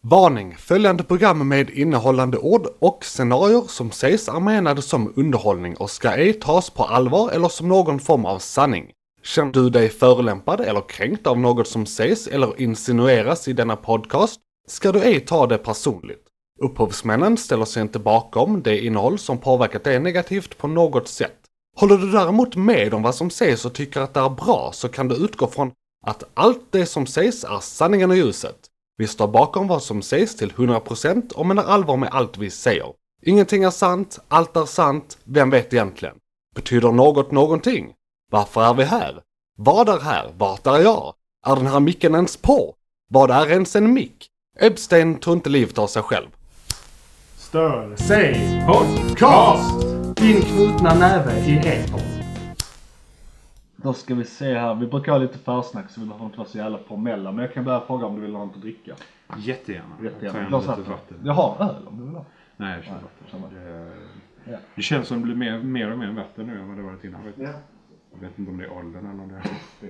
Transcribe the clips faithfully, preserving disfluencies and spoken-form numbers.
Varning! Följande program med innehållande ord och scenarier som sägs är menade som underhållning och ska ej tas på allvar eller som någon form av sanning. Känner du dig förolämpad eller kränkt av något som sägs eller insinueras i denna podcast ska du ej ta det personligt. Upphovsmännen ställer sig inte bakom det innehåll som påverkat dig negativt på något sätt. Håller du däremot med om vad som sägs och tycker att det är bra så kan du utgå från att allt det som sägs är sanningen och ljuset. Vi står bakom vad som sägs till hundra procent och menar allvar med allt vi säger. Ingenting är sant, allt är sant, vem vet egentligen? Betyder något någonting? Varför är vi här? Vad är här? Vart är jag? Är den här micken ens på? Vad är ens en mick? Epstein tog inte livet av sig själv. Stör sig podcast! Din knutna näve i etern. Då ska vi se här. Vi brukar ha lite försnack så vi behöver inte vara så jävla formella. Men jag kan börja fråga om du vill ha något att dricka. Jättegärna. Jättegärna. Jag tar lite vatten. Jag har öl om du vill ha. Nej, jag kör vatten. Det, ja. det känns som det blir mer, mer och mer vatten nu än vad det varit innan. Ja. Jag vet inte om det är åldern eller om det är...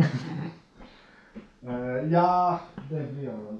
uh, ja, det blir jag.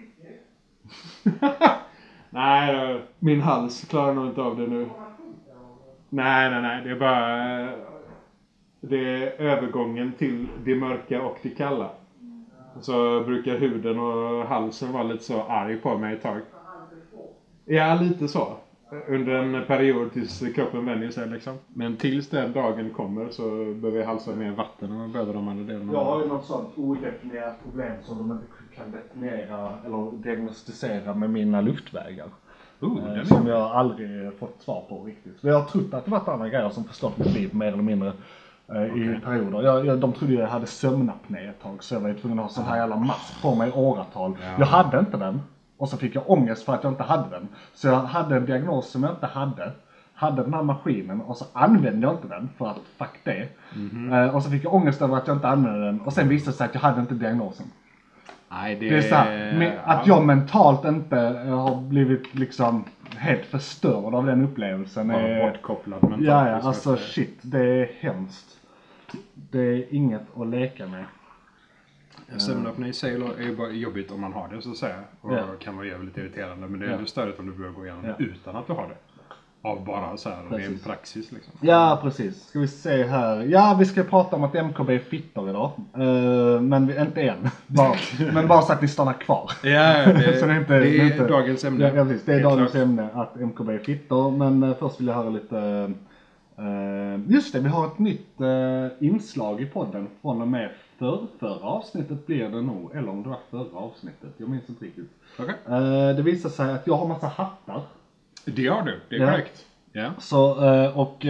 Nej, då, min hals klarar nog inte av det nu. Nej, nej, nej. Det är bara... Det är övergången till det mörka och det kalla. Så brukar huden och halsen vara lite så arg på mig ett tag. Ja, lite så. Under en period tills kroppen vänjer sig liksom. Men tills den dagen kommer så behöver jag halsa mer vatten och behöver de andra delarna. Jag har ju något sånt odefinierat problem som de inte kan definiera eller diagnostisera med mina luftvägar. Oh, eh, som jag aldrig fått svar på riktigt. För jag har trott att det var andra grejer som förstått mitt liv mer eller mindre eh, okay. i perioder. Jag, jag, de trodde jag hade sömnapné ett tag så jag var tvungen att ha sån här jävla mask på mig i åratal. Ja. Jag hade inte den. Och så fick jag ångest för att jag inte hade den. Så jag hade en diagnos som jag inte hade. Hade den här maskinen och så använde jag inte den för att fuck det. Mm-hmm. Eh, och så fick jag ångest över att jag inte använde den. Och sen visade det sig att jag hade inte diagnosen. Nej, det, det är så här, med, att jag mentalt inte har blivit liksom helt förstörd av den upplevelsen. Bara är, bortkopplad mentalt. Ja, ja alltså shit. Det är hemskt. Det är inget att leka med. Sömnapné i sig är ju bara jobbigt om man har det så att säga. Och ja. kan vara jävligt irriterande. Men det är ju ja. störigt om du börjar gå igenom ja. utan att du har det. Av bara så här, det är en praxis liksom. Ja, precis. Ska vi se här. Ja, vi ska prata om att M K B är fittor idag. Uh, men vi, inte än. Bara, men bara så att ni stannar kvar. Ja, det, så det är, inte, det är inte, dagens ämne. Ja, precis. Det är Helt dagens klart. ämne att M K B är fittor. Men uh, först vill jag höra lite... Uh, just det, vi har ett nytt uh, inslag i podden från och med för, förra avsnittet blir det nog. Eller om det var förra avsnittet. Jag minns inte riktigt. Okay. Uh, det visar sig att jag har massa hattar. Det har du, det är ja. korrekt. Yeah. Så, och,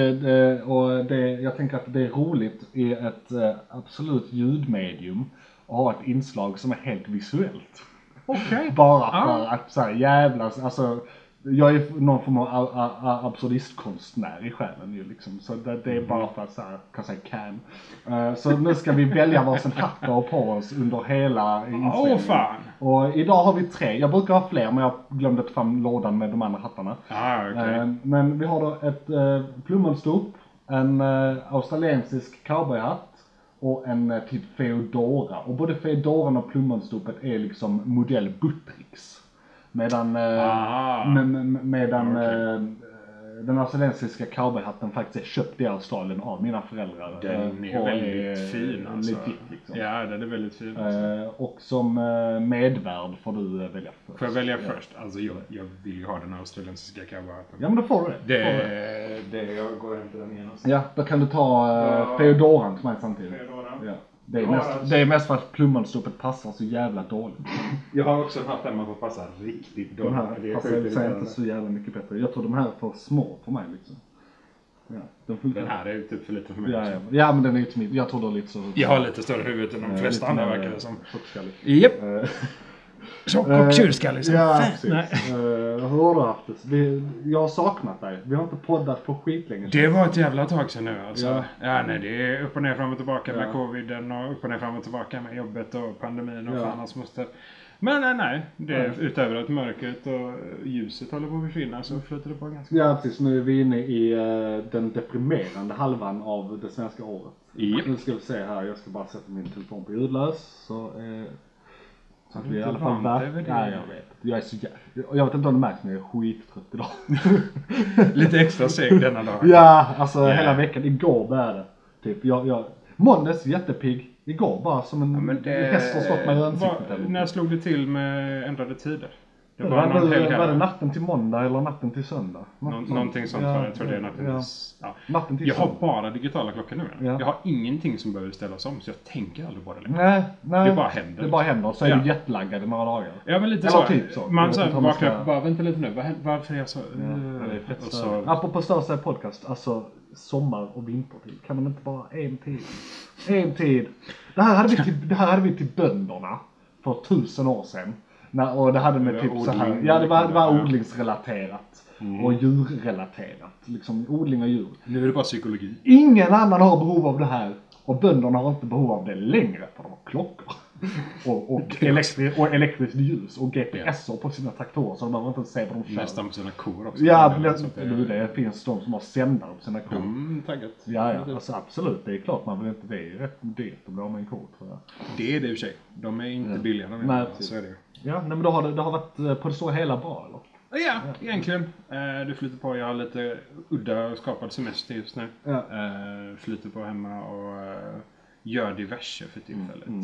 och det, jag tänker att det är roligt i ett absolut ljudmedium att ha ett inslag som är helt visuellt. Okej. Okay. Bara för ah. att så här, jävlas, alltså jag är någon form av absurdistkonstnär i själen ju liksom. Så det, det är bara för att så här, kan säga can. Uh, så nu ska vi välja varsin hatt på oss under hela inspelningen. Åh oh, fan. Och idag har vi tre. Jag brukar ha fler men jag glömde ta fram lådan med de andra hattarna. Ah, okay. uh, men vi har då ett uh, plommonstop, en uh, australiensisk cowboyhatt och en uh, typ Feodora. Och både Feodoran och plommonstopet är liksom modell Buttricks. Medan, eh, med, medan okay. eh, den australiensiska cowboyhatten faktiskt är köpt i Australien av mina föräldrar. Den är och väldigt är fin alltså. Legit, liksom. Ja, den är väldigt fin. Alltså. Eh, och som eh, medvärd får du eh, välja först. Får jag välja ja. först? Alltså jag, jag vill ju ha den australiensiska cowboyhatten. Ja men då får du det. Det, får det. det jag går inte den igen. Ja, då kan du ta eh, ja. Feodoran till mig samtidigt. Feodoran. Ja. Det är, mest, det är mest för att plommonstopet passar så jävla dåligt. Jag har också haft en man får passa riktigt dåligt. De här passar inte så jävla mycket bättre. Jag tror de här är för små för mig liksom. Ja, den, den här är ju typ för lite för mig. Ja, ja. ja men den är ju till mig. Jag tror det är lite så. Jag har lite större huvud än de äh, flesta andra verkar det som. Tjockskallig. Japp. Yep. Tjock och tjurskallig som ja, fan. precis. Uh, hur har du haft det? Vi, jag har saknat dig. Vi har inte poddat på skitlänge. Det var ett jävla tag sedan nu alltså. Ja. ja nej det är upp och ner fram och tillbaka ja. med coviden och upp och ner fram och tillbaka med jobbet och pandemin och ja. fan hans moster. Men nej, nej. Det är ja. utöver att mörkret och ljuset håller på att försvinna så flyter det på ganska. Ja precis, nu är vi inne i uh, den deprimerande halvan av det svenska året. Yep. Nu ska vi se här, jag ska bara sätta min telefon på ljudlös. Så, uh, Så att vi i alla fall verkar... Ja, jag vet. Jag är så jä... Jag vet inte om det märks men jag är skittrött idag. Lite extra seg denna dag. Ja, alltså yeah. hela veckan. Igår började det. Typ, jag... jag... Måndags jättepigg. Igår bara som en ja, men det... häst har slått mig i ansiktet. När slog det till med ändrade tider? Det var, var, var, någon det, var det natten till måndag eller natten till söndag? Nå någonting sånt ja, var det. Jag tror det är natten ja. till, ja. natten till Jag söndag. har bara digitala klockor nu. Ja. Jag har ingenting som behöver ställas om så jag tänker aldrig på det längre. Nej, nej. Det bara händer. Det bara händer. Så är ja. du jetlaggad i några dagar. Ja, men lite eller så. Typ så. Man så vaknar ska... upp och bara, vänta lite nu. Var, varför är jag så... Ja, det är fett så... Apropå största podcast, alltså sommar- och vintertid. Kan man inte bara en tid? En tid. Det här hade vi till, det här hade vi till bönderna för tusen år sedan. När, och det hade med det typ så här, ja det var, det var odlingsrelaterat mm. och djurrelaterat, liksom odling och djur. Nu är det bara psykologi. Ingen annan har behov av det här och bönderna har inte behov av det längre för de har klockor. och, och, elektri och elektriskt ljus och G P S på sina traktorer så de behöver inte se vad de kör. Nästan på sina kor också. Ja, det, det, det finns de som har sändare på sina kor. Mm, taggat. Ja, ja, alltså absolut. Det är klart man vill inte, det är rätt dyrt att bli av med en ko tror jag. Det är det i och för sig. De är inte ja. billiga. De är Nej, så är det. Ja, men då har det, det har varit på det så hela bra eller? Ja, ja. egentligen. Uh, du flyter på, jag har lite udda skapad semester just nu. Ja. Uh, flyter på hemma och uh, gör diverse för tillfället. Mm.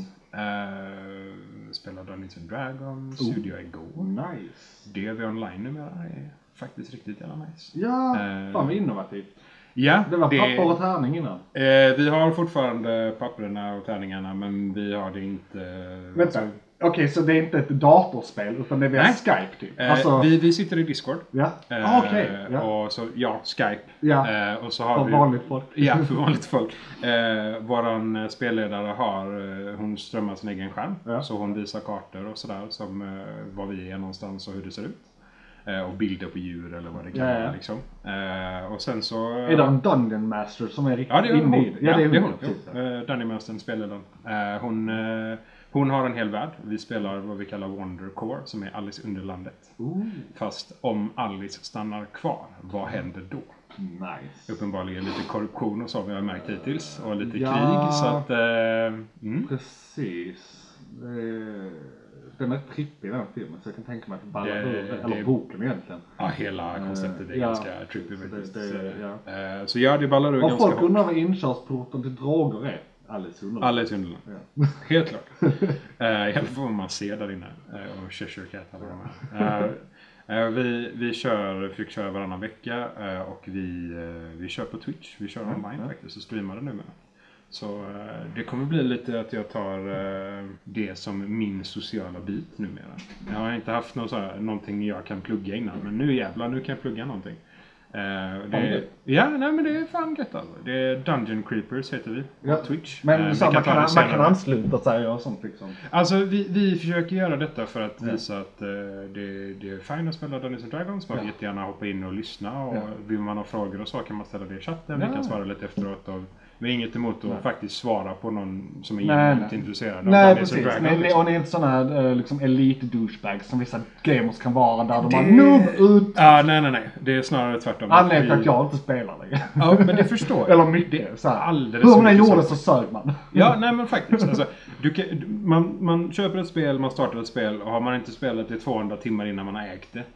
Uh, spelar Dungeons and Dragons, oh. gjorde jag igår. Nice. D V online numera är faktiskt riktigt jävla nice. Ja, uh, fan vad innovativt. Ja, det var det, papper och tärning innan. Uh, vi har fortfarande papperna och tärningarna men vi har det inte... Uh, Vänta. alltså, Okej, okay, så det är inte ett datorspel utan det är via Skype typ? Eh, alltså... vi, vi sitter i Discord. Ja, eh, okej. Okay. Ja. Och så, ja, Skype. Ja, eh, och så har för vi, vanligt folk. Ja, för vanligt folk. Eh, våran spelledare har, eh, hon strömmar sin egen skärm. Ja. Så hon visar kartor och sådär som eh, var vi är någonstans och hur det ser ut. Eh, och bilder på djur eller vad det kan vara ja, ja. liksom. Eh, och sen så... Är det en Dungeon Master som är riktigt ja, det är inne i det? Ja, det är hon. Ja, det är hon. Uh, Dungeon Master spelledaren. Uh, hon, uh, hon har en hel värld. Vi spelar vad vi kallar Wonder Core som är Alice Underlandet. Ooh. Fast om Alice stannar kvar, vad händer då? Nice. Uppenbarligen lite korruption och så har vi märkt hittills. Och lite ja, krig. Så att, uh, mm. Precis. Uh... Den är trippig den filmen så jag kan tänka mig att ballar ur det, eller det, boken egentligen. Ja, hela konceptet är uh, ganska ja, trippig faktiskt. Det, det, ja. uh, så ja, det ballar ur ganska hårt. Och folk undrar vad inkörsporten till droger är. Alice Underland. Alice Underland. Ja. Helt klart. uh, I alla fall vad man ser där inne. Uh, och Cheshire Cat och de här. Uh, uh, vi, vi kör, fick köra varannan vecka uh, och vi, uh, vi kör på Twitch. Vi kör mm, online ja. faktiskt och streamar det nu med. Så uh, det kommer bli lite att jag tar uh, det som min sociala bit numera. Jag har inte haft något så här, någonting jag kan plugga innan. Men nu jävlar, nu kan jag plugga någonting. Uh, det är, ja, nej men det är fan gött alltså. Det är Dungeon Creepers heter vi ja. på Twitch. Men uh, så man, kan, man kan ansluta sig och sånt liksom. Alltså vi, vi försöker göra detta för att ja. visa att uh, det, det är fint att spela Dungeons and Dragons. Man ja. jättegärna hoppa in och lyssna. Och ja. vill man ha frågor och så kan man ställa det i chatten. Ja. Vi kan svara lite efteråt och vi har inget emot att nej. faktiskt svara på någon som är genuint intresserad av nej, Dungeons and Dragons. Nej, precis. Och ni är inte sådana äh, liksom elite douchebags som vissa gamers kan vara där det... de har noob ut. Ja, nej, nej, nej. Det är snarare tvärtom. Anledningen till att jag inte spelar längre. Ja, men det förstår jag. Eller mycket. Så här. Alldeles hur man än gjorde så sög man. Ja, nej men faktiskt. Alltså, du kan, man, man köper ett spel, man startar ett spel och har man inte spelat det tvåhundra timmar innan man har ägt det.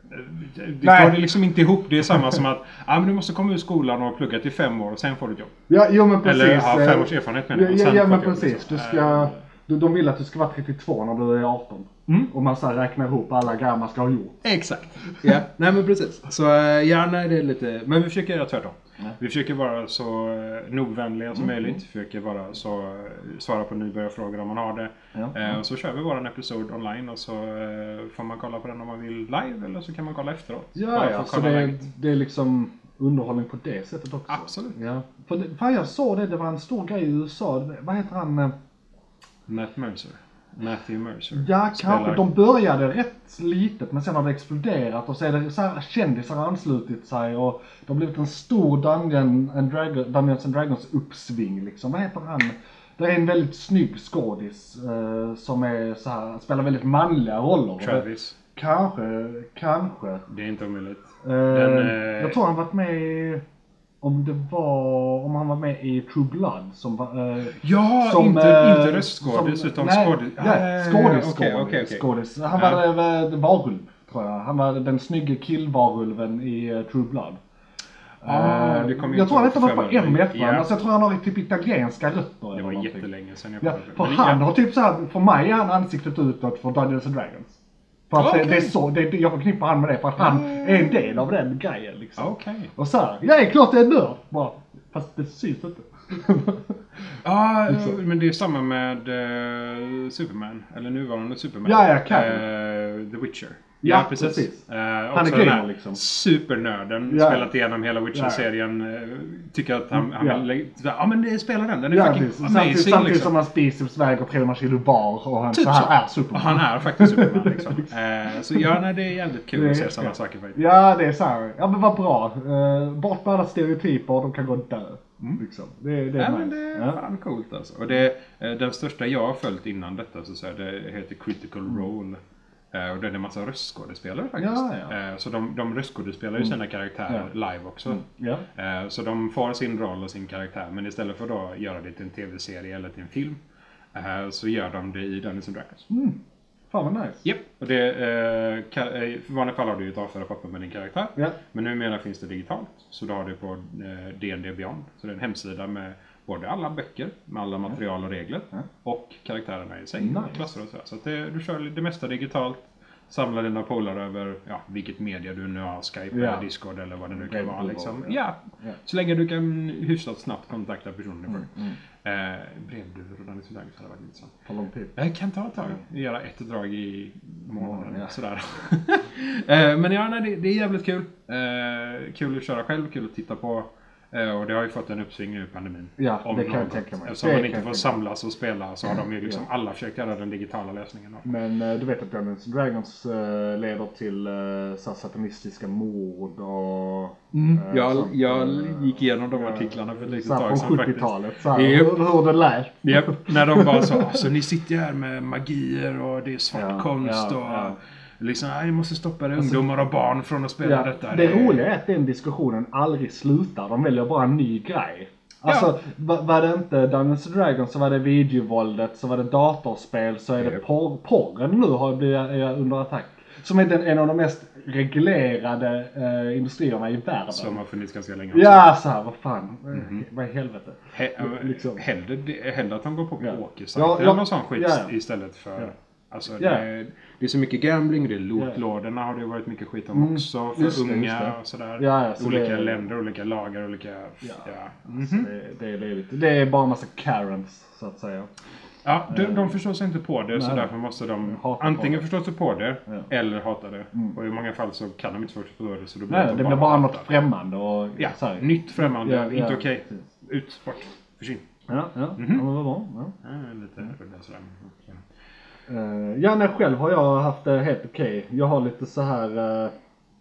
Det går det liksom inte ihop. Det är samma som att ah, men du måste komma ur skolan och plugga till fem år och sen får du ett jobb. Ja, jo, men precis. Eller ha fem års erfarenhet med det. Ja, ja men precis. Liksom. Du ska, du, de vill att du ska vara trettiotvå när du är arton. Mm. Och man så här räknar ihop alla grejer man ska ha gjort. Exakt. Ja, nej men precis. Så ja, nej det är lite... Men vi försöker göra tvärtom. Ja. Vi försöker vara så nogvänliga som mm. möjligt. Försöker vara så... Svara på nybörjarfrågor om man har det. Ja. Eh, och så kör vi våran episod online och så eh, får man kolla på den om man vill live eller så kan man kolla efteråt. Ja, ja så det är, det är liksom underhållning på det sättet också. Absolut. Ja. För, det, för jag såg det, det var en stor grej i U S A. Vad heter han? Eh... Matt Mercer. Matthew Mercer. Ja, kanske. De började rätt litet men sen har det exploderat och så är det så här kändisar anslutit sig och det har blivit en stor Dungeon and Dragon, Dungeons and Dragons uppsving liksom. Vad heter han? Det är en väldigt snygg skådis uh, som är så här, spelar väldigt manliga roller. Travis. Kanske, kanske. Det är inte omöjligt. Uh, Den, uh... Jag tror han varit med i... om det var, om han var med i True Blood som var... Eh, ja, som, inte, eh, inte röstskådis som- utan nej, skådis. Ja, Ah, skådis, okej, skådis, okej, okej. skådis. Han Ja. var uh, varulv, tror jag. Han var den snygge killvarulven i uh, True Blood. Ah, Eh, det kom ju jag tror han inte heter något på för mig. M i efternamn. Ja. Alltså, jag tror han har typ italienska rötter. Det eller var någonting. jättelänge sedan jag Ja, kollade. för Men han ja. har typ så här, för mig är han ansiktet utåt för Dungeons and Dragons. För att Okej. det, det är så, det, det, jag förknippar han med det för att han är en del av den grejen liksom. Okej. Och så här, jag är klart jag är nörd. Bara, fast det syns inte. Ja, Liksom. men det är samma med uh, Superman. Eller nuvarande Superman. Ja, ja, kan. Uh, The Witcher. Ja, Ja, precis. precis. Uh, Han är också den gamer, här liksom. supernörden. Ja. Spelat igenom hela Witcher-serien. Uh, tycker att han, han Ja. vill... Ja, ah, men det spelar den. Den är Ja, fucking precis. amazing. Samtidigt, samtidigt liksom. som han spiser väger tre kilo bar och han Typ så här så. är Superman. Han är faktiskt Superman liksom. uh, så ja, nej, det är jävligt kul Det är att se helt sådana klart. saker faktiskt. Ja, det är så här. Ja, men vad bra. Uh, bort med alla stereotyper, de kan gå dö. Mm. Liksom. Det, det är Ja, nice. men det är Ja. fan coolt alltså. Och det, eh, den största jag har följt innan detta så att säga, det heter Critical Role. Eh, Och det är en massa röstskådespelare faktiskt. Ja, ja. Eh, Så de, de röstskådespelar ju sina karaktärer live också. Mm. Ja. Eh, Så de får sin roll och sin karaktär. Men istället för att då göra det till en tv-serie eller till en film eh, så gör de det i Dungeons and Dragons. Mm. Fan vad nice. Japp, och det, eh, ka- eh, i vanliga fall har du ju ett avfärdat papper med din karaktär. Ja. Men numera finns det digitalt. Så då har du på eh, D and D Beyond. Så det är en hemsida med både alla böcker, med alla material och regler. Ja. Och karaktärerna i sig. Nice. Och klasser och så. Så att det, du kör det mesta digitalt. Samlar dina polare över ja, vilket media du nu har. Skype Ja. eller Discord eller vad det nu kan Red vara. Bull, Liksom. ja. Ja. Ja. Så länge du kan hyfsat snabbt kontakta personen i fråga. Mm. Eh, brevduvor och Dungeons and Dragons hade varit intressant. För lång tid. Jag kan ta ett tag. Göra ett drag i månaden. Månaden, ja. Sådär. Eh, Men ja, nej, det, det är jävligt kul. Eh, kul att köra själv, kul att titta på. Eh, och det har ju fått en uppsving nu i pandemin. Ja, Om det kan jag något. tänka mig. Eftersom Det man kan inte jag får tänka mig. samlas och spela så har de ju liksom alla försökt göra den digitala lösningen. Då. Men eh, du vet att Dungeons and Dragons eh, leder till uh, så här satanistiska mord och... eh, Jag, sånt, jag eh, gick igenom de ja, artiklarna för ett litet så här tag sedan från faktiskt. sjuttiotalet. Så här, Japp. hur, hur det lät. Japp, när de bara sa så ni sitter ju här med magier och det är svart Ja, konst ja, och ja. liksom, nej, ni måste stoppa det, ungdomar och barn från att spela Ja, detta. det roliga är att den diskussionen aldrig slutar. De väljer bara en ny grej. Alltså, Ja. va- var det inte Dungeons and Dragons så var det videovåldet, så var det datorspel, så är det Japp. porr, porren nu har blivit är under attack. Som är den, en av de mest reglerade eh, industrierna i världen. Som har funnits ganska länge också. Ja, så här, vad fan. Vad i helvete. He, liksom. hellre, det- hellre att de går på Ja. pokersajter Ja, ja. eller någon sån skit Ja, ja. istället för... Ja. Alltså, Ja. det, det är så mycket gambling, det är lootlådorna har det varit mycket skit om Mm, också. För just det, unga just det. och sådär. Ja, ja, så olika det- länder, olika lagar, olika... Ja. Ja. Ja. Så det, det, det, är lite, det är bara en massa Karens, så att säga. Ja, de, de förstår sig inte på det så Nej. därför måste de Hatar på antingen det. förstå sig på det Ja. eller hata det. Mm. Och i många fall så kan de inte förstå sig på det så då blir Nej, de det blir bara något hatar. främmande och Ja, så här. nytt, främmande, Ja, inte ja, okej. precis. Ut, bort, försvinn. Ja, ja. Mhm. ja men vad bra. Ja. Ja, lite udda sådär. Okej. Uh, ja, nej, själv har jag haft det helt okej. Jag har lite så här. eh,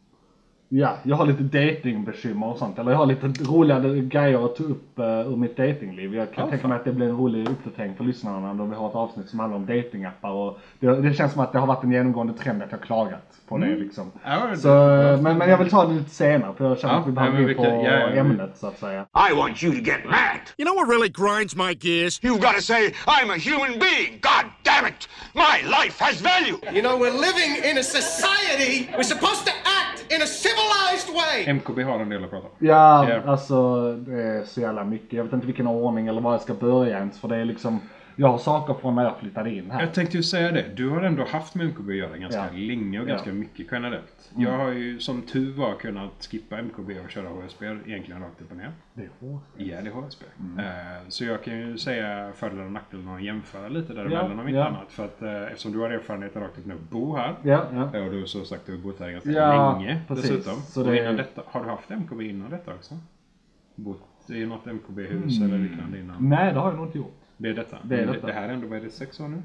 ja, jag har lite datingbekymmer och sånt. Eller jag har lite roliga grejer att ta upp uh, ur mitt datingliv. Jag kan Ja, tänka fan. mig att det blir en rolig uppdatering för lyssnarna då vi har ett avsnitt som handlar om datingappar. Och det, det känns som att det har varit en genomgående trend att jag har klagat på det liksom. Ja, det- Så, eh, men, men jag vill ta det lite senare för jag känner Ja, att vi ja, behöver men gå vi in på kan- ja, ja, vi- ämnet så att säga. I want you to get mad. You know what really grinds my gears? You gotta say, I'm a human being. God damn it. My life has value. You know, we're living in a society. We're supposed to act in a civilized way. M K B har en del att prata om. Ja, Ja. alltså det är så jävla mycket. Jag vet inte vilken ordning eller var jag ska börja ens för det är liksom, jag har saker från när jag flyttade in här. Jag tänkte ju säga det. Du har ändå haft med M K B att göra ganska Ja. länge och Ja. ganska mycket generellt. Jag har ju som tur var kunnat skippa M K B och köra H S B egentligen rakt upp och ner. Det är hårt. Ja, det är H S B. Eh, så jag kan ju säga fördelar och nackdelar och jämföra lite däremellan Ja, om inte ja. annat. För att eh, eftersom du har erfarenheten rakt upp nu att bo här. Ja, ja. eh, Och du har så sagt att du har bott här ganska Ja, länge precis. dessutom. Så och det- innan detta, har du haft M K B innan detta också? Bott i något M K B-hus eller liknande innan? Nej, det har jag nog inte gjort. Det är detta. Det är Men detta. det här är ändå, vad är det, sex år nu?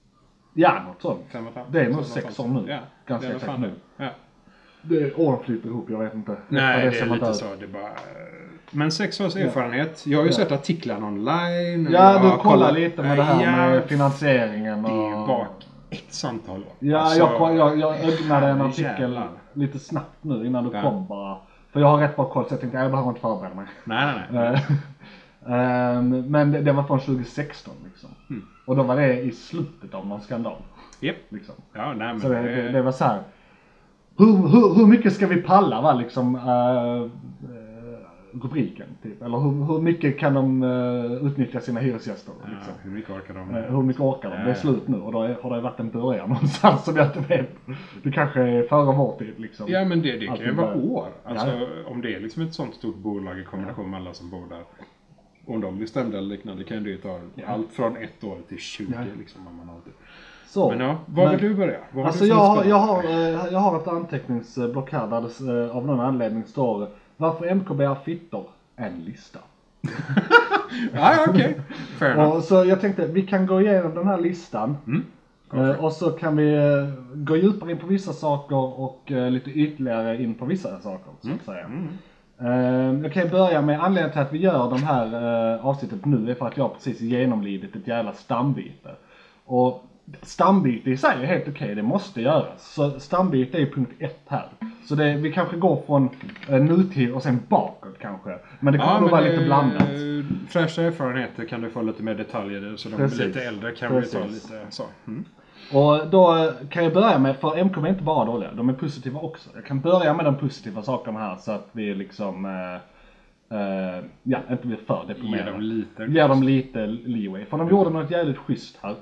Ja, något sånt. Fem och ett halvt? Det är nog Så sex någonstans. år nu. Ja, Ganska det är exakt fan nu. Ja. Det, åren flyter ihop, jag vet inte. Nej, det ser är man lite där. så. Det är bara... Men sex års erfarenhet. Jag har ju Ja. sett artiklarna online. och Ja, jag du har kollar kollat- lite med det här Ja, med finansieringen och... Det är ju bak ett samtal år. Ja, Alltså, jag, jag, jag ögnade en artikel jävlar. lite snabbt nu innan du Ja. kom bara. För jag har rätt bra koll så jag tänkte jag behöver inte förbereda mig. Nej, nej, nej. um, men det, det var från tjugo sexton liksom. Mm. Och då var det i slutet av någon skandal. Japp. Liksom. Ja, nej men så det, det, det var så här. Hur, hur, hur mycket ska vi palla va liksom uh, uh, rubriken typ. Eller hur, hur mycket kan de uh, utnyttja sina hyresgäster ja, liksom. Hur mycket orkar de? Uh, hur mycket orkar de? Ja, det är slut nu och då är, har det varit en början någonstans som jag inte vet. Det kanske är före vår tid liksom. Ja men det, det kan ju vara år. Alltså ja. Om det är liksom ett sånt stort bolag i kombination med alla som bor där. Om de blir stämda eller liknande kan det ju ta ja. allt från ett år till tjugo ja. liksom om man har det. Så, men ja, var men, vill du börja? Var alltså jag har, jag, har, jag har ett anteckningsblock här där det av någon anledning står varför M K B är fittor? En lista. Ja, okej. Okay. Och så jag tänkte vi kan gå igenom den här listan. Mm. Uh, och så kan vi uh, gå djupare in på vissa saker och uh, lite ytterligare in på vissa saker så att säga. Mm. Uh, jag kan börja med anledningen till att vi gör de här uh, avsnittet nu är för att jag precis genomlidit ett jävla stambyte. Och stambyte i sig är helt okej, okay, det måste göras. Så stambyte är punkt ett här. Så det, vi kanske går från uh, nutid och sen bakåt kanske. Men det kommer ja, nog vara lite blandat. Fräscha erfarenheter kan du få lite mer detaljer så de Precis. Är lite äldre kan Precis. Vi ta lite så. Mm. Och då kan jag börja med, för M K B är inte bara dåliga, de är positiva också. Jag kan börja med de positiva sakerna här så att vi liksom, äh, äh, ja, inte blir för deprimerade. Ge dem lite. Ge dem lite leeway. För de gjorde något jävligt schysst här.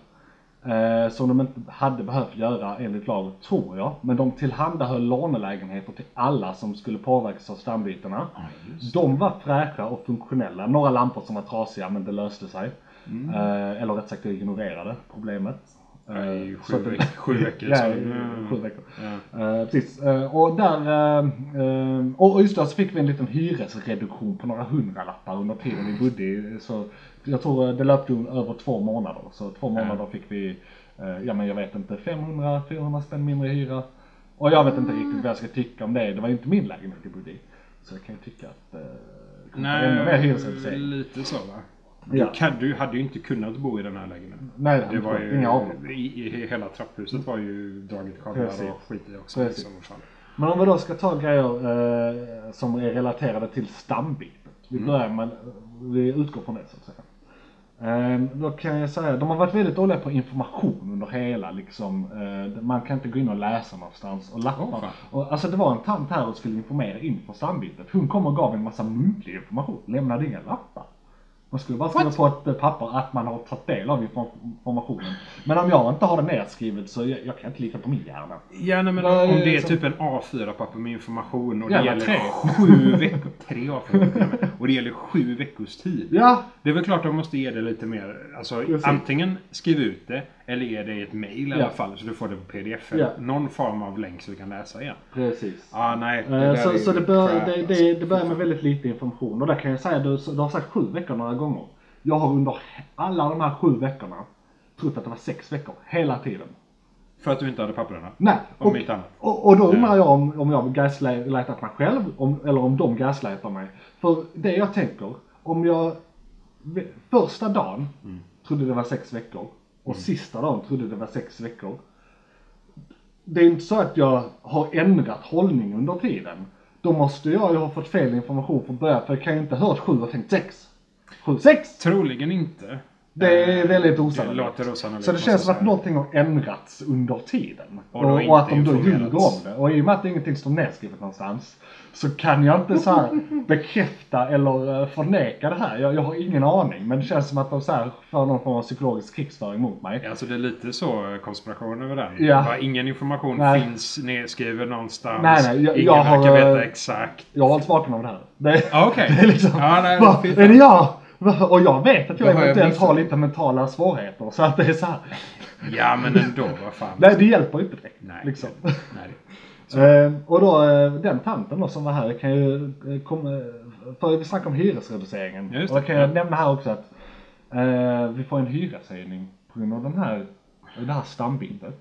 Äh, som de inte hade behövt göra enligt lag, tror jag. Men de tillhandahöll lånelägenheter till alla som skulle påverkas av stambytena. Ja, de var fräscha och funktionella. Några lampor som var trasiga men det löste sig. Mm. Äh, eller rätt sagt jag ignorerade problemet. Nej, sju, veck, sju veckor. Ja, sju veckor. Ja. Uh, precis. Uh, och där, uh, och just då så fick vi en liten hyresreduktion på några hundralappar under tiden vi bodde i. Så jag tror det löpte över två månader. Så två månader fick vi, uh, ja men jag vet inte, femhundra till fyrahundra spänn mindre hyra. Och jag vet inte riktigt vad jag ska tycka om det. Det var ju inte min lägenhet jag bodde i. Så jag kan ju tycka att uh, det kommer ännu mer hyresreducering. Lite så va? Du, ja. kan, du hade ju inte kunnat bo i den här lägenheten. Nej, det var ju, inga i, i hela trapphuset var ju dragit kablar och skit i också. Liksom, men om vi då ska ta grejer eh, som är relaterade till stambytet. Vi mm. börjar med, vi utgår från det så att säga. Eh, då kan jag säga, de har varit väldigt dåliga på information under hela liksom. Eh, man kan inte gå in och läsa någonstans och lappa. Oh, och, alltså det var en tant här och skulle informera inför stambytet. Hon kom och gav en massa muntlig information. Lämnade inga lappar. Man skulle bara skriva What? på ett papper att man har tagit del av informationen. Men om jag inte har det nedskrivet så jag, jag kan inte lita på min hjärna. Ja, nej, men om det är typ en A fyra papper med information och det gäller tre. sju veckor, tre A fyra och det gäller sju veckors tid. Ja. Det är väl klart att de måste ge det lite mer, alltså antingen skriv ut det eller ge det i ett mail i alla ja. fall så du får det på P D F. Ja. Någon form av länk så du kan läsa igen. Precis. Ah, nej, det så så det, bör, crap, det, det, alltså. det börjar med väldigt lite information och där kan jag säga, du, du har sagt sju veckor några gånger. Jag har under alla de här sju veckorna trott att det var sex veckor hela tiden. För att du inte hade papperna? Nej. Om mitt annat. Och, och då undrar jag om, om jag gaslightat mig själv om, eller om de gaslightar mig. För det jag tänker, om jag första dagen mm. trodde det var sex veckor och mm. sista dagen trodde det var sex veckor. Det är inte så att jag har ändrat hållning under tiden. Då måste jag ju ha fått fel information från början för jag kan ju inte hört sju och tänkt sex. sju, sex! Troligen inte. Det är väldigt osannolikt. Det låter osannolikt. Så det känns som att någonting har ändrats under tiden. Och, och, och att de då ljuger om det. Och i och med att det ingenting står nedskrivet någonstans så kan jag inte så här bekräfta eller förneka det här. Jag, jag har ingen aning. Men det känns som att de så här för någon form av psykologisk krigsföring mot mig. Alltså det är lite så konspiration över den. Ja. Bara ingen information nej. finns nedskriven någonstans. Nej, nej. Jag, ingen jag verkar har, veta exakt. Jag har hållit smaken av det här. Det, ah, okej. Okay. liksom, ja, nej, va, är det jag? Och jag vet att jag eventuellt har lite mentala svårigheter så att det är så här. Ja men ändå, vad fan. Nej det hjälper inte direkt. Nej. Liksom. Nej. Eh, och då den tanten då som var här kan ju komma, för vi snackar om hyresreduceringen. Just det, och då kan jag ja. nämna här också att eh, vi får en hyreshöjning på grund av den här, det här stambytet.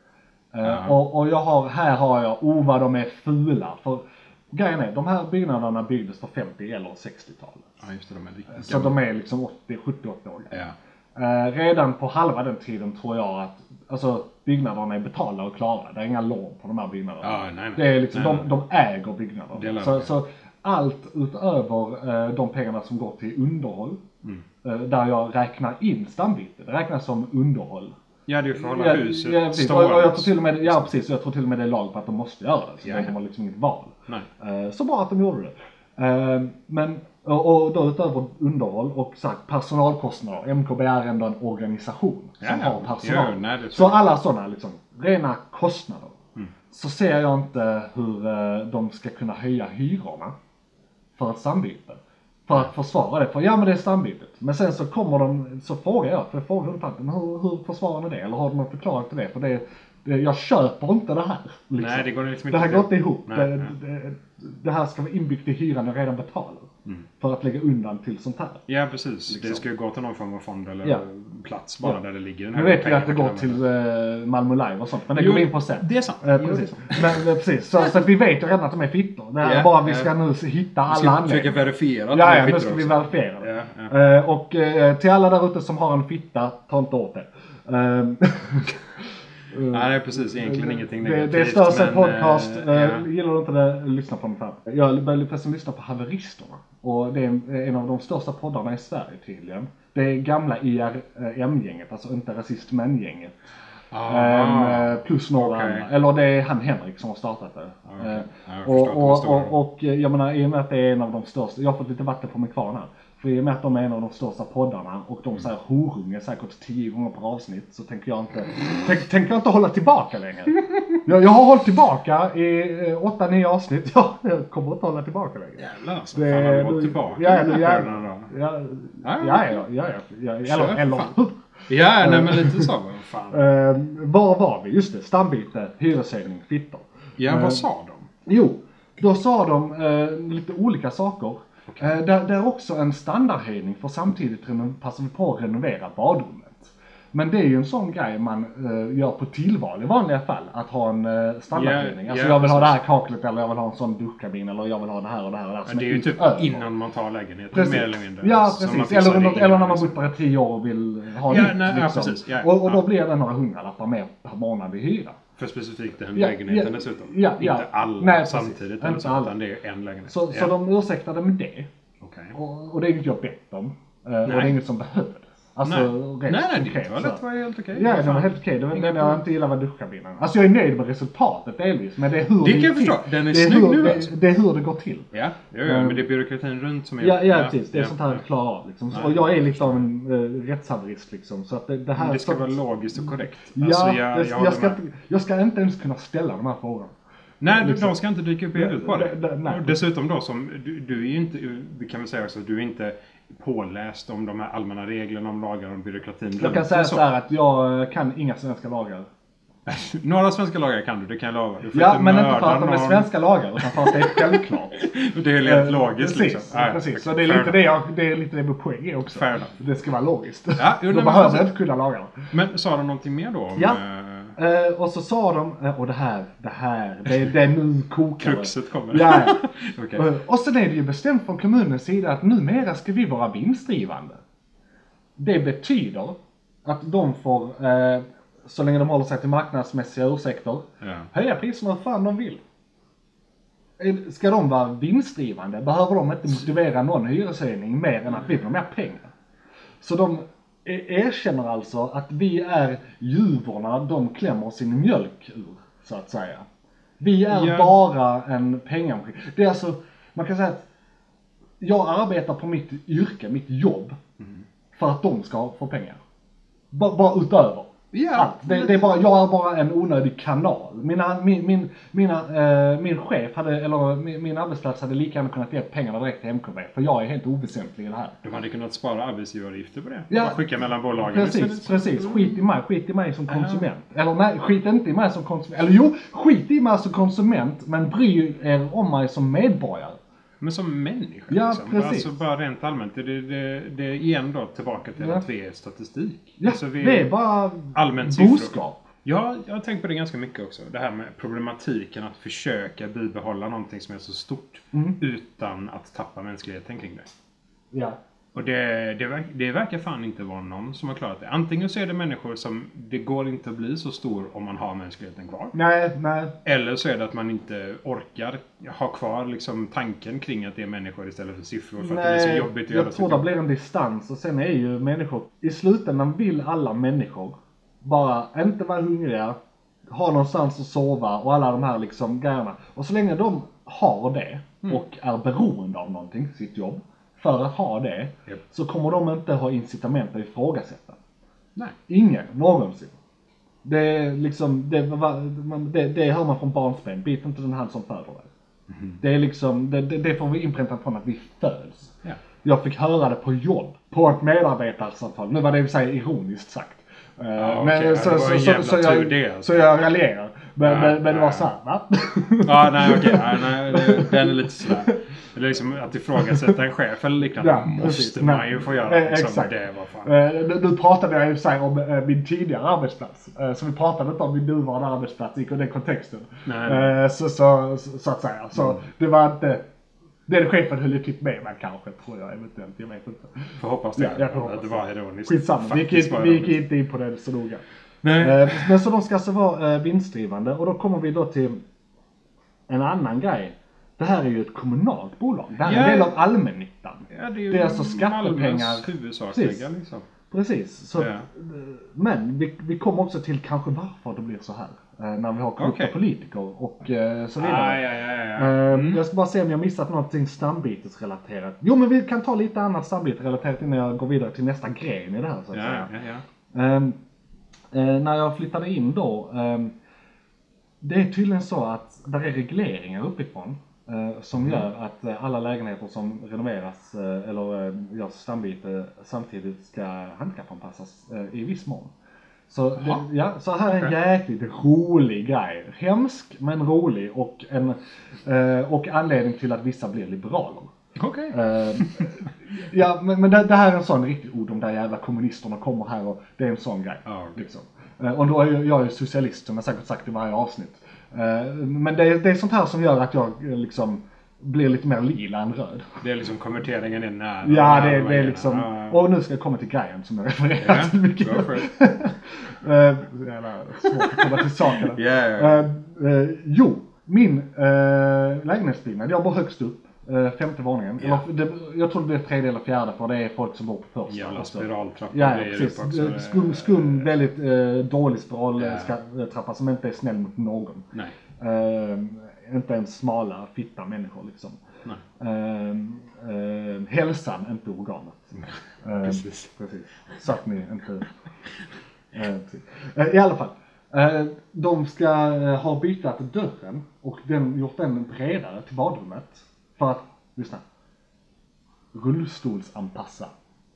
Eh, och, och jag har, här har jag, oh vad de är fula. För grejen är, de här byggnaderna byggdes på femtio eller sextiotalet. Ja just det, de är riktigt så de är liksom åttio, sjuttio-åttio år. Ja. Uh, redan på halva den tiden tror jag att, alltså byggnaderna är betalda och klara. Det är inga lån på de här byggnaderna. Ja, nej, nej. Det är liksom, Nej, de, de äger byggnaderna. Det är Så, lönt. så allt utöver eh, de pengarna som går till underhåll, Mm. eh, där jag räknar in stambyte, det räknas som underhåll. Ja, det är ju för att hålla huset ja, precis. Och, och jag tror till och med, ja precis, jag tror till och med det är lag på att de måste göra det. Så Ja, de ja. har liksom inget val. Nej. Eh, så bra att de gjorde det. Eh, men, och, och då utöver underhåll och så här, personalkostnader. M K B är ändå en organisation som Ja, har personal. ja, nej, det är så så. alla sådana liksom, rena kostnader. Mm. Så ser jag inte hur eh, de ska kunna höja hyrorna för ett stambyte. För att försvara det. För ja, men det är stambytet. Men sen så kommer de, så frågar jag, för jag frågar hundtanten, hur, hur försvarar ni det? Eller har de någon förklaring till det? För det, det jag köper inte det här. Liksom. Nej, det går liksom Det inte här går inte ihop. Nej, det, nej. det, det här ska vara inbyggt i hyran jag redan betalar. Mm. För att lägga undan till sånt här. Ja, precis. Liksom. Det ska ju gå till någon form av fond eller Ja. plats bara Ja. där det ligger. Den Nu här vet vi pengarna att det går kan till använda. eh, Malmö Live och sånt, men det Jo, går vi in på sen. det är sant. Eh, Jo, precis. det är Men eh, precis, så, så att vi vet ju redan att de är fittor. Det är Ja, bara vi ja. ska nu hitta alla Vi ska försöka anledningar. verifiera att Ja, de är ja, nu fittor ska vi också. verifiera det. Ja, ja. Eh, och eh, till alla där ute som har en fitta, ta inte åt det. Eh, Nej, precis. Egentligen ingenting det, negativt. det är största men, podcast. eh, Eh, ja. Gillar du inte det, lyssna på den här. Jag började förresten lyssna på Haveristerna. Och det är en av de största poddarna i Sverige tydligen. Det är gamla I R M-gänget, alltså inte rasist men-gänget. Ah, Eh, plus några okej. andra. Eller det är han Henrik som har startat det. Okej. Eh, Ja, jag förstår och, att det var och, stora. och, och jag menar i och med att det är en av de största, jag har fått lite vatten på min kvarn här. För i och med att de är en av de största poddarna och de säger horunge säkert tio gånger per avsnitt så tänker jag inte, tänk, tänker jag inte hålla tillbaka längre. Jag, jag har hållit tillbaka i eh, åtta, nio avsnitt. Ja, jag kommer inte hålla tillbaka längre. Jävlar alltså. Det- Fan, har du du- gått tillbaka? Ja, med ja, den ja, här skärmen då? ja, Ja, ja, ja, ja, ja, ja, Kör, eller, eller fan. Ja, nej men lite så. Vad fan. Eh, var var vi? Just det, stambyte, hyreshöjning, fittor. Ja, eh, vad sa de? Jo, då sa de eh, lite olika saker. Eh, där, där är också en standardhöjning för samtidigt reno- passar vi på att renovera badrummet. Men det är ju en sån grej man eh, gör på tillval i vanliga fall, att ha en eh, standardhöjning. Ja, alltså ja, jag vill ha det här precis. kaklet eller jag vill ha en sån duschkabin eller jag vill ha det här och det här och det här. Men som det är är ju typ utöver. innan man tar lägenheten Precis. mer eller mindre. Ja, Som man precis. fixar Eller, det något, eller när man liksom. bott där i tio år och vill ha Ja, nytt. nej, ja, liksom. precis. Ja, och, och då ja. blir det några hundralappar mer per månad i hyra. För specifikt den Ja, lägenheten ja, dessutom. ja, ja. Inte alla Nej, precis. samtidigt. Inte Eller så, alla. utan det är en lägenhet. Så, ja. så de ursäktade med det. Okej. Och, och det är inget jag bett om. Eh, och det är Nej. inget som behövdes. Alltså, Nej. rent nej, nej, konkret, din toalett så. var helt okej. Ja, Vad det var fan. helt okej. Det var Inga det jag problem. inte gillade var duschkabinen. Alltså jag är nöjd med resultatet delvis. Men det är hur Det gick kan jag till. förstå. Den är det snygg hur, nu det, alltså. det är hur det går till. Ja, ja, ja, men det är byråkratin runt som är... Ja, ja precis. Det är ja, sånt här ja. jag klarar av. Liksom. Så, Nej, och jag är jag lite av en uh, rättshaverist liksom. Så att det, det här... Men det ska så, vara logiskt och korrekt. Ja, Alltså, det, jag, jag, jag, håller ska med. inte, jag ska inte ens kunna ställa de här frågorna. Nej, liksom. de ska inte dyka upp i huvudet på Det- dig. det- nej. Och dessutom då som, du, du är ju inte, vi kan väl säga också, du är inte påläst om de här allmänna reglerna om lagar om byråkratin. Jag kan runt säga och så här att jag eh, kan inga svenska lagar. Några svenska lagar kan du, det kan jag lova. Du får Ja, inte men inte mörda för att de är någon. svenska lagar utan för att det är självklart. Det är helt Eh, logiskt precis, liksom. Ja, ja, precis. okej, Så det är fair lite enough. det, jag, det är lite det med poäng är också. Fair enough. Det ska vara logiskt. Ja, jo, Då nej, men behöver precis. jag inte kunna lagarna. Men sa de någonting mer då om... Ja. eh, Eh, och så sa de, eh, och det här, det här, det, det är nu kokar det. Kruxet kommer. Ja, ja. Okej. Eh, Och sen är det ju bestämt från kommunens sida att numera ska vi vara vinstdrivande. Det betyder att de får, eh, så länge de håller sig till marknadsmässiga ursäkter, Ja. höja priserna hur fan de vill. Eh, Ska de vara vinstdrivande behöver de inte motivera någon hyreshöjning mer än att vi får mer pengar. Så de e- erkänner alltså att vi är juvorna de klämmer sin mjölk ur, så att säga. Vi är Ja. bara en pengamaskin. Det är alltså, man kan säga att jag arbetar på mitt yrke, mitt jobb, för att de ska få pengar. Bara, bara utöver. Ja. Allt. Det, det är bara, jag är bara en onödig kanal. Mina, min, min, mina, eh, min chef hade, eller min, min arbetsplats hade lika gärna kunnat ge pengarna direkt till M K B. För jag är helt oväsentlig i det här. De hade kunnat spara arbetsgivaravgifter på det. Ja. Bara skicka mellan bolagen. Precis, precis. Skit i mig, skit i mig som konsument. Eller nej, skit inte i mig som konsument. Eller jo, skit i mig som konsument, men bry er om mig som medborgare. Men som människa Ja, liksom. precis. Alltså bara rent allmänt. Det, det, det är igen då tillbaka till Ja. att vi är statistik. Ja, Alltså, vi det är bara allmänt siffror. boskap. Ja, jag har tänkt på det ganska mycket också. Det här med problematiken att försöka bibehålla någonting som är så stort Mm. utan att tappa mänskligheten kring det. Ja. Och det, det, verk, det verkar fan inte vara någon som har klarat det. Antingen så är det människor som det går inte att bli så stor om man har mänskligheten kvar. Nej, nej. Eller så är det att man inte orkar ha kvar liksom tanken kring att det är människor istället för siffror. För nej, att det är så jobbigt att göra. Jag tror det blir en distans. Och sen är ju människor, i slutändan vill alla människor bara inte vara hungriga, ha någonstans att sova och alla de här liksom grejerna. Och så länge de har det Mm. och är beroende av någonting, sitt jobb, för att ha det, Yep. så kommer de inte ha incitament att ifrågasätta. Nej. Ingen, någonsin. Det är liksom, det, det, det hör man från barnsben, bit inte den hand som föder dig. Mm. Det är liksom, det, det, det får vi inpräntat från att vi föds. Ja. Jag fick höra det på jobb, på ett medarbetarsamtal. Nu var det i sig ironiskt sagt. Ja, men okay. så, Ja, så, så, så, så, jag, det, alltså. så jag raljerar. Men, Ja, men, men det ja. var såhär, va? Ja, nej okej. Okay. Ja, nej, det, den är lite sådär. Det är liksom att ifrågasätta en chef eller liknande. Ja, måste precis. man Nej. ju få göra. Eh, Liksom, exakt. det var fan. Eh, nu, nu pratade jag ju så här om eh, min tidigare arbetsplats. Eh, så vi pratade inte om min nuvarande arbetsplats i den kontexten. Nej, nej. Eh, så, så, så, så att säga. Så Mm. det var inte... Den chefen höll ju typ med mig kanske, tror jag eventuellt. Jag vet inte. Får hoppas det. Ja, jag får att hoppas det var ironiskt. Skitsamma, vi gick, Faktiskt inte, var vi gick ironiskt. inte in på det så noga. Nej. Eh, men så de ska alltså vara eh, vinstdrivande och då kommer vi då till en annan grej. Det här är ju ett kommunalt bolag. Det här är Ja. en del av allmännyttan. Ja, det är ju Det är alltså skattepengar. Malmös huvudsakliga Precis. liksom. Precis. Så, Ja. Men vi, vi kommer också till kanske varför det blir så här. Eh, när vi har korrupta Okej. politiker och eh, så vidare. Ah, ja, ja, ja, ja. Eh, Mm. Jag ska bara se om jag missat någonting stambitesrelaterat. Jo, men vi kan ta lite annat stambitesrelaterat innan jag går vidare till nästa gren i det här så att Ja, säga. ja, ja. Ehm, eh, när jag flyttade in då, ehm, det är tydligen så att det är regleringar uppifrån eh, som gör att eh, alla lägenheter som renoveras eh, eller eh, görs stambyte samtidigt ska handikappanpassas eh, i viss mån. Så, det, ja, så här är en Okej. jäkligt rolig grej. Hemsk men rolig och, en, eh, och anledning till att vissa blir liberaler. Okej. Eh, ja, men, men det, det här är en sån riktig ord, de där jävla kommunisterna kommer här och det är en sån grej. Ja, okej. Liksom. Eh, och då är jag, jag är ju socialist som jag säkert sagt i varje avsnitt. Eh, men det, det är sånt här som gör att jag eh, liksom blir lite mer lila än röd. Det är liksom konverteringen är nära. Ja, det, nära det är väggarna. liksom, Ja, ja. och nu ska jag komma till grejen som jag refererar Ja, till mycket. go for it. Eh, så jävla svårt att komma till saken. Ja, ja, ja. Eh, eh, jo, min uh, lägenhetsbyggnad, jag bor högst upp. Uh, femte våningen. Ja. Eller, det, jag tror det blir tredje eller fjärde för det är folk som bor på första. Jävla också. spiraltrappa. Ja, grejer precis. upp också. Skum, skum väldigt uh, dålig Ja. spiraltrappa som inte är snäll mot någon. Nej. Uh, inte ens smala, fitta människor liksom. Nej. Uh, uh, hälsan, inte organet. Uh, Precis. precis. Så att ni inte... uh, uh, I alla fall. Uh, de ska uh, ha bytt dörren och den, gjort den bredare till badrummet. För att, lyssna. Rullstolsanpassa.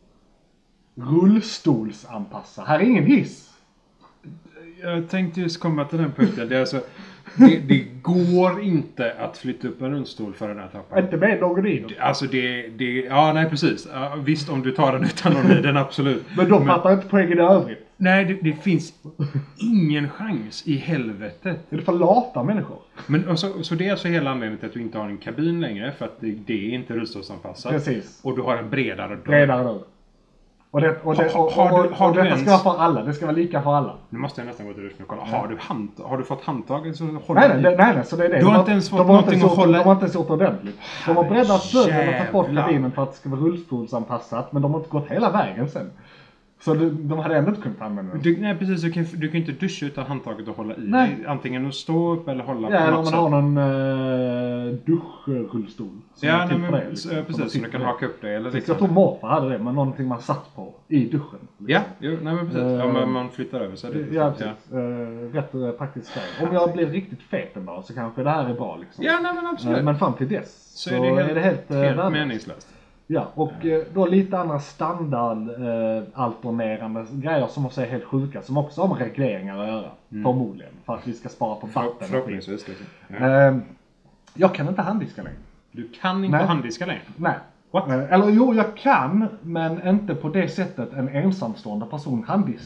Rullstolsanpassa. Här är ingen hiss. Jag tänkte just komma till den punkten. Det, är alltså, det, det går inte att flytta upp en rullstol för den här trappan. Inte med någon in. Alltså det, det, ja nej precis. Ja, visst om du tar den utan någon i den absolut. Men de fattar inte poängen i övrigt. Nej det, det finns ingen chans i helvetet. Är det för lata människor? Men och så, så det är alltså hela anledningen till att du inte har en kabin längre. För att det, det är inte rullstolsanpassat. Precis. Och du har en bredare dörr. Bredare dörr. Och, det, och, det, Har- och, har du- och, har och du detta ens- ska vara för alla. Det ska vara lika för alla. Nu måste jag nästan gå till duschen och kolla. Har du, hand, har du fått handtaget så håller Nej, nej, i? nej, nej, nej, så det är det. Du har De inte ens fått de har inte någonting gjort- att hålla- De har inte ens gjort ordentligt. De har breddat dörren och tagit bort Jävlar. kabinen för att det ska vara rullstolsanpassat. Men de har inte gått hela vägen sen. Så de, de hade ändå inte kunnat använda den. Du, nej precis, du kan, du kan inte duscha utan handtaget och hålla i Nej. dig. Antingen att stå upp eller hålla Ja, på eller om något man har sätt. någon uh, duschrullstol. som är Ja, nej, till för men, det, liksom. ja, Som man precis. Så du sitter kan i. haka upp dig eller Precis, Jag tror liksom. morfar hade det, men någonting man satt på i duschen. liksom. Ja, jo, nej men precis. Ja, Eh, men man flyttar över sig. Det, Ja, precis. Uh, rätt uh, praktiskt grej. Om jag blir riktigt fet en dag så kanske det här är bra liksom. Ja, nej men absolut. Eh, Men fram till dess så, är det helt, är det helt, uh, helt värdelöst. meningslöst. Ja, och eh, då lite andra standard eh, alternerande grejer som också är helt sjuka, som också har med regleringar att göra. Förmodligen, för att vi ska spara på För, vatten och skit. förhoppningsvis liksom. Ja. Eh, jag kan inte handdiska längre. Du kan inte Nej. handdiska längre. Nej. What? Eh, eller jo, jag kan, men inte på det sättet en ensamstående person handdiskar. För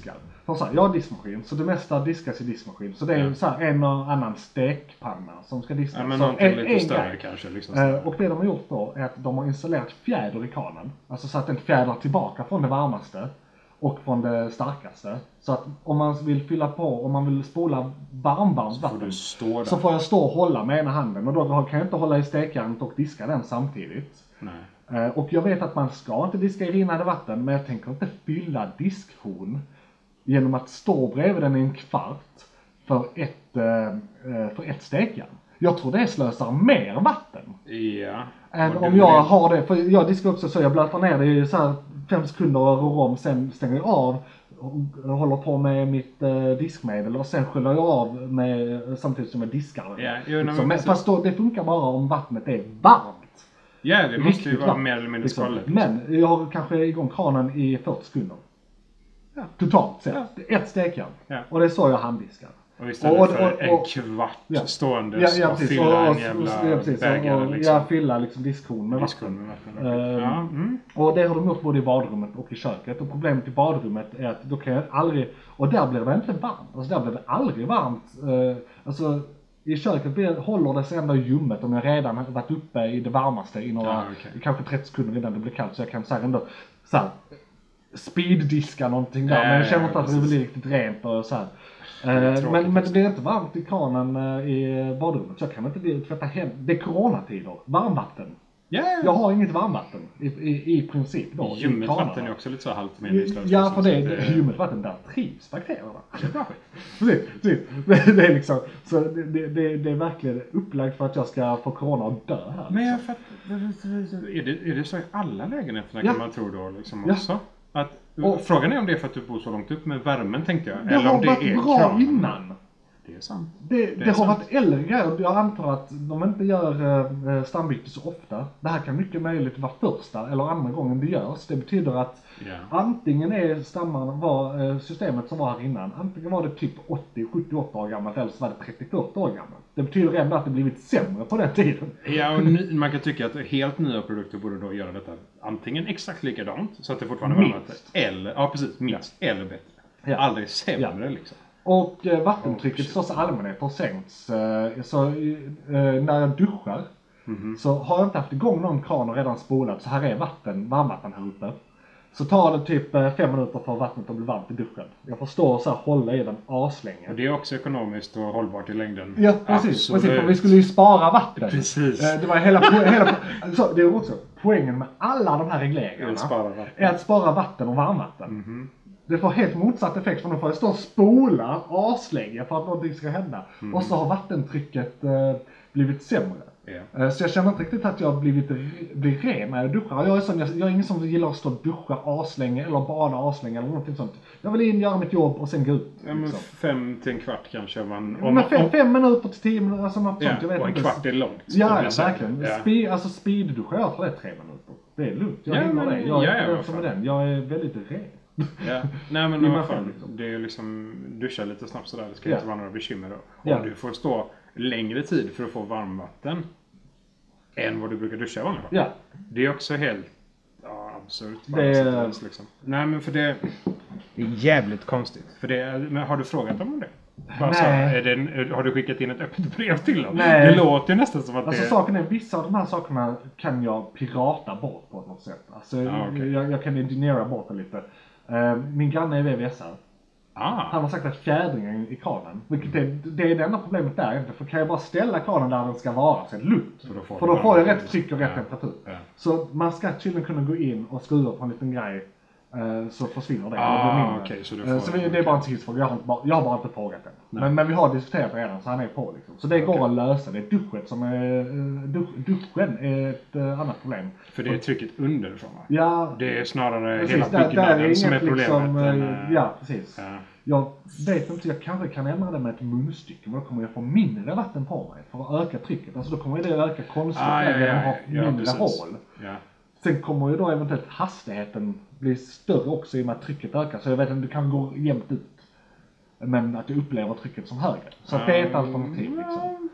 för så här, jag har diskmaskin, så det mesta diskas i diskmaskin. Så det är Ja. så här, en och annan stekpanna som ska diskas. Ja, men så någonting en, lite en större grej. kanske. Liksom Eh, och det de har gjort då är att de har installerat fjäder i kranen. Alltså så att den fjädrar tillbaka från det varmaste och från det starkaste. Så att om man vill fylla på, om man vill spola varmvarmt får vatten, du stå där. så får jag stå och hålla med ena handen. Och då kan jag inte hålla i stekjärnet och diska den samtidigt. Nej. Eh, och jag vet att man ska inte diska i rinnande vatten, men jag tänker inte fylla diskhon genom att stå bredvid den i en kvart för ett, eh, för ett stekjärn. Jag tror det slösar mer vatten Ja. än Och om du jag vill- har det. För jag diskar också så, jag blötar ner det i så här fem sekunder och rör om, sen stänger jag av, och håller på med mitt eh, diskmedel och sen skyller jag av med, samtidigt som jag diskar den. Ja, jo, nej, liksom. men- Men fast då, det funkar bara om vattnet är varmt. Ja, det måste ju Riktigt vara varmt, mer eller mindre liksom. skvallrigt. Men jag har kanske igång kranen i fyrtio sekunder. Ja. Totalt sett. Ett stekjärn. Ja. Och det är så jag handdiskar. Och istället Och- för och- en och- kvart Ja. stående Ja, ja och precis. fylla Och, en och, jävla ja, precis. bägare och, och, liksom. ja, fylla liksom diskhon med Diskhon vatten. med vatten. Ehm, Ja, mm. Och det har de gjort både i badrummet och i köket. Och problemet i badrummet är att då kan jag aldrig, och där blir det inte varmt. Alltså där blir det aldrig varmt. Uh, alltså i köket blir, håller det sig ändå ljummet om jag redan har varit uppe i det varmaste i några, Ja, okej. i kanske trettio sekunder innan det blir kallt. Så jag kan så här ändå så här, speeddiska någonting där. Ja, men jag känner ja, inte att det precis. blir riktigt rent och så här. är Eh, tråkigt men, men det också. blir inte varmt i kranen eh, i badrummet. Så jag kan inte tvätta hem. Det är coronatider. Varmvatten. Ja, Jag har inget varmvatten i, i, i princip då. i ljummet kranarna. vatten är också lite så halvt meningslöst. Ja, för det Så är ljummet vatten, där trivs bakterierna. Det är bra skit. Precis, precis. Det, det är liksom, så det, det, det, det är verkligen upplagt för att jag ska få corona och dö här. Men jag liksom. fattar, är det, är det så i alla lägenheterna Ja. kan man tro då liksom Ja. också? Att, Och- frågan är om det är för att du bor så långt upp med värmen tänkte jag. Det eller har om det varit är bra kranen. innan. Det är sant. Det, det, är har sant. varit äldre grejer. Jag antar att de inte gör eh, stambyte så ofta. Det här kan mycket möjligt vara första eller andra gången det görs. Det betyder att Ja. antingen är stammarna, var eh, systemet som var här innan, antingen var det typ åttio, sjuttioåtta år gammalt eller så var det trettio, fyrtio år gammalt. Det betyder ändå att det blivit sämre på den tiden. Ja, och ny, man kan tycka att helt nya produkter borde då göra detta antingen exakt likadant så att det fortfarande var Minst. annat. Eller, ja precis, minst. Eller bättre. Ja. Aldrig sämre liksom. Och eh, vattentrycket i Oh, shit. största allmänhet har sänkts. Eh, så eh, när jag duschar Mhm. så har jag inte haft igång någon kran och redan spolat. Så här är vatten, varmvatten här uppe. Så tar det typ eh, fem minuter för vattnet att bli varmt i duschen. Jag får stå och så här hålla i den aslänge. Och det är också ekonomiskt och hållbart i längden. Ja, precis. Absolut. precis för vi skulle ju spara vatten. Precis. Eh, Det var hela, po- hela po- så det är också poängen med alla de här regleringarna. Att spara vatten. Är att spara vatten och varmvatten. Det får helt motsatt effekt, för då får jag stå och spola aslänge för att någonting ska hända. Och så har vattentrycket eh, blivit sämre. Ja. Eh, så jag känner inte riktigt att jag har blivit re- blir ren när jag duschar. Jag är, sån, jag, jag är ingen som gillar att stå och duscha aslänge eller bada aslänge eller någonting sånt. Jag vill in, göra mitt jobb och sen gå ut. Ja, men liksom. fem till en kvart kanske. Man, Ja, men fem, om, fem minuter till tio minuter, alltså något ja, sånt. Jag vet och en inte. kvart är långt. Ja, Det ja blir så. verkligen. Ja. Speed, alltså speedduschar jag tror det är tre minuter. Det är lugnt, jag Ja, hinner men- det. Jag är ja, ja, den vad som är fan. den. Jag är väldigt ren. Ja. Nej men I vad mig fan, själv, liksom. det är liksom duscha lite snabbt sådär. Det ska Ja. inte vara några bekymmer då. Ja. Om du får stå längre tid för att få varmvatten än vad du brukar duscha i vanliga fall. Ja. Det är också helt ja, absurt. Det- Det... Sätt, liksom. Nej men för det, det är jävligt konstigt. För det, men har du frågat dem om det? Bara så, Nej. är det en, har du skickat in ett öppet brev till dem? Nej. Det låter ju nästan som att Alltså det... saken är, vissa av de här sakerna kan jag pirata bort på något sätt. Alltså Ja, okej. jag, jag kan engineera bort det lite. Eh, min granne är V V S-are. Han Ah, har sagt att fjädringen i kranen, vilket är, det är det enda problemet där egentligen. För kan jag bara ställa kranen där den ska vara så är det lugnt. För då får För du då får jag varmt. rätt tryck och rätt Ja. temperatur. Ja. Så man ska tydligen kunna gå in och skruva på en liten grej eh, så försvinner det. Ah, eller blir mindre. okej, så du Eh, får- så det, det är bara en tidsfråga. Jag har, inte bara, jag har bara inte frågat den. Men, men vi har diskuterat det redan så han är på liksom. Så det går Okej. att lösa. Det är duschet som är, eh, dusch, duschen är ett eh, annat problem. för det är trycket underifrån va? Ja, Det är snarare precis. hela Där, där är byggnaden som är inget problemet. liksom, än, eh, eh, ja, precis. ja. Jag vet inte, jag kanske kan ändra det med ett munstycke, men då kommer jag få mindre vatten på mig för att öka trycket. Alltså då kommer det öka konstigt Ah, ja, när jag ja, har ja, mindre precis. hål. Ja. Sen kommer ju då eventuellt hastigheten bli större också i och med att trycket ökar. Så jag vet inte, du kan gå jämnt ut. Men att du upplever trycket som högre. Så att det är ett alternativ liksom.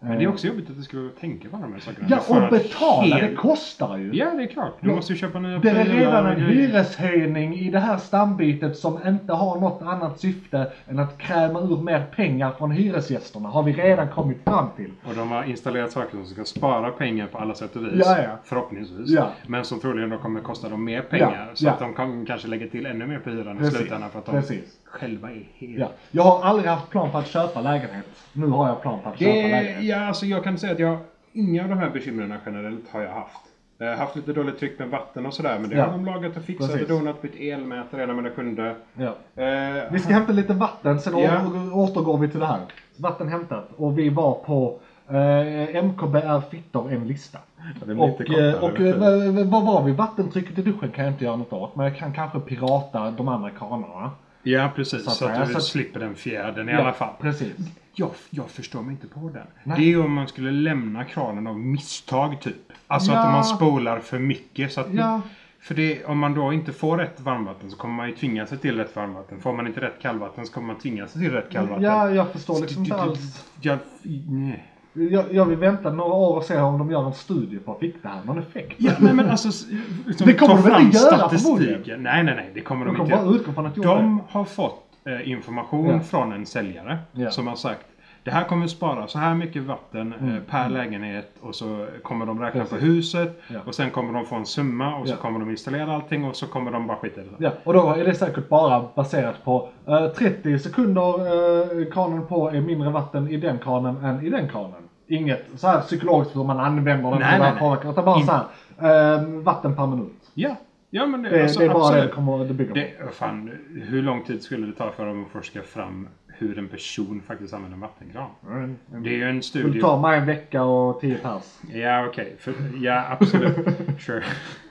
Men det är också jobbigt att du ska tänka på de här sakerna. Ja, För och att betala, hel- det kostar ju. Ja, det är klart. Du Ja. måste ju köpa nya Det är prylar redan och en grejer. hyreshöjning i det här stambytet som inte har något annat syfte än att kräma ur mer pengar från hyresgästerna. Har vi redan kommit fram till. Och de har installerat saker som ska spara pengar på alla sätt och vis. Ja, ja. Förhoppningsvis. Ja. Men som troligen då kommer kosta dem mer pengar. Ja, Så ja. att de kan kanske lägga till ännu mer på hyran i Precis, slutändan. För att de precis. själva är helt... Ja. Jag har aldrig haft plan på att köpa lägenhet. Nu har jag plan på att köpa Det, lägenhet. ja, alltså jag kan säga att jag... Inga av de här bekymren generellt har jag haft. Jag har haft lite dåligt tryck med vatten och sådär. Men det Ja. har de lagat och fixat Precis. och donat, bytt elmätare redan med det kunde. Ja. Eh, Vi ska hämta lite vatten, sen Ja. å- återgår vi till det här. Vatten hämtat. Och vi var på eh, M K B är fittor en lista. det blir Och, lite kortare, eh, och vet du. eh, vad vad var vi? Vattentrycket i duschen kan jag inte göra något åt. Men jag kan kanske pirata de andra kranarna. Ja, precis. Så Så att att, säga, du så att- slipper den fjärden i Ja, alla fall. Precis. Jag, jag förstår mig inte på den. Nej. Det är ju om man skulle lämna kranen av misstag typ. Alltså Ja. att man spolar för mycket. Så att, Ja. För det, om man då inte får rätt varmvatten så kommer man ju tvinga sig till rätt varmvatten. Får man inte rätt kallvatten så kommer man tvinga sig till rätt kallvatten. Ja, jag förstår liksom inte alls. Jag, nej. Jag, jag vill vänta några år och se om de gör en studie på fick det här någon effekt. Ja, nej men alltså... s- Liksom, Det kommer ta de fram inte göra, statistiken. förmodligen. Nej, nej, nej. Det kommer De de, kommer inte bara göra. utgå från att göra De det. har fått eh, information Ja. från en säljare Ja. som har sagt det här kommer spara så här mycket vatten Mm. eh, per lägenhet och så kommer de räkna Precis. på huset Ja. och sen kommer de få en summa och så Ja. kommer de installera allting och så kommer de bara skita i det. Ja, och då är det säkert bara baserat på eh, trettio sekunder eh, kranen på är mindre vatten i den kranen än i den kranen. Inget så här psykologiskt hur man använder den. Nej, nej, nej. Påverkar, utan bara In- så här, eh, vatten per minut. Ja, ja men det, Det, alltså, det är bara absolut. det det, kommer, det bygger på. Det, fan, hur lång tid skulle det ta för dem att forska fram hur en person faktiskt använder en vattenkran? Mm. Det är ju en Det studie. tar mig en vecka och tio pers. Ja, okej. För- Ja, absolut. Sure.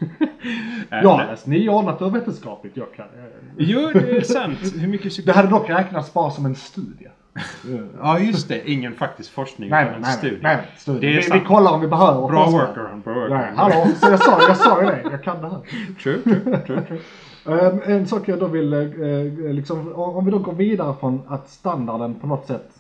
Eh, Jag har nej. läst nio år naturvetenskapligt. Jag kan, eh, Jo, det är sant. Hur mycket psyk- det hade dock räknats bara som en studie. Ja, just det. Ingen faktisk forskning Nej, utan nej, en nej, studie. nej, nej, studie. Det är vi, vi sant. kollar om vi behöver Bra forska. workaround. Bra Nej, workaround. hallå, så jag sa, jag sa ju det. Jag kan det här. True, true, true, true. Um, en sak jag då vill, eh, liksom, om om vi då går vidare från att standarden på något sätt,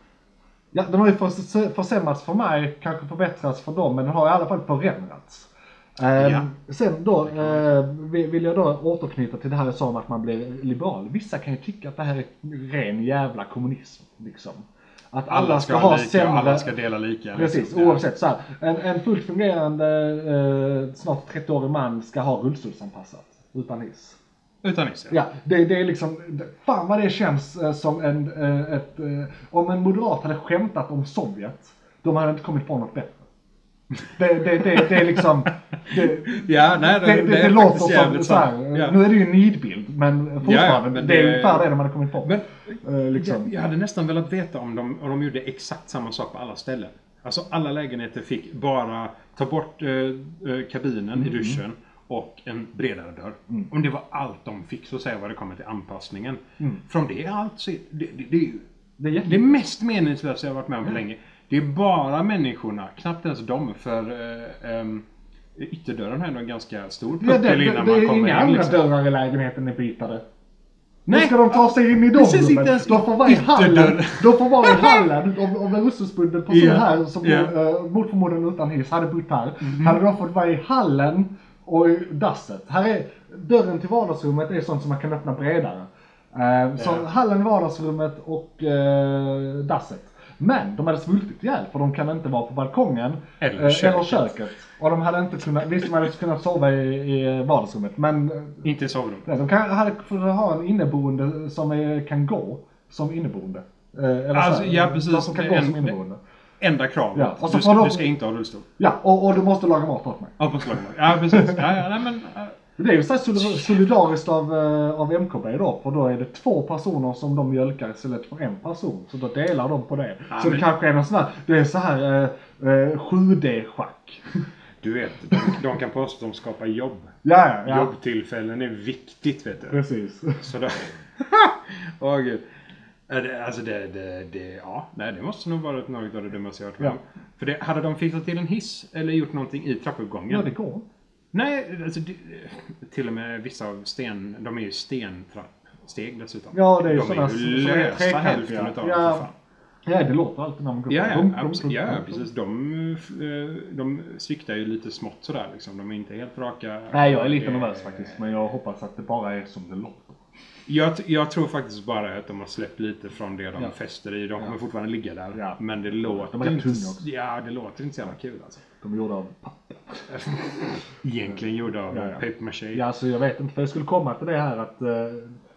ja den har ju förs- försämrats för mig, kanske förbättrats för dem, men den har i alla fall förändrats. Um, Ja. Sen då eh, vill vill jag då återknyta till det här jag sa om att man blir liberal. Vissa kan ju tycka att det här är ren jävla kommunism, liksom. Att alla, Alla ska, ska ha ha lika sämre... och alla ska dela lika. Precis, liksom. Ja. oavsett så här. En, en fullt fungerande eh, snart trettio-årig man ska ha rullstolsanpassat utan hiss. Utan hiss, Ja, det, det är liksom, fan vad det känns eh, som en, eh, ett, eh, om en moderat hade skämtat om Sovjet, de hade inte kommit på något bättre. Det, det, det, det är liksom, det, Ja, nej, det, det, det, är låter faktiskt som jävligt så här, sant. Ja. nu är det ju en nidbild, men fortfarande, men det är det- ungefär det de hade kommit på. Men Eh, liksom. jag, jag hade nästan velat veta om de, om de gjorde exakt samma sak på alla ställen. Alltså alla lägenheter fick bara ta bort eh, eh, kabinen Mm. i duschen och en bredare dörr. Om det var allt de fick så säga vad det kommer till anpassningen. Från det är allt så är- det, det, det är ju Det är jätte- det mest meningslösa jag har varit med om på länge. Det är bara människorna, knappt ens de, för eh, um, ytterdörren har ändå en ganska stor Ja, det, puckel det, innan det man är kommer inga in. andra Liksom. dörrar i lägenheten är bitade. Nej. Då ska de ta sig in i de Precis, inte rummen. ens De får vara i hallen. ytterdörr. De får vara i hallen. Om, om en rullstolsbunden person Ja. här som Ja. yeah. uh, mot förmodan utan hiss hade bott här. Mhm. Hade de fått vara i hallen och i dasset. Här är dörren till vardagsrummet är sånt som man kan öppna bredare. Uh, så Ja. hallen, vardagsrummet och uh, dasset. Men de hade svultit ihjäl för de kan inte vara på balkongen Eller eh, köket. eller köket. Och de hade inte kunnat, visst de hade kunnat sova i, i vardagsrummet men eh, Inte i sovrummet. nej, de kan, hade kunnat ha en inneboende som är, kan gå som inneboende. Eh, eller Alltså, så här, ja, precis. de som kan gå En- som inneboende. Enda kravet. Ja, och så du, får ska, de- du ska inte ha rullstol. Ja, och, och du måste laga mat åt mig. Ja, på slag. Ja, precis. Ja, ja, nej, men, äh, Det är ju så här solidar- solidariskt av, eh, av M K B då, för då är det två personer som de mjölkar istället för en person. Så då delar de på det. Ja, så men- det kanske är någon sån här, det är så här eh, eh, sju D-schack. du vet, de, de kan påstå att de skapar jobb. Ja, ja, ja. Jobbtillfällen är viktigt, vet du. Precis. Så då... Åh, gud. Ja, det, alltså det, det, det, ja, nej, det måste nog vara något av det dummaste jag har hört med Ja. om. För det, hade de fixat till en hiss eller gjort någonting i trappuppgången? Ja, det går. Nej, alltså det, till och med vissa av sten, de är ju stentrappsteg dessutom. Ja, det är ju de sådana är som ju som är lösa trekantiga. hälften utav Ja. dem för fan. Ja, det låter alltid när man går Ja, på. ja, Dum, dum, abs- dum, ja dum, dum. precis. De, eh, de sviktar ju lite smått sådär liksom. De är inte helt raka. Nej, jag är lite Det- nervös faktiskt. Men jag hoppas att det bara är som det låter. Jag, jag tror faktiskt bara att de har släppt lite från det de Ja. fäster i. De kommer fortfarande ligga där. Ja. Men det låter De är rätt inte, tunga också. ja, det låter inte så jävla kul alltså. De är gjorda av papper. Egentligen gjorda av Ja, ja. paper maché. Ja, alltså jag vet inte. För jag skulle komma till det här att uh,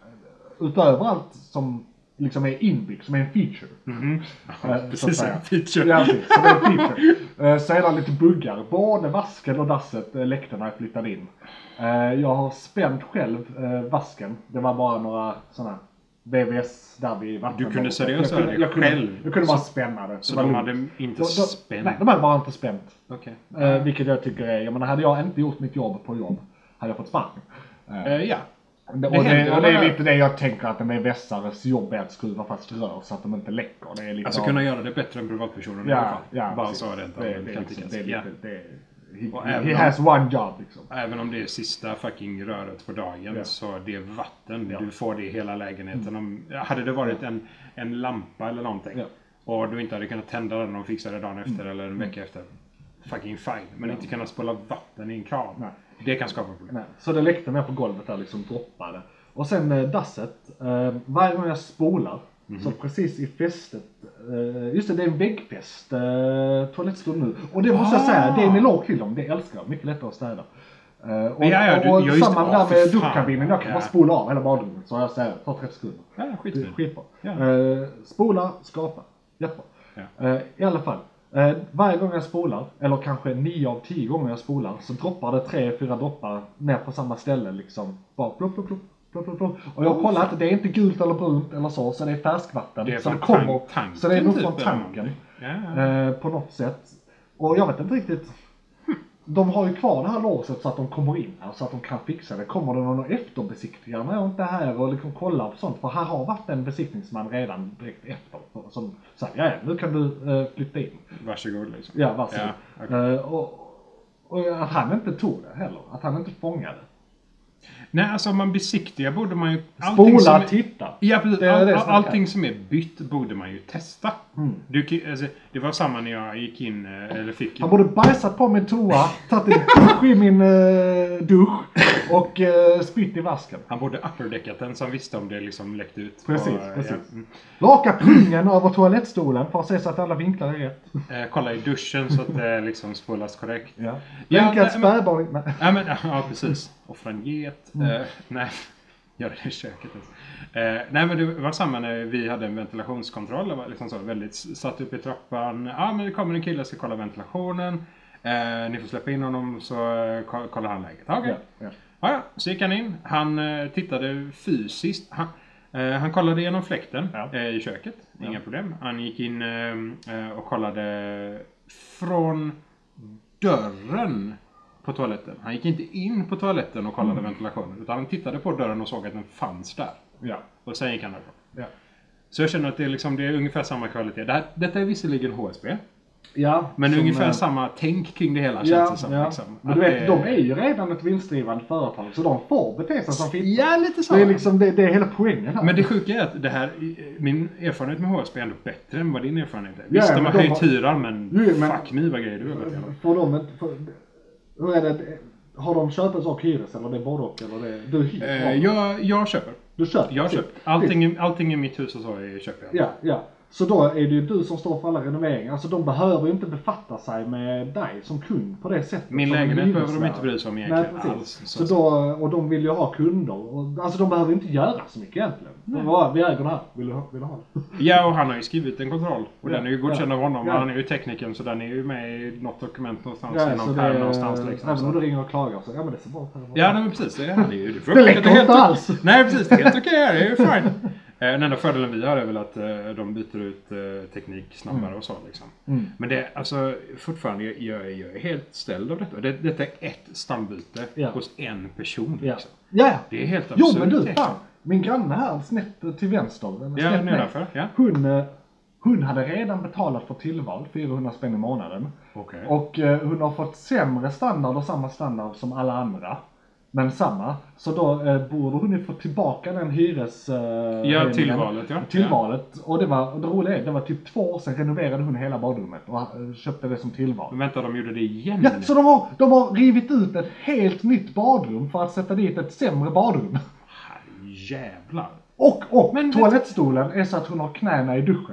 utöver allt som liksom är inbyggt, som är en feature. Mhm. eh, så att Precis, säga. en feature. Ja, precis. Så det är en feature. Eh, så är det lite buggar. Både vasken och dasset uh, läckte när jag flyttade in. Eh, jag har spänt själv uh, vasken. Det var bara några sådana V V S där vid vattnet. Du kunde seriöst jag göra kunde, det jag kunde, själv? Jag kunde bara Så- spänna det. Så Det var de lugnt. hade inte De- de- spänt? Nej, de hade bara inte spänt. Okej. Eh, vilket jag tycker är, jag menar hade jag inte gjort mitt jobb på jobb hade jag fått sparken. Eh, Eh, ja. och det, händer och det är bara- lite det jag tänker att en vässares jobb är att skruva fast rör så att de inte läcker. Det är lite Alltså av- kunna göra det bättre än privatpersoner i alla ja, fall. ja, Bara precis. så rent det, det, allmänt är kan liksom, tyckas. det är Ja. lite, det är, Och he, även he om- has one job liksom. Även om det är sista fucking röret på dagen Ja. så det är vatten. Ja. Du får det i hela lägenheten. Om, hade det varit en, en lampa eller någonting Ja. och du inte hade kunnat tända den och fixa det dagen efter eller en vecka efter. Fucking fine. Men inte kunna spola vatten i en kran. Nej. Det kan skapa problem. Nej. Så det läckte ner på golvet där liksom droppade. Och sen eh, dasset. Eh, varje gång jag spolar Mhm. så precis i fästet. Eh, just det, det är en väggfäst. Eh, toalettstol nu. Och det måste jag säga, det är en eloge till dem. Det älskar jag. Mycket lättare att städa. Eh, och Ja, ja, du- och ja, just samma det. där Ja, för med fan. duschkabinen. Jag kan Ja. bara spola av hela badrummet. Så har jag städat. Tar trettio sekunder. Ja, Det är skitfint. skitbra. Ja. Eh, spola, skapa. Jättebra. Ja. Eh, I alla fall. Eh, varje gång jag spolar, eller kanske nio av tio gånger jag spolar, så droppar det tre, fyra droppar ner på samma ställe liksom. Bara plopp, plopp, plopp, plopp, plopp, plopp. Och jag kollar att det är inte gult eller brunt eller så, så det är färskvatten. Det är så från det kommer, tank- tanken så det är nog typ, från eller tanken. någonting. Ja. Eh, på något sätt. Och jag vet inte riktigt. De har ju kvar det här låset så att de kommer in här, så att de kan fixa det. Kommer det någon efterbesiktningar när jag inte är här och liksom kollar på sånt? För här har varit en besiktningsman redan direkt efter. Som säger, ja, ja, nu kan du uh, flytta in. Varsågod liksom. Ja, varsågod. Ja, okej. Eh, och, och att han inte tog det heller. Att han inte fångade. Nej, alltså om man besiktigar borde man ju... Spola, som är- titta. Ja, precis. Det är All, det all, som allting är. som är bytt borde man ju testa. Mm. Du, kan- alltså, det var samma när jag gick in, eh, eller fick... Han borde bajsat på min toa, tagit en dusch i min uh, dusch och uh, spytt i vasken. Han borde upperdäckat den som visste om det liksom läckte ut. Precis, Och, eh, precis. Ja, mm. Raka pungen över toalettstolen för att se så att alla vinklar är rätt. Eh, kolla i duschen så att det liksom spolas korrekt. Ja. Ja, Länka ett nej, men- spädbarn. Nej. Ja, men, ja precis. Offra en get. Mm. Eh, nej, gör det i köket. Alltså. Eh, nej, men det var samma när vi hade en ventilationskontroll. Det var liksom så väldigt satt upp i trappan. Ja, men det kommer en kille och ska kolla ventilationen. Eh, ni får släppa in honom så eh, ko- kollar han läget. Okej. Ja, ja. Ja, ja, så gick han in. Han eh, tittade fysiskt. Han, eh, han kollade genom fläkten Ja. eh, i köket. Inga problem. Han gick in eh, eh, och kollade från dörren på toaletten. Han gick inte in på toaletten och kollade ventilationen. Utan han tittade på dörren och såg att den fanns där. Ja. Och sen gick han därifrån. Ja. Så jag känner att det är, liksom, det är ungefär samma kvalitet. Det här, detta är visserligen H S B. Ja, Men som, ungefär eh, samma tänk kring det hela känns Ja, det som. ja. Liksom. Men Att du vet, det- de är ju redan ett vinstdrivande företag så de får bete sig som fitta. Ja, lite så. Det är liksom det, det är hela poängen här. Men det sjuka är att det här, min erfarenhet med H S B är ändå bättre än vad din erfarenhet är. Ja, Visst, de men har de höjt har- hyran, men, Jo, men- fuck me vad grejer du har gått igenom. Får de inte... Får, hur är det? Har de köpes och hyres eller det är både och? Eller det, du hyr? Eh, jag, jag köper. Du köper? Jag köper. Allting, i- allting i mitt hus och så är köper jag. Ja, ja. Så då är det ju du som står för alla renoveringar. Alltså de behöver ju inte befatta sig med dig som kund på det sättet. Min som lägenhet behöver de hyresvärd. inte bry sig om Nej, egentligen precis. alls. Så då, och de vill ju ha kunder. Och, alltså de behöver inte göra så mycket egentligen. De bara, vi äger det här. Vill du ha, vill du ha det? Ja, och han har ju skrivit en kontroll. Och Ja, den är ju godkänd ja, av honom. ja. Han är ju teknikern så den är ju med i något dokument någonstans. Ja, i så någon det, pärm någonstans liksom. även om Så. du ringer och klagar så, ja men det ser bra ut här. Ja, nej, men precis. Det, är, det, är ju- du får Det upptäcka läcker att är inte helt alls. okej. Nej, precis. Det är helt okej här. Det är ju fine. Eh, Den enda fördelen vi har är väl att eh, de byter ut eh, teknik snabbare och så liksom. Mm. Men det är alltså fortfarande, jag, jag, är- jag är helt ställd av detta. Det, detta är ett stambyte Ja. hos en person Ja. liksom. Ja, Det är helt jo absurt. men du, egentligen. fan. Min granne här snett till vänster. den är Ja, snett ner. nedanför. Ja. Hon, eh, hon hade redan betalat för tillval, fyrahundra spänn i månaden. Okej. Och eh, hon har fått sämre standard och samma standard som alla andra. Men samma, så då eh, borde hon ju få tillbaka den hyres... Eh, Ja, tillvalet, ja. Tillvalet. Och det var, och det roliga är, det var typ två år sedan renoverade hon hela badrummet och eh, köpte det som tillval. Men vänta, de gjorde det igen? Ja, så de har, de har rivit ut ett helt nytt badrum för att sätta dit ett sämre badrum. Jävlar. Och, och Men- toalettstolen är så att hon har knäna i duschen.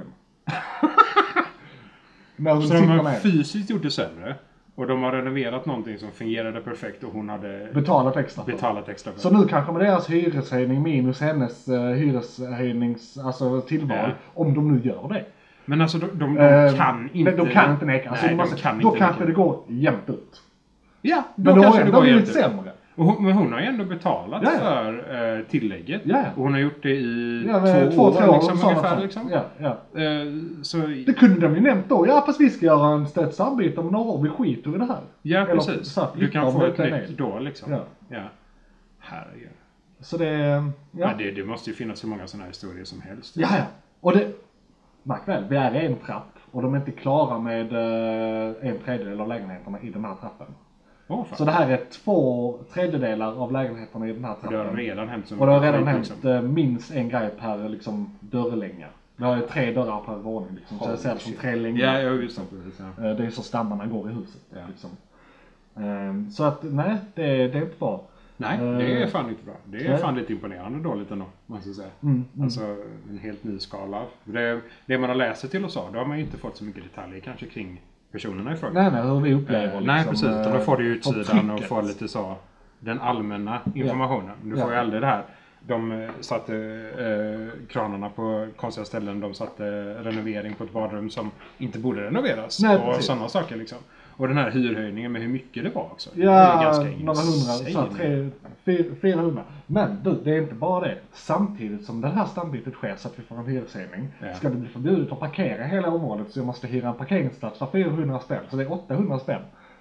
När hon Så de sitter har med. fysiskt gjort det sämre. Och de har renoverat någonting som fungerade perfekt och hon hade Betalat extra för. betalat extra för. Så nu kanske med deras hyreshöjning minus hennes uh, hyreshöjnings, alltså tillval, Ja. om de nu gör det. Men alltså de, de, de Eh, kan inte... De kan inte neka. Alltså, Nej, de de måste, kan då inte kanske neka. det går jämnt ut. Ja, då Men då har kanske det det ändå går blivit jämnt ut. sämre. Och hon, men hon har ju ändå betalat Ja, ja. för eh, tillägget. Ja, ja. Och hon har gjort det i Ja, men två, två, år, tre år liksom, sådana ungefär. sånt. Liksom. Ja, ja. Eh, så, Det kunde de ju nämnt då. Ja, fast vi ska göra en stött samarbete om några år. Vi skiter i det här. ja, Eller precis. så här, Du kan flytta få om ett det ner. nytt då liksom. Ja. Ja. Herregud. Så det... Ja. Ja. det, det måste ju finnas så många sådana här historier som helst. Ja, ja. Och det... Märk väl, vi är en trapp. Och de är inte klara med eh, en tredjedel av lägenheterna i den här trappen. Åh, fan. Så det här är två tredjedelar av lägenheterna i den här Och det har trappen. redan hänt så Och det har mycket redan skit, hänt liksom. eh, minst en grej per liksom, dörrlänga. Vi har ju tre dörrar per våning liksom. Så jag ser det som tre längar. Ja, ja, just det. Precis, ja. Eh, Det är så stammarna går i huset. Ja. Liksom. Eh, Så att nej, det, det är inte bra. Nej, det är fan inte bra. Det är Nej. fan lite imponerande dåligt ändå, måste jag säga. Mm, mm. Alltså en helt ny skala. Det, det man har läst sig till och så, då har man ju inte fått så mycket detaljer kanske kring personerna i fråga. Nej, nej, hur vi upplever Eh, liksom, Nej, precis. Utan då får du ju eh, utsidan och trycket. får lite så, den allmänna informationen. Du får ju Ja. aldrig det här. De eh, satte eh, kranarna på konstiga ställen. De satte renovering på ett badrum som inte borde renoveras. Nej, och precis. sådana saker liksom. Och den här hyrhöjningen med hur mycket det var också. Det är Ja, ganska några hundra, insane. så här, tre, fyra, fyrahundra. Men du, det är inte bara det. Samtidigt som det här stambytet sker så att vi får en hyreshöjning, Ja. ska det bli förbjudet att parkera i hela området, så jag måste hyra en parkeringsplats för fyrahundra spänn. Så det är åttahundra spänn.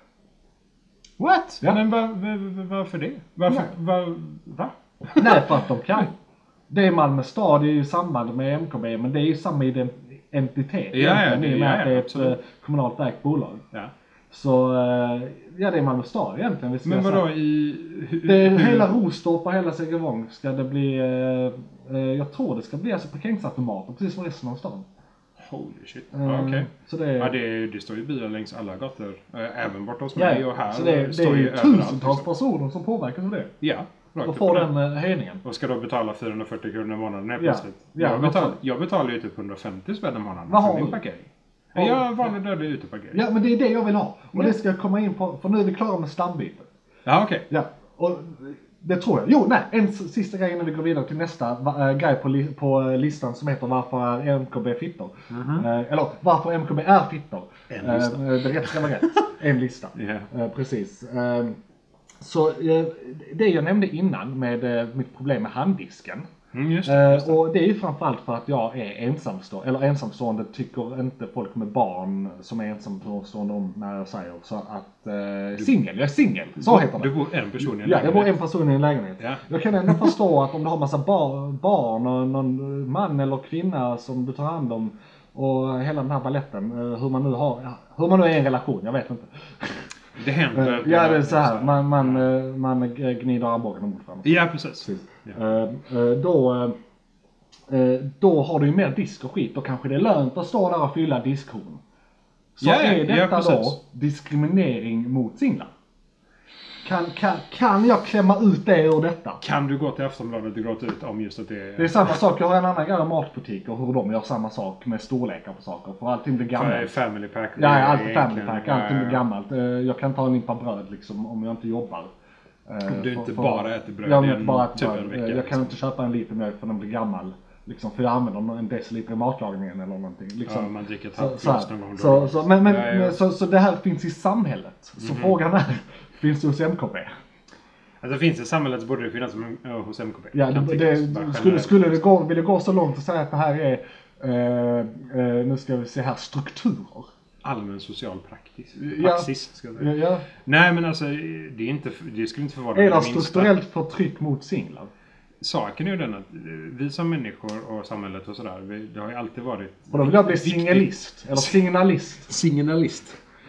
What? Ja. Men var, var, varför det? Varför? Ja. Var, va? Nej, för att de kan. Det är Malmö stad, det är ju samband med M K B, men det är ju samma ident- entitet. Ja, ja, egentligen, det- i och med ja, att det är ja, ett absolut. eh, kommunalt ägt bolag. Ja. Så, eh, ja det är Malmö stad egentligen. Vi ska Men säga. vadå i... Hur, Det är hur- hela Rostorp och hela Segervång ska det bli, eh, eh, jag tror det ska bli alltså parkeringsautomater precis som resten av stan. Holy shit. Eh, Ja, okej. Så det är, Ja, det, det står ju bilar längs alla gator. eh, Även borta hos ja, mig och här. så det, är- det står är ju ju överallt, tusentals liksom. personer som påverkas av det. Ja, rakt Och upp får och den ner. eh, höjningen. Och ska då betala fyrahundrafyrtio kronor i månaden helt Ja. plötsligt. Ja, jag, vad betal, fan. jag betalar ju typ hundrafemtio spänn i månaden Vad för har min du? parkering. Har du? Jag har vanlig dödlig uteparkering. Ja men det är det jag vill ha. Och Ja. det ska jag komma in på, för nu är vi klara med stambytet. Ja, okej. Ja, och det tror jag. Jo, nej, en s- sista grej innan vi går vidare till nästa va- äh, grej på, li- på eh, listan som heter Varför är M K B fittor? Eh, eller Varför M K B är fittor? En lista. Eh, det rätt ska vara rätt. En lista. Ja. Eh, precis. Eh, så eh, det jag nämnde innan med eh, mitt problem med handdisken. Mm, just det. Eh, och det är ju framförallt för att jag är ensamstående, eller ensamstående tycker inte folk med barn som är ensamstående om när jag säger så att eh, singel, jag är singel, så heter det. Du bor en person i en Ja, jag bor en lägenhet. person i en lägenhet. Ja. Jag kan ändå förstå att om du har massa bar barn och någon man eller kvinna som du tar hand om och hela den här balletten, eh, hur man nu har, hur man nu är i en relation, jag vet inte. Det händer. Ja, det är så här, man, man, eh, man gnider armbågen mot varandra. Ja, precis. Ja. Eh, eh, då, eh, då har du ju mer disk och skit och kanske det är lönt att stå där och fylla diskhon. Så Ja, ja, är ja, detta då precis. diskriminering mot singlar? Kan, kan, kan jag klämma ut det ur detta? Kan du gå till Aftonbladet och gråta ut om just att det är... Det är samma sak, jag har en annan grej om matbutiker och hur de gör samma sak med storlekar på saker. För allting blir För gammalt. family pack. Ja, allt är egentligen- family pack, ja, allting ja. blir gammalt. Eh, Jag kan ta en limpa bröd liksom om jag inte jobbar. Eh, Om du för- inte för- bara äter bröd Ja, om i jag en inte bara äter tur bröd. en Eh, vecka, Jag kan liksom. inte köpa en liter mjölk för den blir gammal. Liksom, för jag använder en deciliter i matlagningen eller någonting. Liksom. Ja, man dricker ett Så, halvt så, här. glas någon gång. så, så, men, men, Ja, ja. Så, så det här finns i samhället. Så Mhm. frågan är, finns det hos M K B? Alltså finns det i samhället så borde det finnas som, äh, hos M K B. Ja, Kan det, tyckas, det, bara skulle, generellt. skulle det gå, vill det gå så långt att säga att det här är, eh, eh, nu ska vi se här, strukturer? Allmän social praxis. Ja. Praxis, ska jag säga. Ja, ja. Nej, men alltså det är inte, det skulle inte förvara Är det minsta. strukturellt förtryck mot singlar? Saken är ju den att eh, vi som människor och samhället och sådär, vi, det har ju alltid varit... Och då vill jag bli viktigt- singelist, eller signalist. Signalist.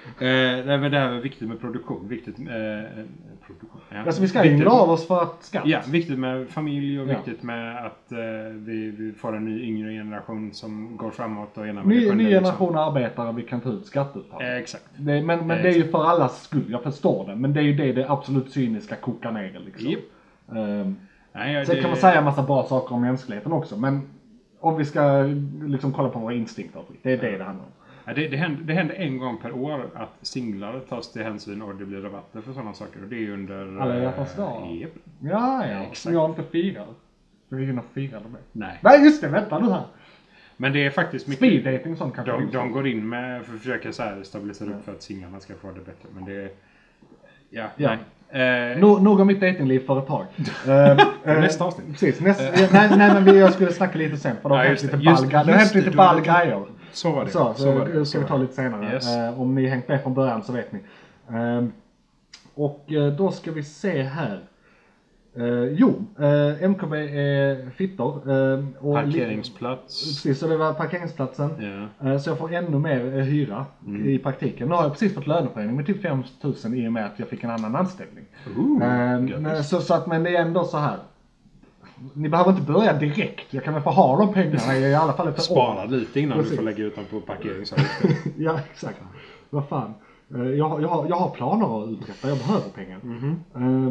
nej, men det här är viktigt med produktion. Viktigt med... Eh, produktion. Ja. Alltså vi ska viktigt, yngla av oss för att skatt. Ja, viktigt med familj och Ja. viktigt med att eh, vi, vi får en ny yngre generation som går framåt och ena med Ny, det sjunde, ny liksom. generation arbetare vi kan ta ut skatteuttag. Eh, exakt. Det, men men Eh, det är ju för allas skull, jag förstår det. Men det är ju det det absolut cyniska kokar ner liksom. Yep. Um, Nej, ja, sen det- kan man säga en massa bra saker om mänskligheten också. Men om vi ska liksom kolla på våra instinkter, det är det det handlar om. Ja, det, det, händer, det händer en gång per år att singlar tas till hänsyn och det blir rabatter för sådana saker. Och det är under... Alla hjärtans dag. eh, Japp. Ja, ja. Exakt. Som jag inte firar. För vi hinner fira det med. Nej. Nej just det, vänta nu här. Men det är faktiskt mycket... Speed dating och sånt kanske. De, också. de går in med för att försöka så här stabilisera upp för att singlarna ska få det bättre. Men det är... Ja, Ja. nej. Eh, No, nog om mitt datingliv för ett tag. uh, Nästa avsnitt. Precis, nästa, nej, nej men vi, jag skulle snacka lite sen för det har Ja, hänt just lite det. Just- ball, det har just hänt det, lite du ball hade- grejer. Så var det. Så, så, så var det. det så ska vi var ta det. lite senare. Yes. Eh, om ni hängt med från början så vet ni. Eh, och eh, då ska vi se här. Eh, jo, eh, M K B är fittor. Eh, och Parkeringsplats. Precis, så det var parkeringsplatsen. Ja. Eh, Så jag får ännu mer eh, hyra Mm. i praktiken. Nu har jag precis fått löneförhöjning med typ fem tusen i och med att jag fick en annan anställning. Ooh, Eh, grattis. så, så att, men det är ändå så här. Ni behöver inte börja direkt. Jag kan väl få ha de pengarna i alla fall ett år. Spara lite innan Precis. du får lägga ut dem på parkeringsavgiften. Ja, exakt. Vad fan. Eh, Jag, har- jag, har, jag har planer att uträtta. Jag behöver pengar. Eh,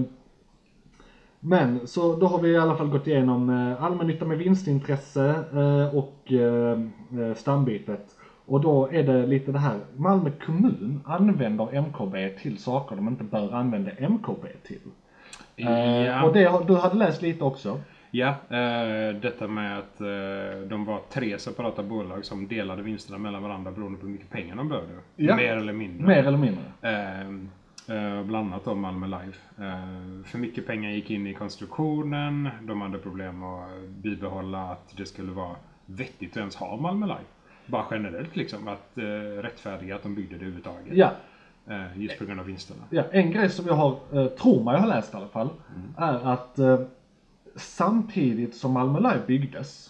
Men så då har vi i alla fall gått igenom eh, allmännytta med vinstintresse eh, och eh, eh, stambytet. Och då är det lite det här. Malmö kommun använder M K B till saker de inte bör använda M K B till. Eh, Ja. Och det, har- du hade läst lite också. Ja, eh, detta med att eh, de var tre separata bolag som delade vinsterna mellan varandra beroende på hur mycket pengar de behövde. Ja. Mer eller mindre. Mer eller mindre. Eh, eh, bland annat då Malmö Live. Eh, för mycket pengar gick in i konstruktionen. De hade problem att bibehålla att det skulle vara vettigt att ens ha Malmö Live. Bara generellt liksom, att eh, rättfärdiga att de byggde det överhuvudtaget. Ja. Eh, just på grund av vinsterna. Ja, en grej som jag har, eh, tror man jag har läst i alla fall, är att eh, samtidigt som Malmö Live byggdes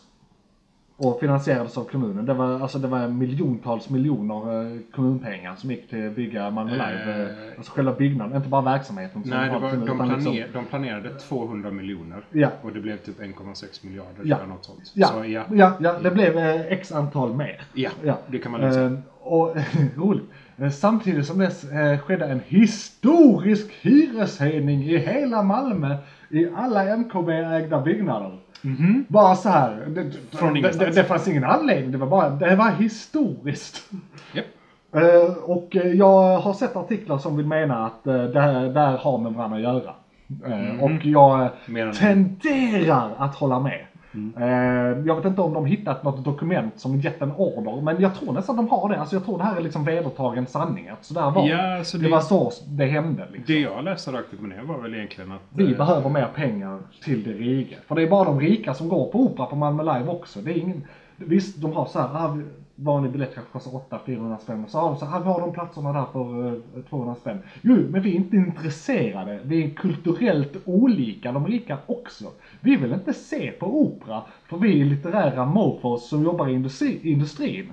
och finansierades av kommunen, det var, alltså det var miljontals miljoner eh, kommunpengar som gick till att bygga Malmö Live, eh, Eh, alltså själva byggnaden, inte bara verksamheten. som Nej, det har var, kommun, de, utan liksom- planer, de planerade tvåhundra miljoner Ja. och det blev typ en komma sex miljarder Ja. eller något sånt. Ja, Så, ja. ja, ja, det blev eh, x antal mer. Ja, Ja. det kan man läsa. Eh, och roligt. Eh, Samtidigt som det eh, skedde en historisk hyreshöjning i hela Malmö i alla M K B-ägda byggnader. Bara så här. Det, Från det, ingenstans. det, det fanns ingen anledning. Det var bara, det var historiskt. Japp. Eh, och eh, jag har sett artiklar som vill mena att eh, det här, det här har med varandra att göra. Eh, Och jag eh, Mer än- tenderar att hålla med. Eh, jag vet inte om de hittat något dokument som gett en order, men jag tror nästan de har det. Alltså jag tror det här är liksom vedertagen sanning. Att så där var Ja, det. så det. det- var så det hände. Liksom. Det jag läste rakt upp och ner var väl egentligen att... Vi eh, behöver mer pengar till det rika. För det är bara de rika som går på opera på Malmö Live också. Det är ingen... Visst, de har så här, ah, vanlig biljett kanske kostar åtta fyrahundra spänn. Och så har de så här, ah, vi har de platserna där för uh, tvåhundra spänn. Jo, men vi är inte intresserade. Vi är kulturellt olika, de rika också. Vi vill inte se på opera, för vi är litterära mofos som jobbar i industri, industrin.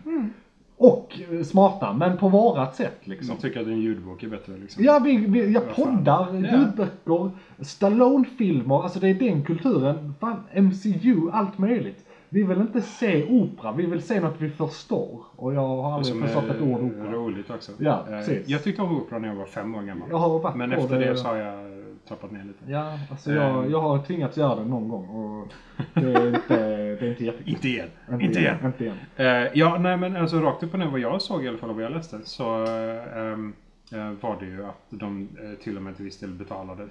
Och eh, smarta, men på vårat sätt liksom. De tycker att en ljudbok är bättre liksom. Ja, vi, vi, ja Vad fan. poddar, Ja. ljudböcker, Stallone-filmer, alltså det är den kulturen, fan, M C U, allt möjligt. Vi vill inte se opera, vi vill se något vi förstår. Och jag har aldrig Som förstått är ett ord opera. roligt också. Ja, Eh, precis. Jag tyckte om opera när jag var fem år gammal. Jag har varit Men på efter det- det så har jag trappat ner lite. Ja, alltså jag, Ehm. jag har tvingats göra det någon gång och det är inte, det är inte jättekul. Inte igen. Inte Inte igen. Inte igen. Eh, ja, nej men alltså rakt upp och ner vad jag såg i alla fall och vad jag läste så eh, ehm, eh, var det ju att de eh, till och med till viss del betalades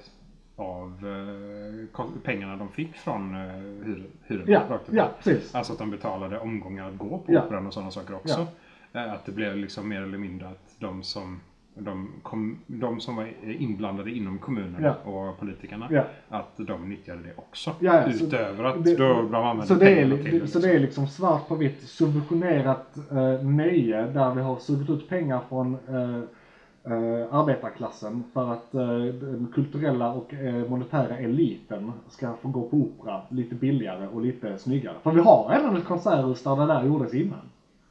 av eh, ko- pengarna de fick från eh, hyr, hyrorna. Ja, rakt upp och ja, ner. precis. Alltså att de betalade omgångar att gå på Ja. operan och sådana saker också. Eh, att det blev liksom mer eller mindre att de som de, kom, de som var inblandade inom kommunen Ja. och politikerna, Ja. att de nyttjade det också. Ja, ja, så Utöver att det- då de använde Så det, är, pengarna li- till det, så det är liksom svart på vitt subventionerat eh, nöje där vi har sugit ut pengar från eh, eh, arbetarklassen för att eh, den kulturella och eh, monetära eliten ska få gå på opera lite billigare och lite snyggare. För vi har redan ett konserthus där det där gjordes innan.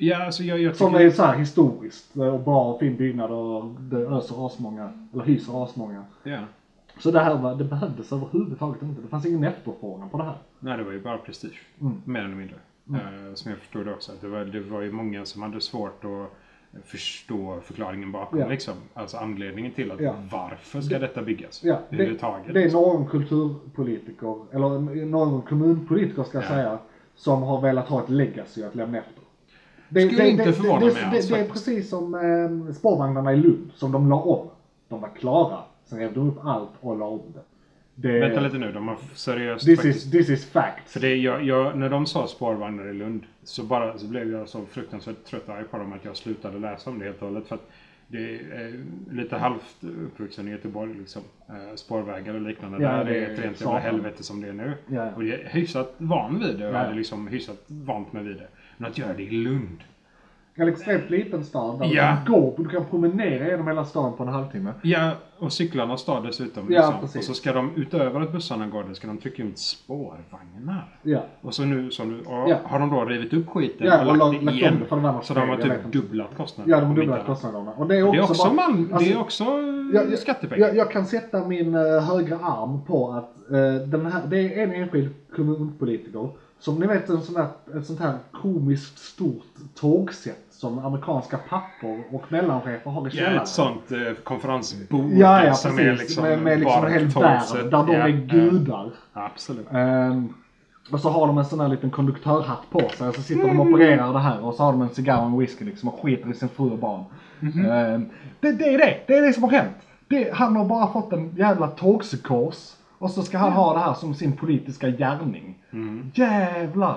Ja, alltså jag, jag Som tycker... är så här historiskt och bra och fin byggnad och det öser asmånga, eller hyser asmånga. Ja. Så det här var, det behövdes överhuvudtaget inte. Det fanns ingen efterfrågan på det här. Nej, det var ju bara prestige. Mm. Mer eller mindre. Mm. Uh, som jag förstod det också. Det var, det var ju många som hade svårt att förstå förklaringen bakom. Ja. Liksom. Alltså anledningen till att Ja. varför ska det, detta byggas? Ja, överhuvudtaget. Det, det är någon kulturpolitiker, eller någon kommunpolitiker ska jag Ja. säga, som har velat ha ett legacy att lämna efter. Det, Skulle det, inte det, förvåna det, mig det, alls, det är faktiskt. precis som eh, spårvagnarna i Lund, som de la om. De var klara, sen rev de upp allt och la om det. det Vänta lite nu, de har seriöst this faktiskt... is, this is fact. För det, jag, jag, när de sa spårvagnar i Lund så, bara, så blev jag så fruktansvärt trött och arg på dem att jag slutade läsa om det helt och hållet. För att det är lite halvt uppvuxen i Göteborg liksom. Eh, spårvägar och liknande. Ja, där det det är är ett rent satan. jävla helvete som det är nu. Ja. Och jag är hyfsat van vid det och Ja. hade liksom hyfsat vant mig vid det. Men att göra det i Lund. En extremt liten stad där Ja. du kan gå, du kan promenera genom hela stan på en halvtimme. Ja, och cyklarna står dessutom. Ja, Liksom. precis. Och så ska de, utöver att bussarna går där, ska de trycka ut spårvagnar. Ja. Och så nu, som du, och Ja. har de då rivit upp skiten Ja, och och lagt lagt det om det igen. för det var något Så de har fel, jag vet typ inte. dubblat kostnaderna. Ja, de på dubbla mittarna. kostnaderna. Och det är också, Det är också, bara, man, alltså, det är också jag, jag, skattepengar. jag, jag kan sätta min uh, högra arm på att uh, den här, det är en enskild kommunpolitiker som ni vet en sån där, ett sånt här komiskt stort tågsätt som amerikanska pappor och mellanchefer har i Ja, källaren. ett sånt eh, konferensbord Ja, ja, som precis. är liksom med, med liksom bara en hel ett värld tolvset. där de Ja, är ja. gudar. Absolut. Ehm, och så har de en sån här liten konduktörhatt på sig och så sitter de och opererar det här och så har de en cigarr och en whisky liksom och skiter i sin fru och barn. Mm-hmm. Ehm, det, det är det, det är det som har hänt. Det, han har bara fått en jävla tågpsykos och så ska han ha det här som sin politiska gärning. Mm. Jävlar!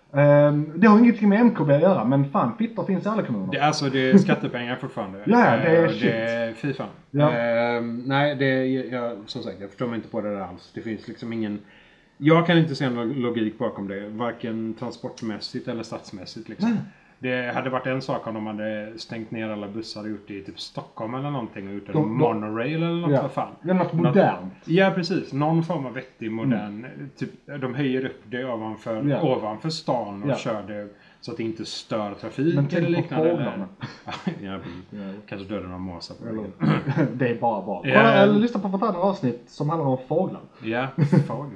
Ehm, det har ingenting med M K B att göra men fan, fittor finns i alla kommuner. Det, alltså det är skattepengar fortfarande. Ja, det är Eh, shit. det är, fy fan. Ja. Eh, nej, det är, jag, som sagt, jag förstår mig inte på det där alls. Det finns liksom ingen... Jag kan inte se någon logik bakom det. Varken transportmässigt eller stadsmässigt liksom. Nej. Det hade varit en sak om de hade stängt ner alla bussar och gjort det i typ Stockholm eller någonting och gjort en De- de- monorail eller något, Ja. vad fan. Det är något modernt. Ja, precis. Någon form av vettig, modern. Typ, de höjer upp det ovanför, Ja. ovanför stan och Ja. kör det så att det inte stör trafik Men tänk eller på liknande. fåglarna. ja, precis. Kanske döda några måsar på vägen. Eller, det är bara bra. Ja. Kolla, eller lyssna på vårt andra avsnitt som handlar om fåglar. Ja, fåglar.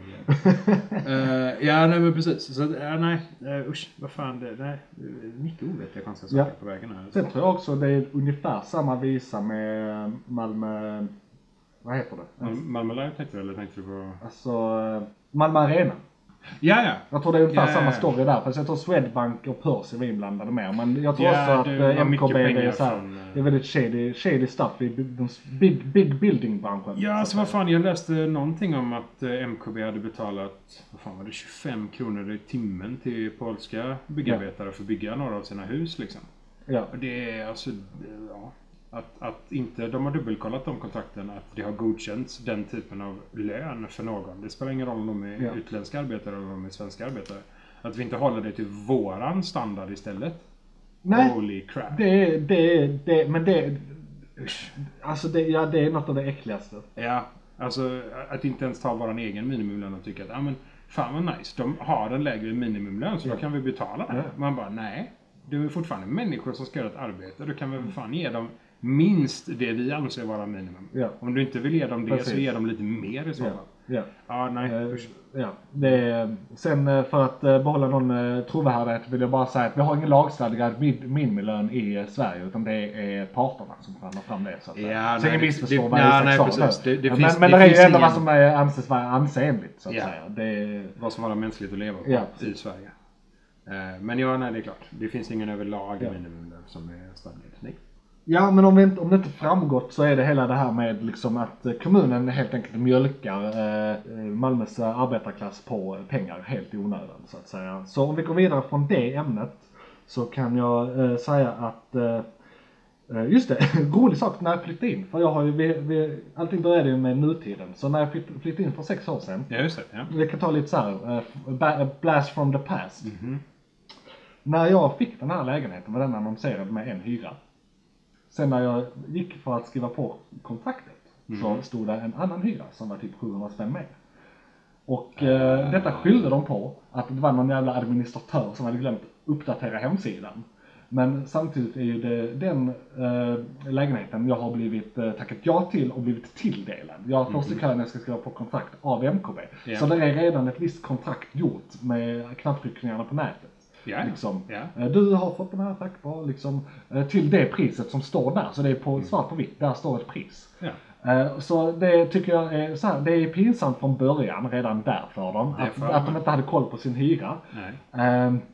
uh, ja, nej men precis. Så, uh, nej, uh, usch, vad fan det nej. Mycket ovettiga konstiga saker Ja. på vägen här. Sen tror jag också det är ungefär samma visa med Malmö... Vad heter det? Mal- Malmö Live tänkte du eller tänkte du på? Alltså Malmö Arena. Ja, ja. Jag tror det är ungefär Ja, samma ja. story där. Fast jag tror Swedbank och Percy var inblandade mer. Men jag tror Ja, också att det var eh, M K B mycket det är, pengar så här, från, eh, det är väldigt shady, shady stuff i big, big, big building-branschen. Ja, så alltså att vad säga. fan, jag läste någonting om att eh, M K B hade betalat, vad fan var det, tjugofem kronor i timmen till polska byggarbetare för att bygga några av sina hus liksom. Ja. Och det är alltså, ja, att, att inte, de har dubbelkollat de kontrakten, att det har godkänts den typen av lön för någon. Det spelar ingen roll om de är Ja. utländska arbetare eller om de är svenska arbetare. Att vi inte håller det till våran standard istället. Nej. Holy crap. Det, det, det, men det... Usch. Alltså det, ja, det är något av det äckligaste. Ja, alltså att inte ens ta våran egen minimumlön och tycka att, ja men fan vad nice, de har en lägre minimumlön så Ja. då kan vi betala det. Ja. Man bara, nej. Det är fortfarande människor som ska göra ett arbete. Då kan vi för fan ge dem minst det vi anser vara minimum. Ja. Om du inte vill ge dem det Precis. så ge dem lite mer i så Ja. fall. Ja. Ja, nej. Eh, ja, det är, sen eh, för att eh, behålla någon eh, trovärdighet vill jag bara säga att vi har ingen lagstadgad mid- minimilön i eh, Sverige utan det är parterna som förhandlar fram det så att säga. Ja, så nej, ingen det- missförstår det- vad nej, det nej, är precis. Det- det men, finns- men det det är ju finns ändå vad ingen- som är, anses vara ansenligt så att Ja. säga. Det är, Vad som vara mänskligt att leva på Ja, i precis. Sverige. Eh, Men ja, nej det är klart. Det finns ingen överlag Ja. minimumlön som är stadgad. Nej. ja men om, vi inte, om det inte framgått så är det hela det här med liksom att eh, kommunen helt enkelt mjölkar eh, Malmös eh, arbetarklass på pengar helt i onödan så att säga. Så om vi går vidare från det ämnet så kan jag eh, säga att eh, eh, just det, rolig sak när jag flyttade in. För jag har ju, vi, vi, allting började ju med nutiden. Så när jag flytt, flyttade in för sex år sedan. Ja, just det. Ja. Vi kan ta lite så här, eh, ba- blast from the past. När jag fick den här lägenheten var den annonserad med en hyra. Sen när jag gick för att skriva på kontraktet så stod det en annan hyra som var typ sjuhundraspänn mer. Och eh, detta skyllde de på att det var någon jävla administratör som hade glömt uppdatera hemsidan. Men samtidigt är ju det den eh, lägenheten jag har blivit eh, tackat ja till och blivit tilldelad. Jag har först i kön jag ska skriva på kontrakt av M K B. Yeah. Så det är redan ett visst kontrakt gjort med knapptryckningarna på nätet. Yeah. Liksom. Yeah. Du har fått den här, tack bra, liksom, till det priset som står där. Så det är på Mm. svart på vitt, där står ett pris. Yeah. Så det tycker jag är så här, det är pinsamt från början redan där för dem. Att, för att de inte hade koll på sin hyra. Nej. Um,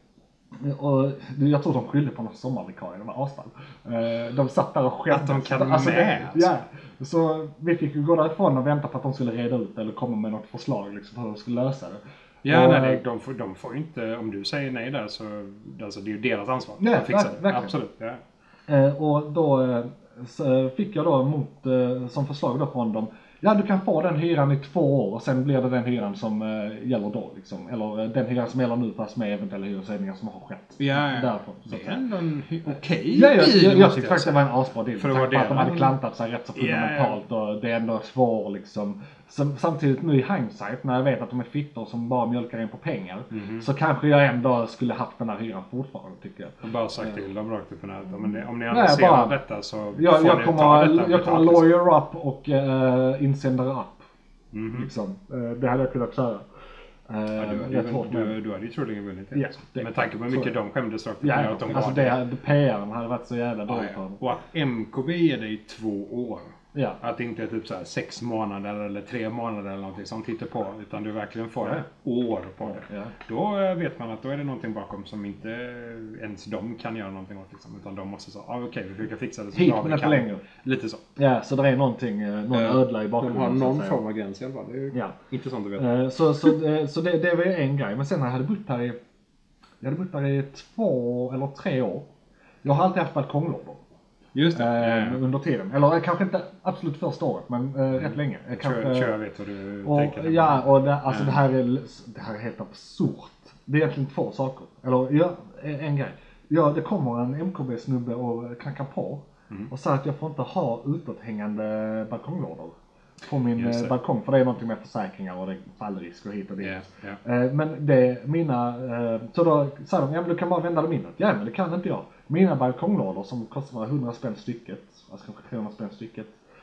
och jag tror de skyllde på någon sommarvikarie, de var asfall. Uh, de satt där och skämtade. Att de kan alltså, med, det, ja. Så vi fick ju gå därifrån och vänta på att de skulle reda ut eller komma med något förslag liksom, för hur de skulle lösa det. Ja, och, nej, de får, de får inte, om du säger nej där så alltså, det är ju deras ansvar. Nej, att fixa det. verkligen. Absolut. Ja. Uh, och då uh, så fick jag då mot, uh, som förslag då från dem, ja, du kan få den hyran i två år och sen blir det den hyran som uh, gäller då liksom. Eller uh, den hyran som gäller nu fast med eventuella hyreshöjningar som har skett. Ja, ja. Därför, så det är ändå en hy- okej okay. Ja, jag, jag, jag, jag tyckte faktiskt det var en asbra deal. För att Tack vara för att de det. hade klantat sig rätt så fundamentalt ja, ja. Och det är ändå svår liksom. Som, samtidigt nu i hindsight när jag vet att de är fittor som bara mjölkar in på pengar. Mm-hmm. Så kanske jag ändå skulle haft den här hyran fortfarande tycker jag. Och bara sagt till dem rakt upp och ner. Om ni, om ni Nej, annonserar bara, detta så jag, får jag ni kommer, ta detta. Jag kommer lawyer up och uh, insändare up. Mm-hmm. Liksom. Uh, det hade jag kunnat köra. Uh, ja, du, jag du, tror du, du, du hade ju troligen vunnit det. Ja, det med tanke på hur mycket de skämdes rakt upp ja, att de alltså var det, det P R hade varit så jävla dåligt ja, ja. för. Och att M K B ger dig två år. Ja. Att det inte är typ så här sex månader eller tre månader eller någonting som tittar på. Utan du verkligen får ja. år på det. Ja. Då vet man att då är det någonting bakom som inte ens de kan göra någonting åt. Liksom, utan de måste säga, ah, okej okay, vi försöker fixa det så hit bra vi kan. Längre. Lite så. Ja, så det är någonting, någon uh, ödla i bakgrunden. De har någon form av gräns i alla fall. Det är ja. intressant att veta. Uh, så så, uh, så det, det var en grej. Men sen när jag hade bott här i, jag hade bott här i två eller tre år. Jag har alltid haft balkonglådor. Just det. Eh, ja. Under tiden. Eller kanske inte absolut första året, men eh, mm. rätt länge. Jag kanske, tror, tror jag vet vad du och, tänker. Ja, och det, alltså, mm. det, här är, det här är helt absurt. Det är egentligen två saker. Eller ja, en grej. Ja, det kommer en M K B-snubbe och knackar på. Mm. Och säger att jag får inte ha utåthängande balkonglådor på min balkong. För det är någonting med försäkringar och det är fallrisk och hit och dit. Yeah, yeah. Eh, men det, mina, eh, så då sa de, ja men du kan bara vända dem inåt. Ja men det kan inte jag. Mina balkonglådor som kostar hundra spänn stycket, alltså kanske trehundra spänn stycket.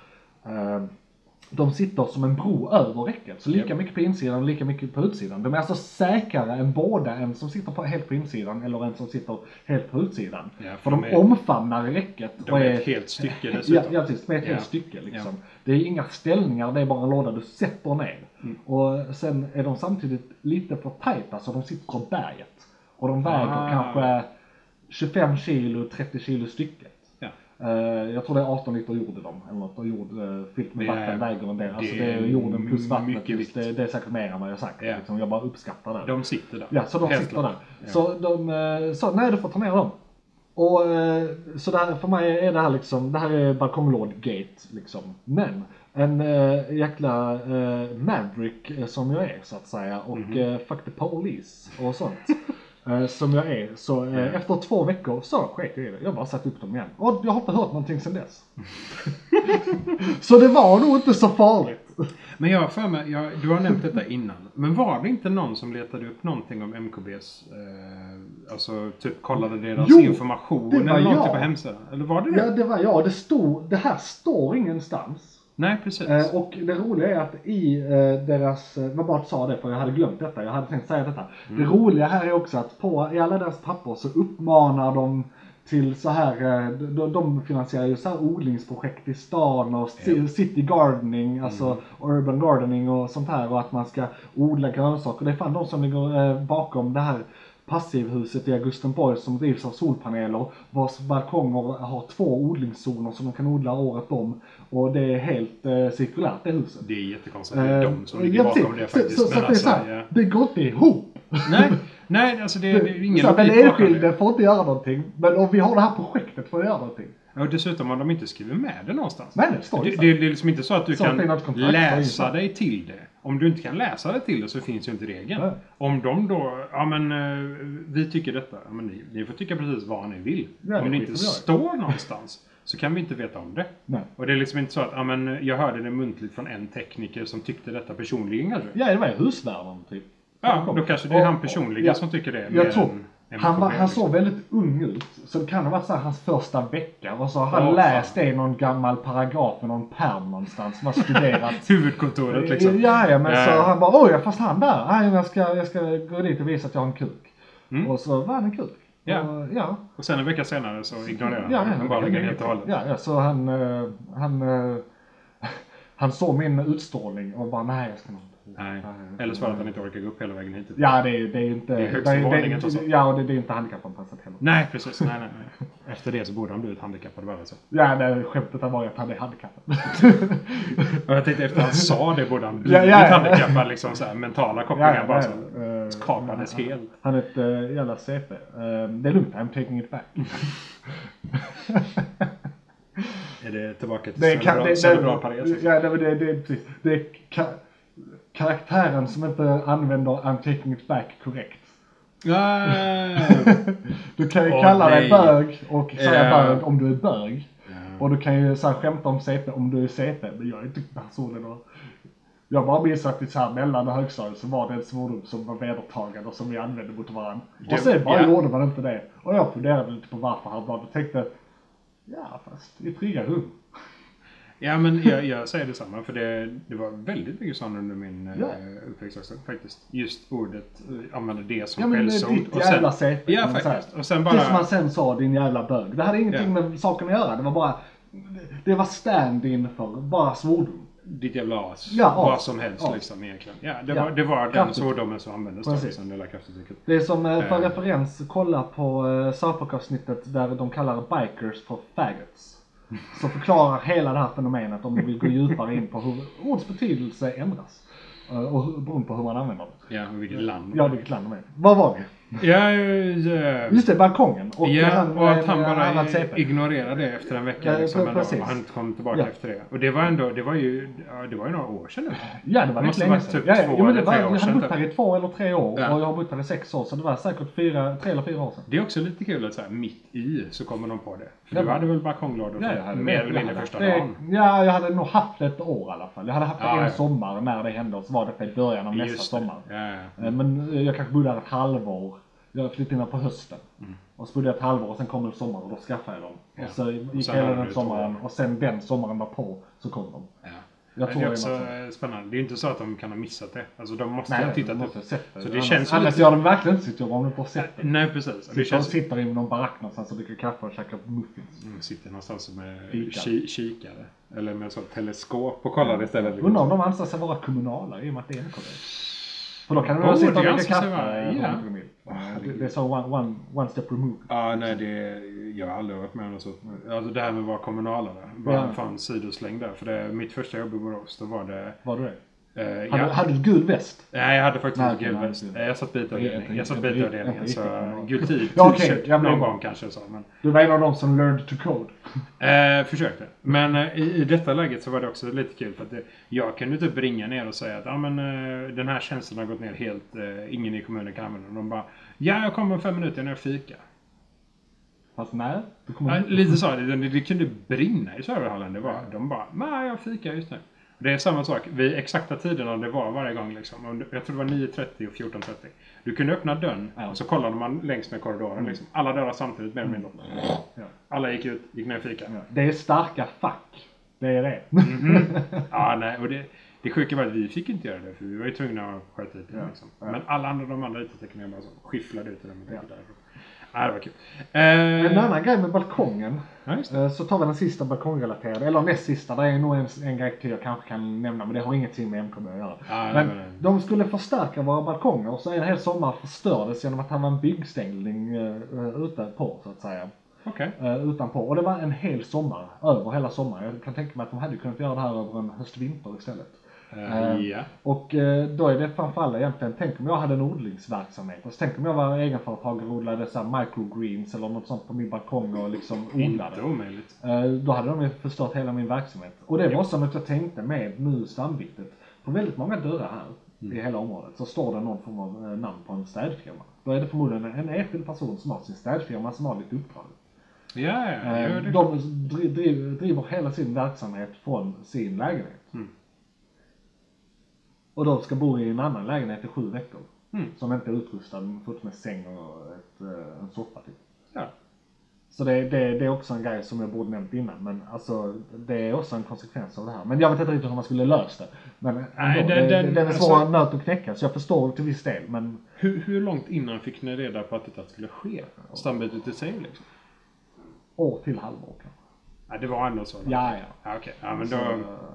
Eh, de sitter som en bro över räcket. Så lika yep. mycket på insidan och lika mycket på utsidan. De är alltså säkrare än båda en som sitter på, helt på insidan eller en som sitter helt på utsidan. Ja, för, för de, de är, omfamnar räcket. De och är ett helt stycke dessutom. Ja, ja precis. Med ett ja. helt stycke liksom. Ja. Det är inga ställningar, det är bara en låda du sätter ner. Mm. Och sen är de samtidigt lite för tajta så de sitter på berget. Och de väger ah. kanske tjugofem kilo, trettio kilo stycket. Ja. Uh, jag tror det är arton liter jord i dem. Eller något. Och jord uh, fyllt med vatten väger en del. Alltså det är jorden plus vattnet. Plus, det, det är säkert mer än vad jag sagt. Ja. Liksom, jag bara uppskattar det. De sitter där. Ja, så de Helt sitter klart. där. Ja. Så de uh, sa, nej du får ta ner dem. Och uh, så där, för mig är det här liksom, det här är balkonglåd-gate liksom. Men en uh, jäkla uh, maverick uh, som jag är så att säga. Och mm-hmm. uh, fuck the police och sånt. Uh, som jag är. Så uh, mm. efter två veckor så sket jag i det. Jag bara satt upp dem igen. Och jag har inte hört någonting sedan dess. Så det var nog inte så farligt. Men jag för mig, jag, du har nämnt detta innan. Men var det inte någon som letade upp någonting om M K B's, eh, alltså typ kollade deras jo, information eller någonting jag. på hemsidan? Eller var det det? Ja, det var jag. Det stod, det här står ingenstans. Nej, precis. Eh, och det roliga är att i eh, deras, eh, vad bara sa det för jag hade glömt detta, jag hade tänkt säga detta. Mm. Det roliga här är också att på i alla deras papper så uppmanar de till så här, eh, de, de finansierar ju så här odlingsprojekt i stan och mm. city gardening, alltså mm. urban gardening och sånt här och att man ska odla grönsaker. Det är fan de som ligger eh, bakom det här passivhuset i Augustenborg som drivs av solpaneler vars balkonger har två odlingszoner som de kan odla året om och det är helt eh, cirkulärt det huset. Det är jättekonstigt. Det är de som ligger bakom ja, det faktiskt. Så, så, så det, är så här, ja. det går inte ihop. Nej, nej alltså det, det är ingen så, men enskilda får inte göra någonting. Men om vi har det här projektet får vi göra någonting. Och dessutom har de inte skrivit med det någonstans. Nej, det står det, det, det är liksom inte så att du så kan läsa dig till det. Om du inte kan läsa det till det så finns ju inte regeln. Nej. Om de då, ja men vi tycker detta, ja men ni, ni får tycka precis vad ni vill. Ja, om det inte står någonstans så kan vi inte veta om det. Nej. Och det är liksom inte så att, ja men jag hörde det muntligt från en tekniker som tyckte detta personligen kanske. Ja, det var husvärden typ. Ja, då kanske det är och, han personligen och, som tycker det. Jag tror, Han, var, han liksom. såg väldigt ung ut, så det kan ha varit så här hans första vecka och så har han Åh, läst fan. det i någon gammal paragraf i någon pärm någonstans som har studerat. Huvudkontoret liksom. Ja, ja, men Ja, så ja. han bara, oj, ja, fast han där, nej, jag, ska, jag ska gå dit och visa att jag har en kuk. Mm. Och så var han en kuk. Ja. Och, ja. Och sen en vecka senare så ignorerade han. Ja, han ja, bara ja, lägger helt och hållet. ja, ja, så han, uh, han, uh, han såg min utstrålning och bara, nej, jag ska nog. Nej. Eller så var det att han inte orkar gå upp hela vägen hit. Ja, det är, det är inte... Det är högsta våningen och så. Ja, och det, det är inte handikappanpassat heller. Nej, precis. Nej, nej, nej. Efter det så borde han blivit handikappad bara så. Ja, det skämtet var att han är handikappad. Och jag tänkte efter han sa det borde han blivit Ja, ja, ja. handikappad. Liksom så här, mentala kopplingar Ja, ja, bara ja. så skapades helt. Han är ett uh, jävla C P. Uh, det är lugnt, I'm taking it back. Är det tillbaka till Det är, ka- det, cerebral det, pares? ja, det, det, det, det, det är ka- karaktären som inte använder I'm taking it back korrekt. Du kan ju Åh, kalla dig nej. bög och säga Ja. bög om du är bög. Ja. Och du kan ju så här, skämta om C P om du är C P, men jag är inte personen. Och jag bara minns att i så här mellan och högstadiet så var det en svordom som var vedertagen och som vi använde mot varandra. Det- Och sen bara ja. gjorde man inte det. Och jag funderade lite på varför han bara tänkte, ja fast i trygga rum. Ja, men jag, jag säger detsamma för det, det var väldigt mycket sånt under min Ja. eh, uppväxt också faktiskt. Just ordet, uh, använda det som Ja men skällsord. ditt jävla C P. Ja, kan man säga. faktiskt. Och sen Tills man bara... sen sa din jävla bög. Det hade ingenting Ja. med saken att göra. Det var bara, det var stand-in för bara svordom. Ditt jävla as. Ja, as. Vad som helst As. liksom egentligen. Ja, det Ja. var, det var den Kraftigt. svordomen som användes då. Precis. Liksom, det där kraftuttrycket. Det är som eh, för Eh. referens, kolla på uh, South Park-avsnittet där de kallar bikers för faggots. Så förklarar hela det här fenomenet om du vill gå djupare in på hur ords betydelse ändras. Uh, och hur- beroende på hur man använder det. Ja, och vilket land. Ja, vilket land de är. Var var vi? Ja, ja, Just det, balkongen. Och ja, han, och att han eh, bara annat C P. ignorerade det efter en vecka. Ja, liksom, pre- ändå, precis. och han kom tillbaka Ja. efter det. Och det var ändå, det var ju, ja, det var ju några år sedan nu. Ja, det var Det rätt måste länge varit sedan. typ Ja, ja, två jo, men det eller var, tre år jag hade sedan, bott typ. här i två eller tre år Ja. och jag har bott här i sex år. Så det var säkert fyra, tre eller fyra år sedan. Det är också lite kul att så här, mitt i så kommer de på det. För Ja, du men- hade väl balkonglådor Ja, för jag hade mer det. eller Jag mindre hade första det. dagen. Ja, jag hade nog haft det ett år i alla fall. Jag hade haft det Ja, en ja. sommar när det hände och så var det för början av nästa Just det. sommar. Ja, ja. Eh, Men eh, jag kanske bodde där ett halvår. Jag flyttade in på hösten. Mm. Och så bodde jag ett halvår och sen kom det sommar och då skaffade jag dem. Ja. Och så gick sen hela hade den du sommaren två år. och sen den sommaren var på så kom de. Ja. Jag Men tror det är det också var eh, spännande. Det är inte så att de kan ha missat det. Alltså de måste Nej, ha nej, tittat de upp. måste ha sett det. Så det annars, känns ju annars lite- gör de verkligen inte sitt jobb om de inte har sett det. Nej, precis. Det Sitter, känns... sitter i någon barack någonstans och dricker kaffe och käkar muffins. Mm, sitter någonstans med Fikar. ki- kikare. Eller med så teleskop och kollar istället. liksom. Undrar om de anser sig vara kommunalare i och med att det är N K D. För då kan de Borde väl sitta och dricka anse sig kaffe. vara, eh, ja. runt om i. Det, det är så one, one, one step removed. Ja, nej, det, jag har aldrig varit med om något så. Alltså det här med att vara kommunalare. Bara Ja. en fan sidosläng där. För det, mitt första jobb i Borås, då var det... Var du det? Eh, Hade, ja. hade du gul väst? Nej, jag hade faktiskt Nej, inte okej, gul nej, väst. inte. Eh, Jag satt bitavdelning. Jag satt Inte- bitavdelningen. inte Så riktigt. gul tid. Ja, okej, t-shirt jag någon menar- gång kanske så. Men, Du var en av dem som learned to code. Eh, försökte. Men eh, i, i detta läget så var det också lite kul för att det, jag kunde typ ringa ner och säga att ah, men, eh, den här tjänsten har gått ner helt, eh, ingen i kommunen kan använda den. De bara, ja jag kommer om fem minuter när jag fika. Fast nej, du kommer Ja, inte. lite så, det, det, det kunde brinna i serverhallen. Det var, de bara, nej jag fikar just nu. Det är samma sak, vid exakta tiderna det var varje gång liksom. Om det- Jag tror det var nio trettio och fjorton trettio. Du kunde öppna dörren Ja. och så kollade man längs med korridoren. Liksom. Alla dörrar samtidigt mer eller mindre. Ja. Alla gick ut, gick ner och fika. Ja. Det är starka fack. Det är det. Ja, nej, och det, det sjuka var att vi fick inte göra det för vi var ju tvungna att sköta ut det. Ja. Liksom. Ja. Men alla andra, de andra IT-teknikerna bara så skifflade ut det där med Ja. därifrån. Ja, det var kul. En Eh, annan grej med balkongen. ja, just det. eh, Så tar vi den sista balkongrelaterade, eller näst sista. Det är nog en, en grej till jag kanske kan nämna, men det har ingenting med M K B att göra. Ja, men nej, men- de skulle förstärka våra balkonger och så en hel sommar förstördes genom att han var en byggställning uh, ute på så att säga. Okej. Uh, utanpå. Och det var en hel sommar, över hela sommaren. Jag kan tänka mig att de hade kunnat göra det här över en höst-vinter istället. Eh, Eh, ja. Och eh, då är det framförallt egentligen, tänk om jag hade en odlingsverksamhet. Och så tänk om jag var egenföretagare och odlade så här microgreens eller något sånt på min balkong och liksom odlade. Inte omöjligt. Eh, Då hade de ju förstört hela min verksamhet. Och det var så att jag tänkte med nu Stamviktet. På väldigt många dörrar här Mm. i hela området så står det någon form av eh, namn på en städfirma. Då är det förmodligen en enskild person som har sin städfirma som har lite uppdrag. Ja, ja, Eh, ja. Det, De dri- driver, driver hela sin verksamhet från sin lägenhet. Mm. Och de ska bo i en annan lägenhet i sju veckor. Mm. Som inte är utrustad fullt med säng och ett, uh, en soffa typ. Ja. Så det, det, det är också en grej som jag borde nämnt innan. Men alltså, det är också en konsekvens av det här. Men jag vet inte riktigt hur man skulle lösa det. Men Nej, ändå, den- det, den- det är en svår alltså- nöt att knäcka. Så jag förstår till viss del. Men Hur, hur långt innan fick ni reda på att detta skulle ske? Stambytet i sig liksom? år till halvår kanske. Ja, det var ändå så. Ja, ja. Ja, okej. Ja, men då... Så,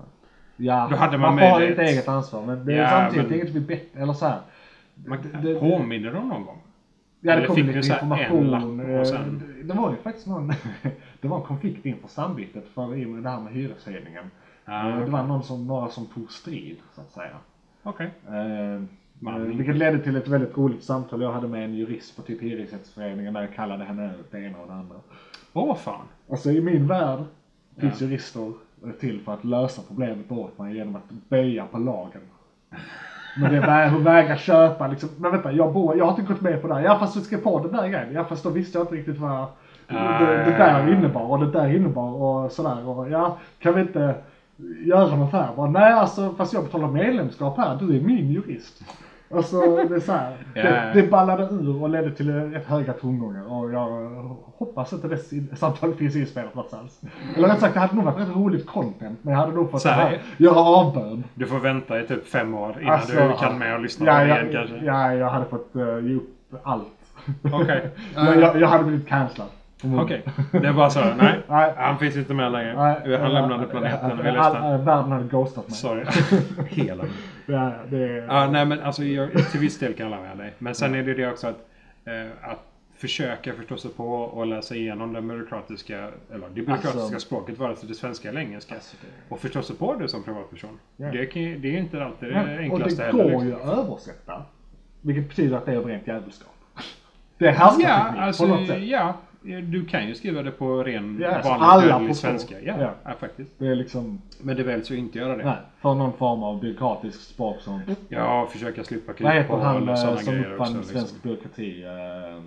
ja, Då hade man man får ha möjlighet. lite eget ansvar. Men det är Ja, samtidigt men- inget vi bett. Eller så här. Man, det- påminner de någon gång? Ja, det Eller kom fick lite ni så här en information. lapp eh, och sen- Det var ju faktiskt någon, det var en konflikt inför stambytet för i och med det här med hyreshöjningen. Ja, Eh, Det okej. var någon som, några som tog strid så att säga. Okej. Eh, Man- eh, vilket ledde till ett väldigt roligt samtal jag hade med en jurist på typ Hyresgästföreningen där jag kallade henne det ena och det andra. Åh, vad fan. Alltså i min värld finns Ja. jurister eh, till för att lösa problemet åt mig genom att böja på lagen. Men det är vä- hur vägar köpa liksom. Men vänta, jag, bor, jag har inte gått med på det här. Ja fast du ska på den där grejen. Ja fast då visste jag inte riktigt vad det, det där innebar och det där innebar och sådär. Och ja, kan vi inte göra något här? Bara, nej alltså fast jag betalar medlemskap här. Du är min jurist. Alltså det är så här, Ja. det, det ballade ur och ledde till ett höga tongångar och jag hoppas inte det samtalet finns inspelat någonstans. Eller rätt sagt, det hade nog varit rätt roligt content men jag hade nog fått Så här- här, göra avbön. Du får vänta i typ fem år innan Alltså, du kan med och lyssna ja, på det ja, igen kanske. Ja, jag hade fått uh, ge upp allt. Okej. jag, jag, jag hade blivit cancellad. Okej. Det är bara så. Nej. Nej. Han finns inte med längre. Nej, Han lämnade planeten och vi all, lyssnar. all, Världen hade ghostat mig. Sorry. Hela. Ja, det är... Ja, nej men alltså jag, till viss del kan jag hålla med dig. Men sen är det det också att, eh, att försöka förstå sig på och läsa igenom det byråkratiska, eller det byråkratiska Alltså- språket, vare sig det svenska eller engelska. Alltså, det- Och förstå sig på det som privatperson. Ja. Det, kan, ju- det är inte alltid det Ja, och enklaste det heller. går liksom. ju att översätta. Vilket betyder att det är rent jävelskap. Det är härskarteknik Ja, alltså, på något sätt. ja, du kan ju skriva det på ren Ja, alltså, vanlig alla dödlig förstår. svenska. Ja, Ja. ja. faktiskt. Det är liksom, Men det väljs ju inte göra det. nej, för någon form av byråkratisk språk som... Ja, försöka slippa Vad heter kryphål han och eh, sådana som grejer också. uppfann Liksom. svensk byråkrati? Eh,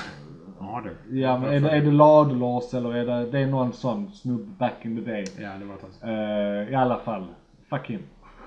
Ja, det. Ja, men är det, är det Ladulås eller är det, det är någon sån snubb back in the day? Ja, det var ett tag sedan. Eh, I alla fall, fuck him.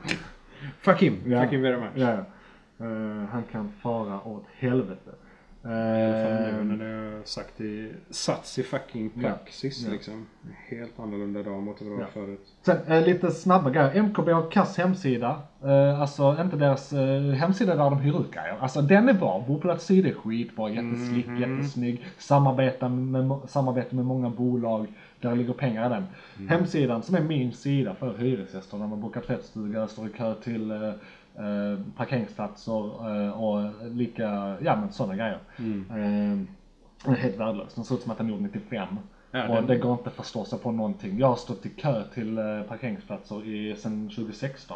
Fuck him. Ja. Fuck him very much. Ja. Eh, han kan fara åt helvete. Fan, nu Uh, när det är sagt i, satts i fucking praxis Ja. liksom. Helt annorlunda idag mot vad det var Ja. förut. Sen eh, lite snabba grejer. M K B har kass hemsida. Eh, alltså inte deras eh, hemsida där de hyr ut grejer. Alltså den är bra. Boplats sida är skitbra. Jätteslick, Mhm. jättesnygg. Samarbete med, mo- samarbete med många bolag. Där ligger pengar i den. Mm. Hemsidan som är min sida för hyresgäster. När man bokar tvättstuga, står i kö till eh, eh, parkeringsplatser eh, och lika, ja men sådana grejer. Mm. Eh, den är helt värdelös. Den ser ut som att den är gjord nittiofem. Ja, och den- det går inte att förstå sig på någonting. Jag har stått i kö till eh, parkeringsplatser i, sedan tjugo sexton.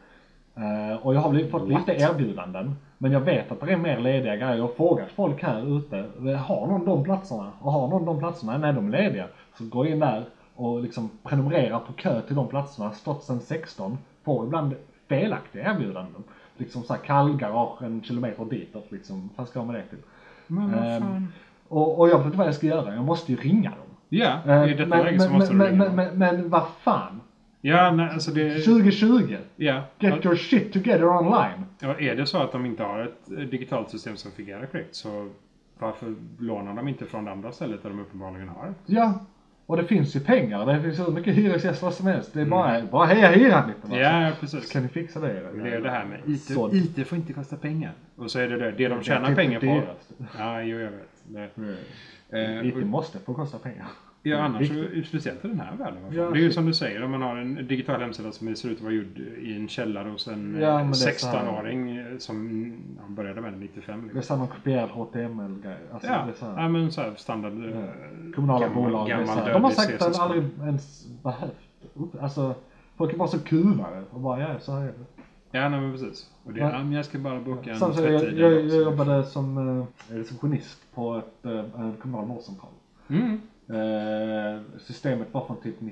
Eh, och jag har blivit, fått lite erbjudanden. Men jag vet att det är mer lediga grejer. Jag har frågat folk här ute. Har någon de platserna? Och har någon de platserna? Nej, de är lediga. Så går jag in där och liksom prenumererar på kö till de platserna. Stått sedan sexton. Får ibland felaktiga erbjudanden. Liksom såhär kallgarage en kilometer ditåt liksom. Vad ska jag med det till? Men vad Ehm, fan. och, och jag vet inte vad jag ska göra. Jag måste ju ringa dem. Ja, Eh, i detta men, läge så men, måste du men, ringa men, dem. men, men vad fan? Ja, nej, alltså det... tjugo tjugo? Ja. Get your shit together online. Ja, är det så att de inte har ett eh, digitalt system som fungerar korrekt så varför lånar de inte från det andra stället där de uppenbarligen har ett? Ja. Och det finns ju pengar. Det finns hur mycket hyresgäster som helst. Det är bara, bara heja hyran lite. va? Ja, precis. Kan ni fixa det? Det är det här med I T. Så- I T får inte kosta pengar. Och så är det det. Det de tjänar typ pengar det på. dyraste. Ja, jo, jag vet. Det. I T Eh, måste få kosta pengar. Ja, annars så, Viktigt. speciellt i den här världen. Ja, det är ju shit. som du säger, om man har en digital hemsida som ser ut att vara gjord i en källare hos en Ja, men eh, det är så här- sexton-åring eh, som ja, började med den nittiofem. Det är Liksom. samma kopierad H T M L-grej. Alltså, Ja, det är så här. ja, men så här standard eh, Ja. Kommunala gammal- bolag. det är gammal så här. De har dödlig sagt C S att S. de aldrig ens behövt. upp- Alltså, folk är bara så kuvade. Och bara, ja, så här är det. Ja, nej, men precis. Och det, Ja. ja. men jag ska bara boka en Sen så jag, tvättid. jag, idag, så- jag jobbade som eh, receptionist på ett, eh, en kommunal vårdcentral. Mm. Eh, systemet var från typ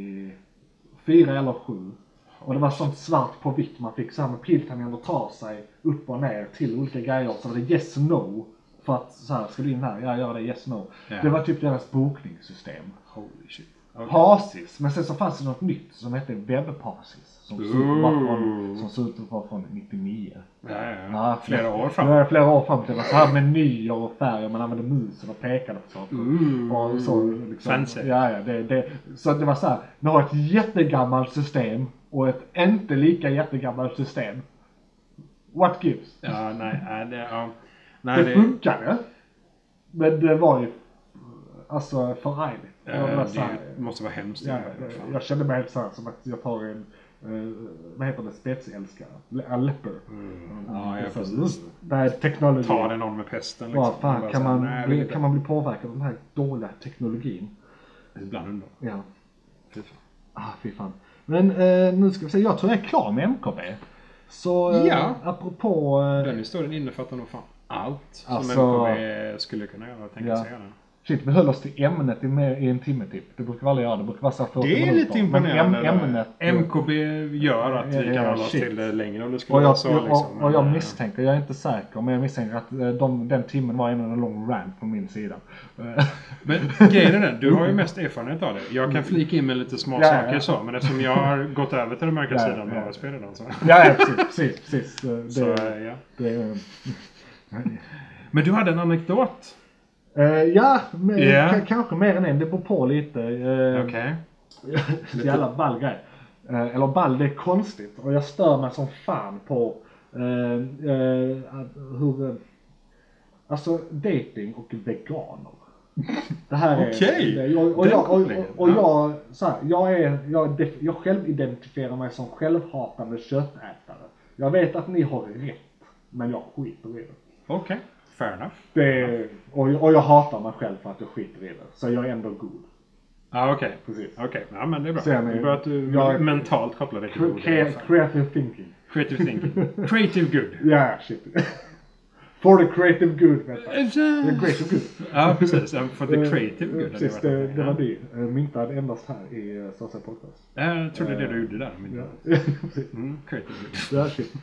nittiofyra eller sju. Och det var sånt svart på vitt. Man fick så här med piltangenter ta sig upp och ner till olika grejer. Så var det yes no. För att så här, ska du in här? Ja, gör det yes no. Ja. Det var typ deras bokningssystem. Holy shit. Okay. Pasis, men sen så fanns det något nytt som hette WebPasis. Som såg ut att vara från, som såg ut att vara från nittionio. Ja, ja, ja. Ja, flera år fram. Ja, flera år fram. Det var så här menyer och färger, man använde musen och pekade på saker. Ooh. Och så, liksom, Fancy. Ja, ja, det, det, så det var så här, du har ett jättegammalt system och ett inte lika jättegammalt system. What gives? Ja, nej, nej, det, ja. nej, det funkade. Men det var ju alltså förargligt. Ja, Det var det så här- måste vara hemskt. Ja, Ja, fan. jag kände mig helt såhär som att jag tar en, uh, vad heter det, spetsälskare? En leper. Mm. Ja, ja, Så, precis. Det här är teknologi. Ta det någon med pesten liksom. Vad fan, Bara kan så här, man, nej, bli, det- kan man bli påverkad av den här dåliga teknologin? Ibland undrar. Ja, Fy fan. ah, fy fan. Men eh, nu ska vi se, jag tror jag är klar med M K B. Så eh, Ja. apropå... Eh, Den historien innefattar nog fan allt som Alltså- M K B skulle kunna göra och tänka Ja. sig göra. Shit, vi höll oss till ämnet i, mer, i en timme typ. Det brukar vi aldrig göra, det brukar vara så här fyrtio Det är minuter. lite imponerande. Men äm, ämnet... M K B gör att vi Ja, kan ja, hålla oss shit. till det längre om det skulle Och vara jag, så. jag, liksom. och, och jag Men, misstänker, jag är inte säker, men jag misstänker att eh, de, den timmen var ändå en lång rant på min sida. Men grejen är den, du har ju mest erfarenhet av det. Jag kan flika in med lite små Ja, ja, saker ja. så, men eftersom jag har gått över till den mörka Ja, sidan ja. med A S P redan så. Ja, ja, precis, precis, precis. Eh, Det, så ja. det, Men du hade en anekdot. eh, ja, men, Ja. k- kanske mer än en, det beror på lite. Eh, Okej. Jävla ball grej. Eh, eller ball, det är konstigt. Och jag stör mig som fan på eh, eh, att- hur... Eh, alltså dating och veganer. Det här är... Okej, det- jag, och, den jag, och, kopplingen, och, och ja. jag, så här, jag, är, jag, def, jag själv identifierar mig som självhatande köttätare. Jag vet att ni har rätt, men jag skiter i det. Okej, fair enough. det är, och, och jag hatar mig själv för att jag skiter i det. Så jag är ändå god. Ja, okej. Precis. Okej, ja men det är bra. Sen Det är- är bra att du jag- mentalt kopplar dig till ordet. i alla Cre- fall. creative thinking. Creative thinking. Creative good. Ja, shit. For the creative good, vet du. The creative good. Ja, precis. Ja, för the creative good. Eh, Precis, hade det, varit det var någonting. det. Uh, myntad endast här i uh, Stasa Podcast. Ja, jag trodde det du gjorde där. Men Ja, inte. precis. Mm, creative good. Ja, shit.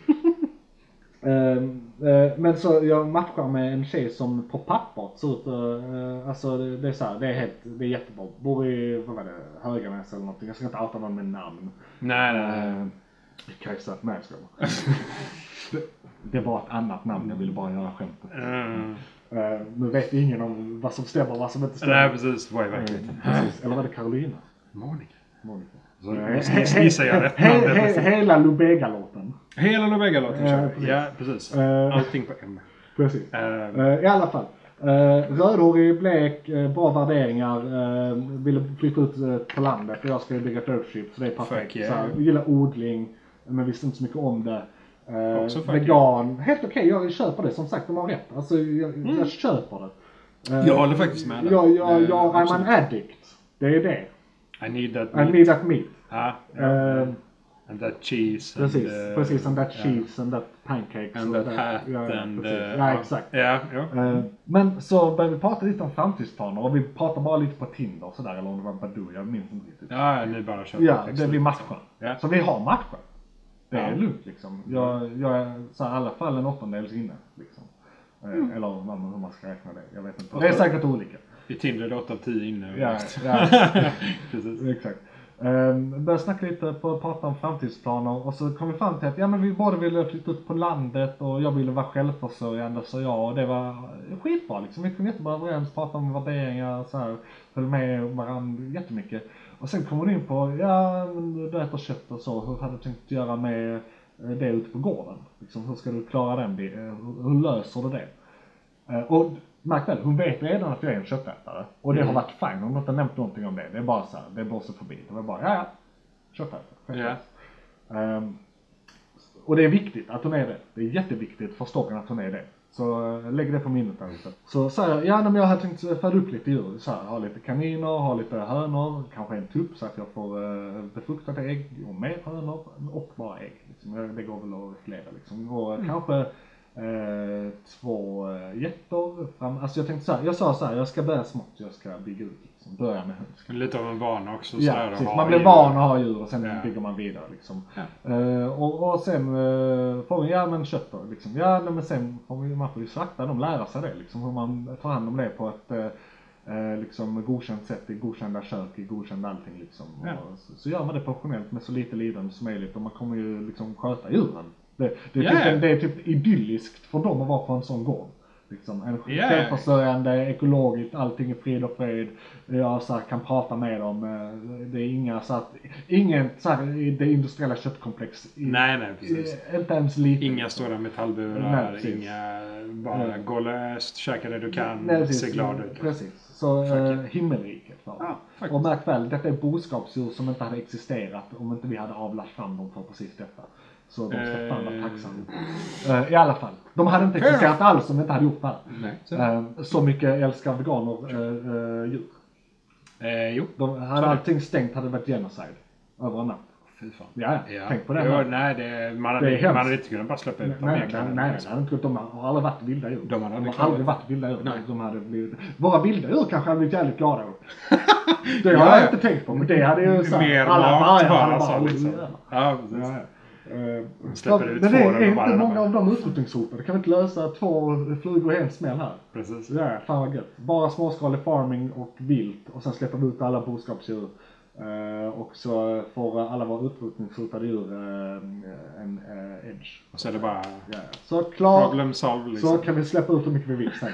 Ehm, eh, men så jag matchar med en tjej som på papper ser ut uh, alltså det, det är så här, det är helt, det är jättebra. Bor i, vad var det, Höganäs eller någonting. Jag ska inte outa någon med namn. Nej, nej, nej. Uh, Kajsa, nej jag skojar. det, det var ett annat namn, jag ville bara göra skämtet. Mm. Uh, nu vet ingen om vad som stämmer och vad som inte stämmer. Nej, precis. Vad är verkligt? Mm, precis. Eller var det Carolina? Monica. Monica. Så nu gissar jag rätt namn. He, där, he, precis. hela Lubega-låten. Hela Lovega-låten Ja, kör vi. precis. Ja, precis. Eh. Allting på M. Precis. Eh, Uh, I alla fall. Uh, rödhårig, blek, uh, bra värderingar, uh, ville flytta ut uh, på landet och jag ska bygga ett earthship så det är perfekt. Fuck yeah. Så här, gillar odling, men visste inte så mycket om det. Uh, Också fuck vegan, helt okej, jag köper det, som sagt de har rätt. Alltså jag, jag köper det. Uh, Jag håller faktiskt med dig. Jag, jag, Eh, jag, I'm absolut. an addict. Det är det. I need that I meat. need that meat. Ja, ja. Uh, And that cheese. precis, and, eh, precis, and that ja. cheese and that pancakes. And och that that- hat ja, ja, and... precis. eh, Ja, exakt. Ja, ja. Eh, Men så började vi prata lite om framtidsplaner och vi pratade bara lite på Tinder och sådär, eller om det var Badoo, jag minns inte riktigt. Ja, ni bara kör Ja, text. det vi matchar. Ja. Så vi har matcher. Det är Ja. lugnt liksom. Jag, jag är så här, i alla fall en åttondels inne. Liksom. Eh, Mm. Eller vad man- hur man ska räkna det, jag vet inte. Det är säkert olika. I Tinder är det åtta av tio inne. Ja, ja. Precis. Exakt. Um, började snacka lite på prata om framtidsplaner och så kom vi fram till att ja, men vi båda ville flytta ut på landet och jag ville vara självförsörjande så jag och det var skitbra liksom. Vi kunde jättebra överens, prata om värderingar och så här, höll med varandra jättemycket. Och sen kom vi in på, ja men du äter kött och så, hur hade du tänkt göra med det ute på gården? Liksom, hur ska du klara den? Hur, hur löser du det? Uh, och märk väl, hon vet redan att jag är en köttätare. Och det Mm. har varit fine, hon har inte nämnt någonting om det. Det är bara så här, det blåser förbi. Det var bara, ja ja, köttätare. Ja. Um, och det är viktigt att hon är det. Det är jätteviktigt för stocken att hon är det. Så uh, lägg det på minnet där lite. Så säger jag, ja men jag har tänkt föda upp lite djur. Så här, ha lite kaniner, ha lite hönor, kanske en tupp så att jag får uh, befruktade ägg och mer hönor och bara ägg. Liksom. Det går väl att reglera liksom. Och mm. kanske Eh, två eh, getter fram. Alltså jag tänkte så här, jag sa så här, jag ska börja smått, jag ska bygga ut liksom, börja med höns. Lite av en vana också. Ja, sådär, precis. att ha Man blir djur. van att ha djur och sen Ja. bygger man vidare liksom. Ja. Eh, och, och sen eh, får vi, ja men kött då, liksom. Ja nej, men sen får vi, man får ju slakta dem, lära sig det liksom, hur man tar hand om det på ett eh, eh, liksom godkänt sätt i godkända kök, i godkända allting liksom. Ja. Och så, så gör man det professionellt med så lite lidande som möjligt och man kommer ju liksom sköta djuren. Det, det, är, Ja, typ, ja. en- det är typ idylliskt för dem att vara på en sån gård. Liksom, en Ja, ja. självförsörjande, ekologiskt, allting är frid och fred. Jag så här, kan prata med dem. eh, Det är inga så att, ingen så här, i det industriella köttkomplex. I, Nej, nej, precis. i, inte ens lite. Inga stora metallburar, Nej, precis. inga bara Nej. gå löst, käka det du kan, Nej, precis. se glad ut. Precis. Så eh, himmelriket var det. Ja, faktiskt. Och märk väl, detta är boskapsdjur som inte hade existerat om inte vi hade avlat fram dem för precis detta. Så de ska fan vara Eh. tacksamma. Eh, I alla fall. De hade inte Fair existerat alls om vi inte hade gjort det här. Nej, så. Eh, så mycket älskar veganer eh, eh, djur. Eh, jo. De, hade allting stängt hade det varit genocide. Över en natt. Fy fan. Ja, ja. Tänk på det. Jo, man. nej, det, man, Det hade, är hemskt. man hade inte kunnat bara släppa ut dem Nej, nej, egentligen. nej, nej, det hade inte gått. De har aldrig varit vilda djur. De hade aldrig har aldrig klarat varit vilda djur. Nej. De hade blivit... Våra vilda djur kanske hade blivit jävligt glada åt. Det har Ja, jag ja. inte tänkt på, men det hade ju så här, Mer alla mat vargar bara, hade så bara... liksom. Ja, Ja, precis. ja. Eh, Släpper ja, ut men det två är av de inte vargarna många bara. av de utrotningshotade. Kan vi inte lösa två flugor i en smäll här? Precis. Ja, fan vad gött. Bara småskalig farming och vilt och sen släpper vi ut alla boskapsdjur. Uh, och så får alla våra utrotningshotade djur uh, en uh, edge. Och så är det bara Ja. Så klart, problem solved liksom. så kan vi släppa ut hur mycket vi vill sen.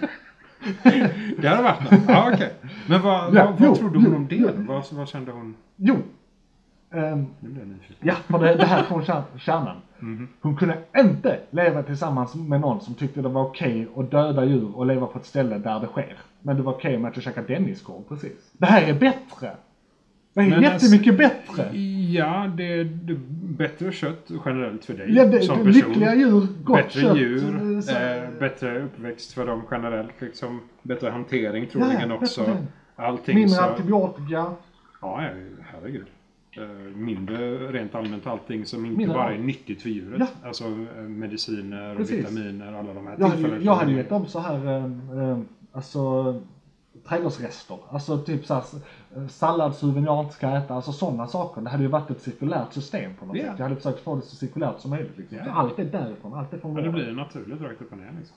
Det hade varit något. Ja, okej. Men vad, Ja, vad, vad jo, trodde hon jo, om det? jo. Vad, vad kände hon? Jo. Ehm, Nu blir jag nyfiken. ja, för det, det här kom kär- kärnan. Mhm. Hon kunde inte leva tillsammans med någon som tyckte det var okej att döda djur och leva på ett ställe där det sker. Men det var okej med att käka Denniskorv, precis. Det här är bättre. Det är Men jättemycket bättre. Ja, det är det är bättre kött generellt för dig Ja, det, som det, person. lyckliga djur, gott Bättre kött. djur, eh, så- eh, bättre uppväxt för dem generellt. Liksom, bättre hantering troligen Ja, också. bättre. Allting Mindre så... antibiotika. Ja, ja, herregud. Eh, mindre rent allmänt allting som inte Mindre- bara är nyttigt för djuret. Ja. Alltså eh, mediciner, Precis. vitaminer, alla de här Jag hade, ju- tillfällena. jag hade ju gett dem så här, eh, eh, alltså trädgårdsrester. Alltså typ så här, eh, salladshuvuden jag inte ska äta. Alltså sådana saker. Det hade ju varit ett cirkulärt system på något Ja. sätt. Jag hade försökt få det så cirkulärt som möjligt. Liksom. Ja. För allt är därifrån, allt är från Men det vården. blir naturligt rakt upp och ner liksom.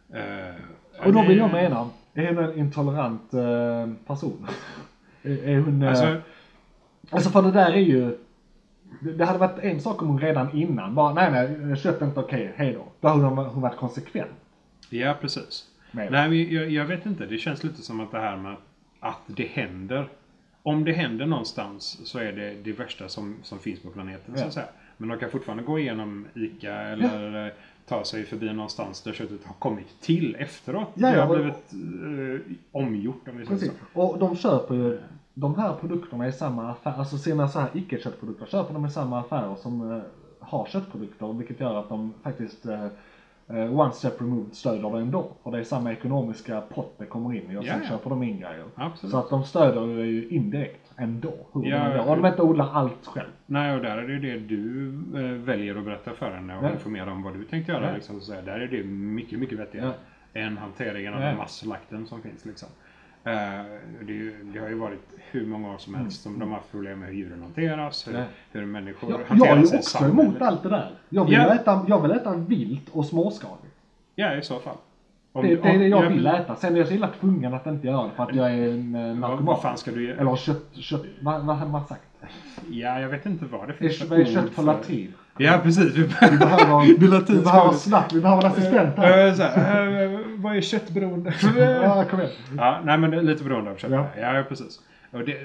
Eh, Och då vill det- jag mena, är hon en intolerant eh, person? är, är hon... Eh, Alltså, Alltså för det där är ju, det, det hade varit en sak om hon redan innan bara, nej nej, kött är inte okej, hej då. Då hade hon, hon varit konsekvent. ja, precis. Med. Nej, men jag, jag vet inte. Det känns lite som att det här med att det händer. Om det händer någonstans så är det det värsta som, som finns på planeten. Ja. Så att säga. Men de kan fortfarande gå igenom Ica eller eh, ta sig förbi någonstans där köttet har kommit till efteråt. Ja, det ja, har och- blivit eh, omgjort om vi säger Precis. så. Och de köper ju de här produkterna i samma affär, alltså sina så här icke-köttprodukter köper de i samma affärer som eh, har köttprodukter, vilket gör att de faktiskt eh, eh, one step removed stöder det ändå. För det är samma ekonomiska pott det kommer in i och Ja, sen ja. köper de in grejer. Absolut. Så att de stöder ju indirekt ändå. Hur Ja, de ja. ändå. Och de inte odlar allt själv. Nej, och där är det ju det du eh, väljer att berätta för henne och Ja. informera om vad du tänkte göra. Ja. Liksom, så här. Där är det mycket, mycket vettigare än hanteringen av Ja. masslakten som finns. Liksom. Eh, det, är ju- det har ju varit hur många år som helst som de har haft problem med hur djuren hanteras, hur, Ja. hur människor Jag, jag hanterar är ju sig i också samhället. emot allt det där. Jag vill, Ja. äta, jag vill äta vilt och småskaligt. Ja, i så fall. Om, Det, det är om- det jag ja, vill äta. Sen är jag så illa tvungen att inte göra det för att jag är en eh, Vad, narkoman. vad fan ska du göra? Eller kött, kött, vad, vad har man sagt? Ja, jag vet inte vad det Är, finns vad är ord kött på latin? Ja, precis. Vi behöver, Det latinska vi behöver ordet. snabbt, vi behöver en assistent här. Eh, så här, eh, vad är köttberoende? Ja, kom igen. Ja, nej men det är lite beroende av kött. Ja. Ja, ja precis. Och det,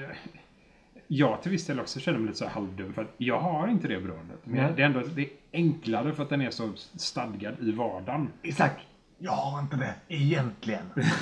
jag till viss del också känner mig lite så här halvdum för att jag har inte det beroendet. Men Nej. det är ändå det är enklare för att den är så stadgad i vardagen. Isak, jag har inte det egentligen.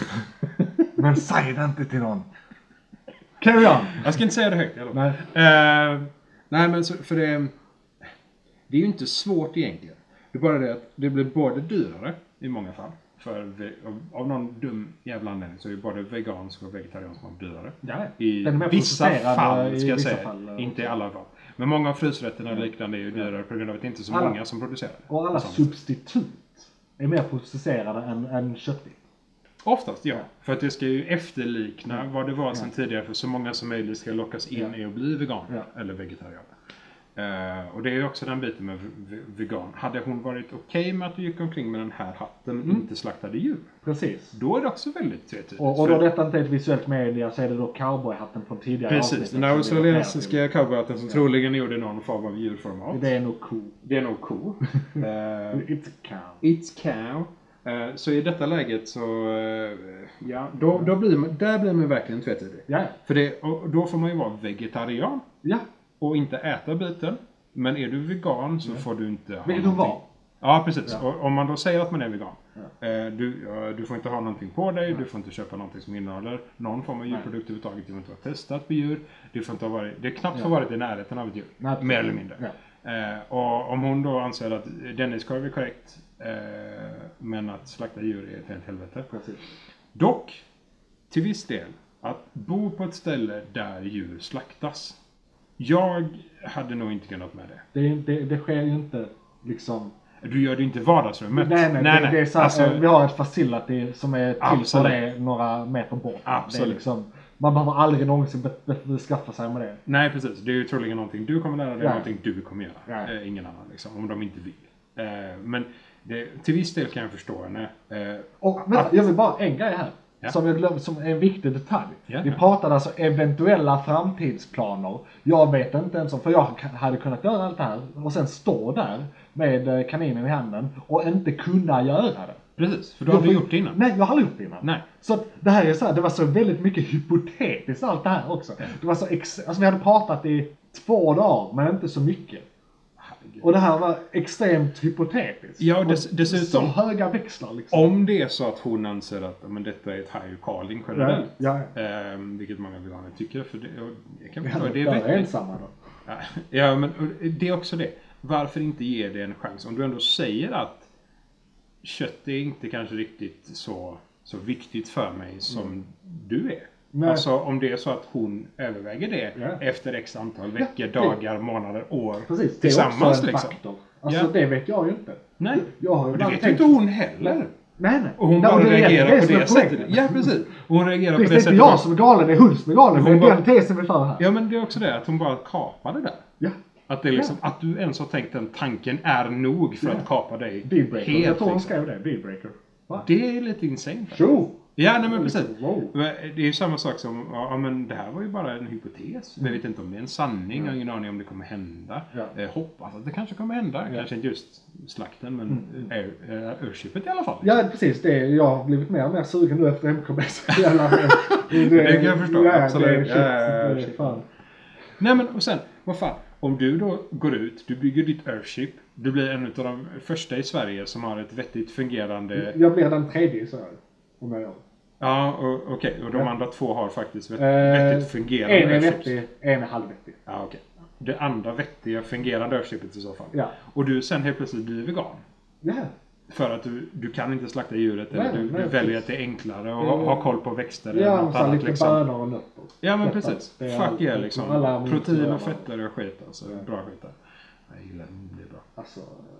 Men säg det inte till någon. Carry on. Jag ska inte säga det högt. Eller? Nej. Eh, nej men så, för det, det är ju inte svårt egentligen. Det är bara det att det blir både dyrare i många fall. För ve- av, av någon dum jävla anledning så är ju både vegansk och vegetariansk mat dyrare. Ja, I den är mer vissa processerad, fall i ska jag vissa säga. fall, eh, Inte i alla fall. Men många av frysrätterna och liknande är ju dyrare på grund av att det inte är så Alla- många som producerar det. Och alla Sånt. substitut är mer processerade än, än köttigt. Oftast ja. För att det ska ju efterlikna vad det var sedan tidigare för så många som möjligt ska lockas in Ja. i att bli vegan Ja. eller vegetarian. Uh, och det är ju också den biten med vegan. Hade hon varit okej okay med att du gick omkring med den här hatten och mm. inte slaktade djur? Precis. Då är det också väldigt tvetydigt. Och, och då för... detta inte är ett visuellt media så är det då cowboyhatten från tidigare avsnitt. Precis, den australiensiska cowboyhatten som ja. troligen gjorde någon form av djurformat. Det är nog ko. Det är nog ko. uh, It's a cow. It's cow. Uh, så i detta läget så, uh, ja, då, då blir man, där blir man verkligen tvetydig. Ja. För det, och då får man ju vara vegetarian. Ja. Och inte äta biten. Men är du vegan så ja. får du inte ha Vill du vara? Ja, precis. Ja. Och om man då säger att man är vegan. Ja. Eh, du, uh, du får inte ha någonting på dig. Ja. Du får inte köpa någonting som innehåller någon form av djurprodukt överhuvudtaget. Du får inte vara testat på djur. Du får inte ha varit, det är knappt ja. får varit i närheten av ett djur. Nej, mer eller mindre. Ja. Eh, och om hon då anser att Dennis korv är korrekt. Eh, men att slakta djur är ett helt helvete. Precis. Dock, till viss del, att bo på ett ställe där djur slaktas. Jag hade nog inte kunnat med det. Det, det, det sker ju inte liksom... Du gör det inte i vardagsrummet. Nej, nej. nej, det, nej. Det är så här, alltså, vi har ett facility som är till absolut. på det några meter bort. Absolut. Det är liksom, man behöver aldrig någonsin skaffa sig med det. Nej, precis. Det är ju troligen någonting du kommer lära dig. Ja. Någonting du kommer göra. Ja. Eh, ingen annan liksom. Om de inte vill. Eh, men det, till viss del kan jag förstå henne. Eh, Och vänta, jag vill bara en grej här. Ja. Som, jag glöm, som är en viktig detalj. Ja, vi ja. pratade alltså eventuella framtidsplaner. Jag vet inte ens om, för jag hade kunnat göra allt det här och sen stå där med kaninen i handen och inte kunna göra det. Precis, för du har aldrig gjort det innan. Nej, jag har aldrig gjort det innan. Nej. Så det här är så här, det var så väldigt mycket hypotetiskt allt det här också. Ja. Det var så ex, alltså vi hade pratat i två dagar, men inte så mycket. Och det här var extremt hypotetiskt. Ja, dess, dessutom. Så höga växlar liksom. Om det är så att hon anser att men detta är ett higher calling generellt. Ja, ja. Eh, vilket många veganer tycker. För det, jag kan ja, förstå, det är vettigt. ensamma då. Ja, ja, men det är också det. Varför inte ge det en chans? Om du ändå säger att kött är inte kanske riktigt så, så viktigt för mig som mm. du är. Nej. Alltså om det är så att hon överväger det ja. efter x antal veckor, ja, dagar, månader, år. Precis, det tillsammans. Är också en liksom. faktor. Alltså ja. det vet jag ju inte. Nej, jag har ju och det vet tänkt... inte hon heller. Nej, nej. Och hon nej, bara och det reagerar det på det, det sättet. Ja, precis. Och hon reagerar det på det sättet. Det är inte jag som är galen, det är hon som är galen. Hon det är bara... den tesen vi för här. Ja, men det är också det att hon bara kapade där. Ja. Att, det är liksom, ja. att du ens har tänkt den tanken är nog för ja. att kapa dig. Dealbreaker. Jag tror hon skrev det. Dealbreaker. Va? Det är lite insane. Sure. Ja, nej men precis. Wow. Det är ju samma sak som, ja men det här var ju bara en hypotes. Mm. Vi vet inte om det är en sanning, jag har ingen aning om det kommer hända. Ja. Eh, hoppas att det kanske kommer hända. Ja. Kanske inte just slakten, men mm. air, uh, airshipet i alla fall. Ja, precis. Det är, jag har blivit mer och mer sugen nu efter M K B. det, det, det kan jag förstå, ja, absolut. Det är shit, det är fan. Nej men och sen, vad fan. Om du då går ut, du bygger ditt airship. Du blir en av de första i Sverige som har ett vettigt fungerande... Jag blir den tredje i Sverige. Om jag gör. Ja, okej. Okay. Och de ja. andra två har faktiskt vett, eh, vettigt fungerande airships. En är vettig, en är halvvettig. Ja, okej. Okay. Det andra vettiga fungerande airshipet i så fall. Ja. Och du sen helt plötsligt blir vegan. Ja. För att du, du kan inte slakta djuret. Nej, eller du, nej, du väljer att det är enklare och mm. ha koll på växter. Ja, eller något annat, lite liksom. bönor och nötter. Ja, men precis. Fuck yeah, liksom. Alla protein och fetter och skit. Alltså, ja. Bra skit där. Jag gillar det, det är bra. Alltså,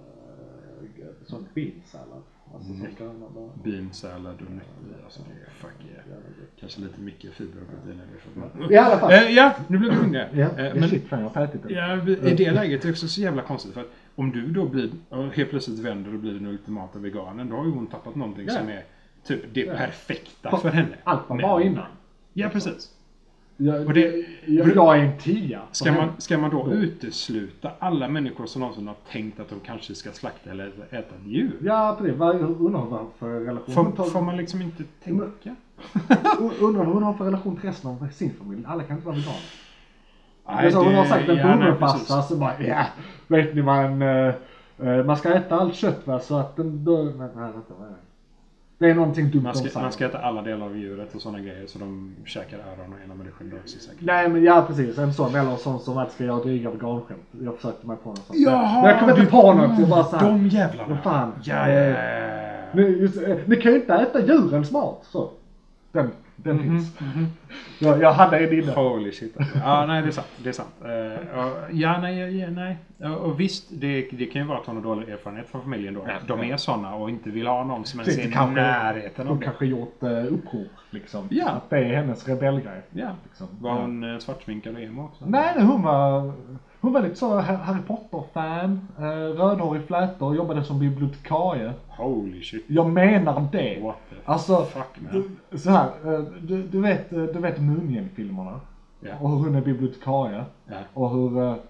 sån beansallad. Alltså, mm. beansallad och nötter. Alltså, det är fuck yeah. Ja, kanske lite mycket fiber och protein. I alla fall. Eh, ja, nu blir vi hungriga. Ja, eh, men shit, fan, jag har ja, i det läget är det också så jävla konstigt. För att om du då blir, helt plötsligt vänder och blir den ultimata veganen, då har ju hon tappat någonting ja. som är typ det ja. perfekta för, för henne. Allt man var innan. Ja, precis. Jag, och det, jag, jag är en tia. Ska man, ska man då utesluta alla människor som någonsin har tänkt att de kanske ska slakta eller äta ett djur? Ja, precis. Vad undrar vad för relation? Får, får man liksom inte tänka? Undrar vad hon har för relation till resten av sin familj? Alla kan inte vara veganer. Nej, det, hon har sagt en ja, bondefarsa så bara, ja, vet ni man, uh, uh, man ska äta allt kött va, så att den dör. Nej, nej, nej. Det är någonting dumt man ska, man ska äta alla delar av djuret och sådana grejer så de käkar öron och ena människan dör sig säkert. Nej men ja precis, en sån eller en sån som att ska jag dryga veganskämt. Jag försökte mig på något sånt. Jaha, men jag kommer inte på något, jag bara såhär. De jävlarna. Fan. Ja, ja, ja. Ni, just, ni kan ju inte äta djurens mat så. Den, den mm-hmm, finns. Mm-hmm. Jag, jag hade en inne. Holy shit. Ja, nej det är sant. Det är sant. Uh, och, ja, nej, ja, nej. Uh, och visst, det, det kan ju vara att hon har dålig erfarenhet från familjen då. Ja, de är såna och inte vill ha någon som ens är i närheten av det. Hon kanske gjort uh, uppror liksom. Ja. Att det är hennes rebellgrej. Ja. Liksom. Var hon uh, svartsminkad och emo också? Nej, hon var... Hon var lite så Harry Potter-fan, eh, rödhårig flätor och jobbade som bibliotekarie. Holy shit. Jag menar det. What the Alltså, fuck, man. du, så här, eh, du, du vet, du vet Mumien-filmerna. Ja. Och hur hon är bibliotekarie. Ja. Och hur... Eh,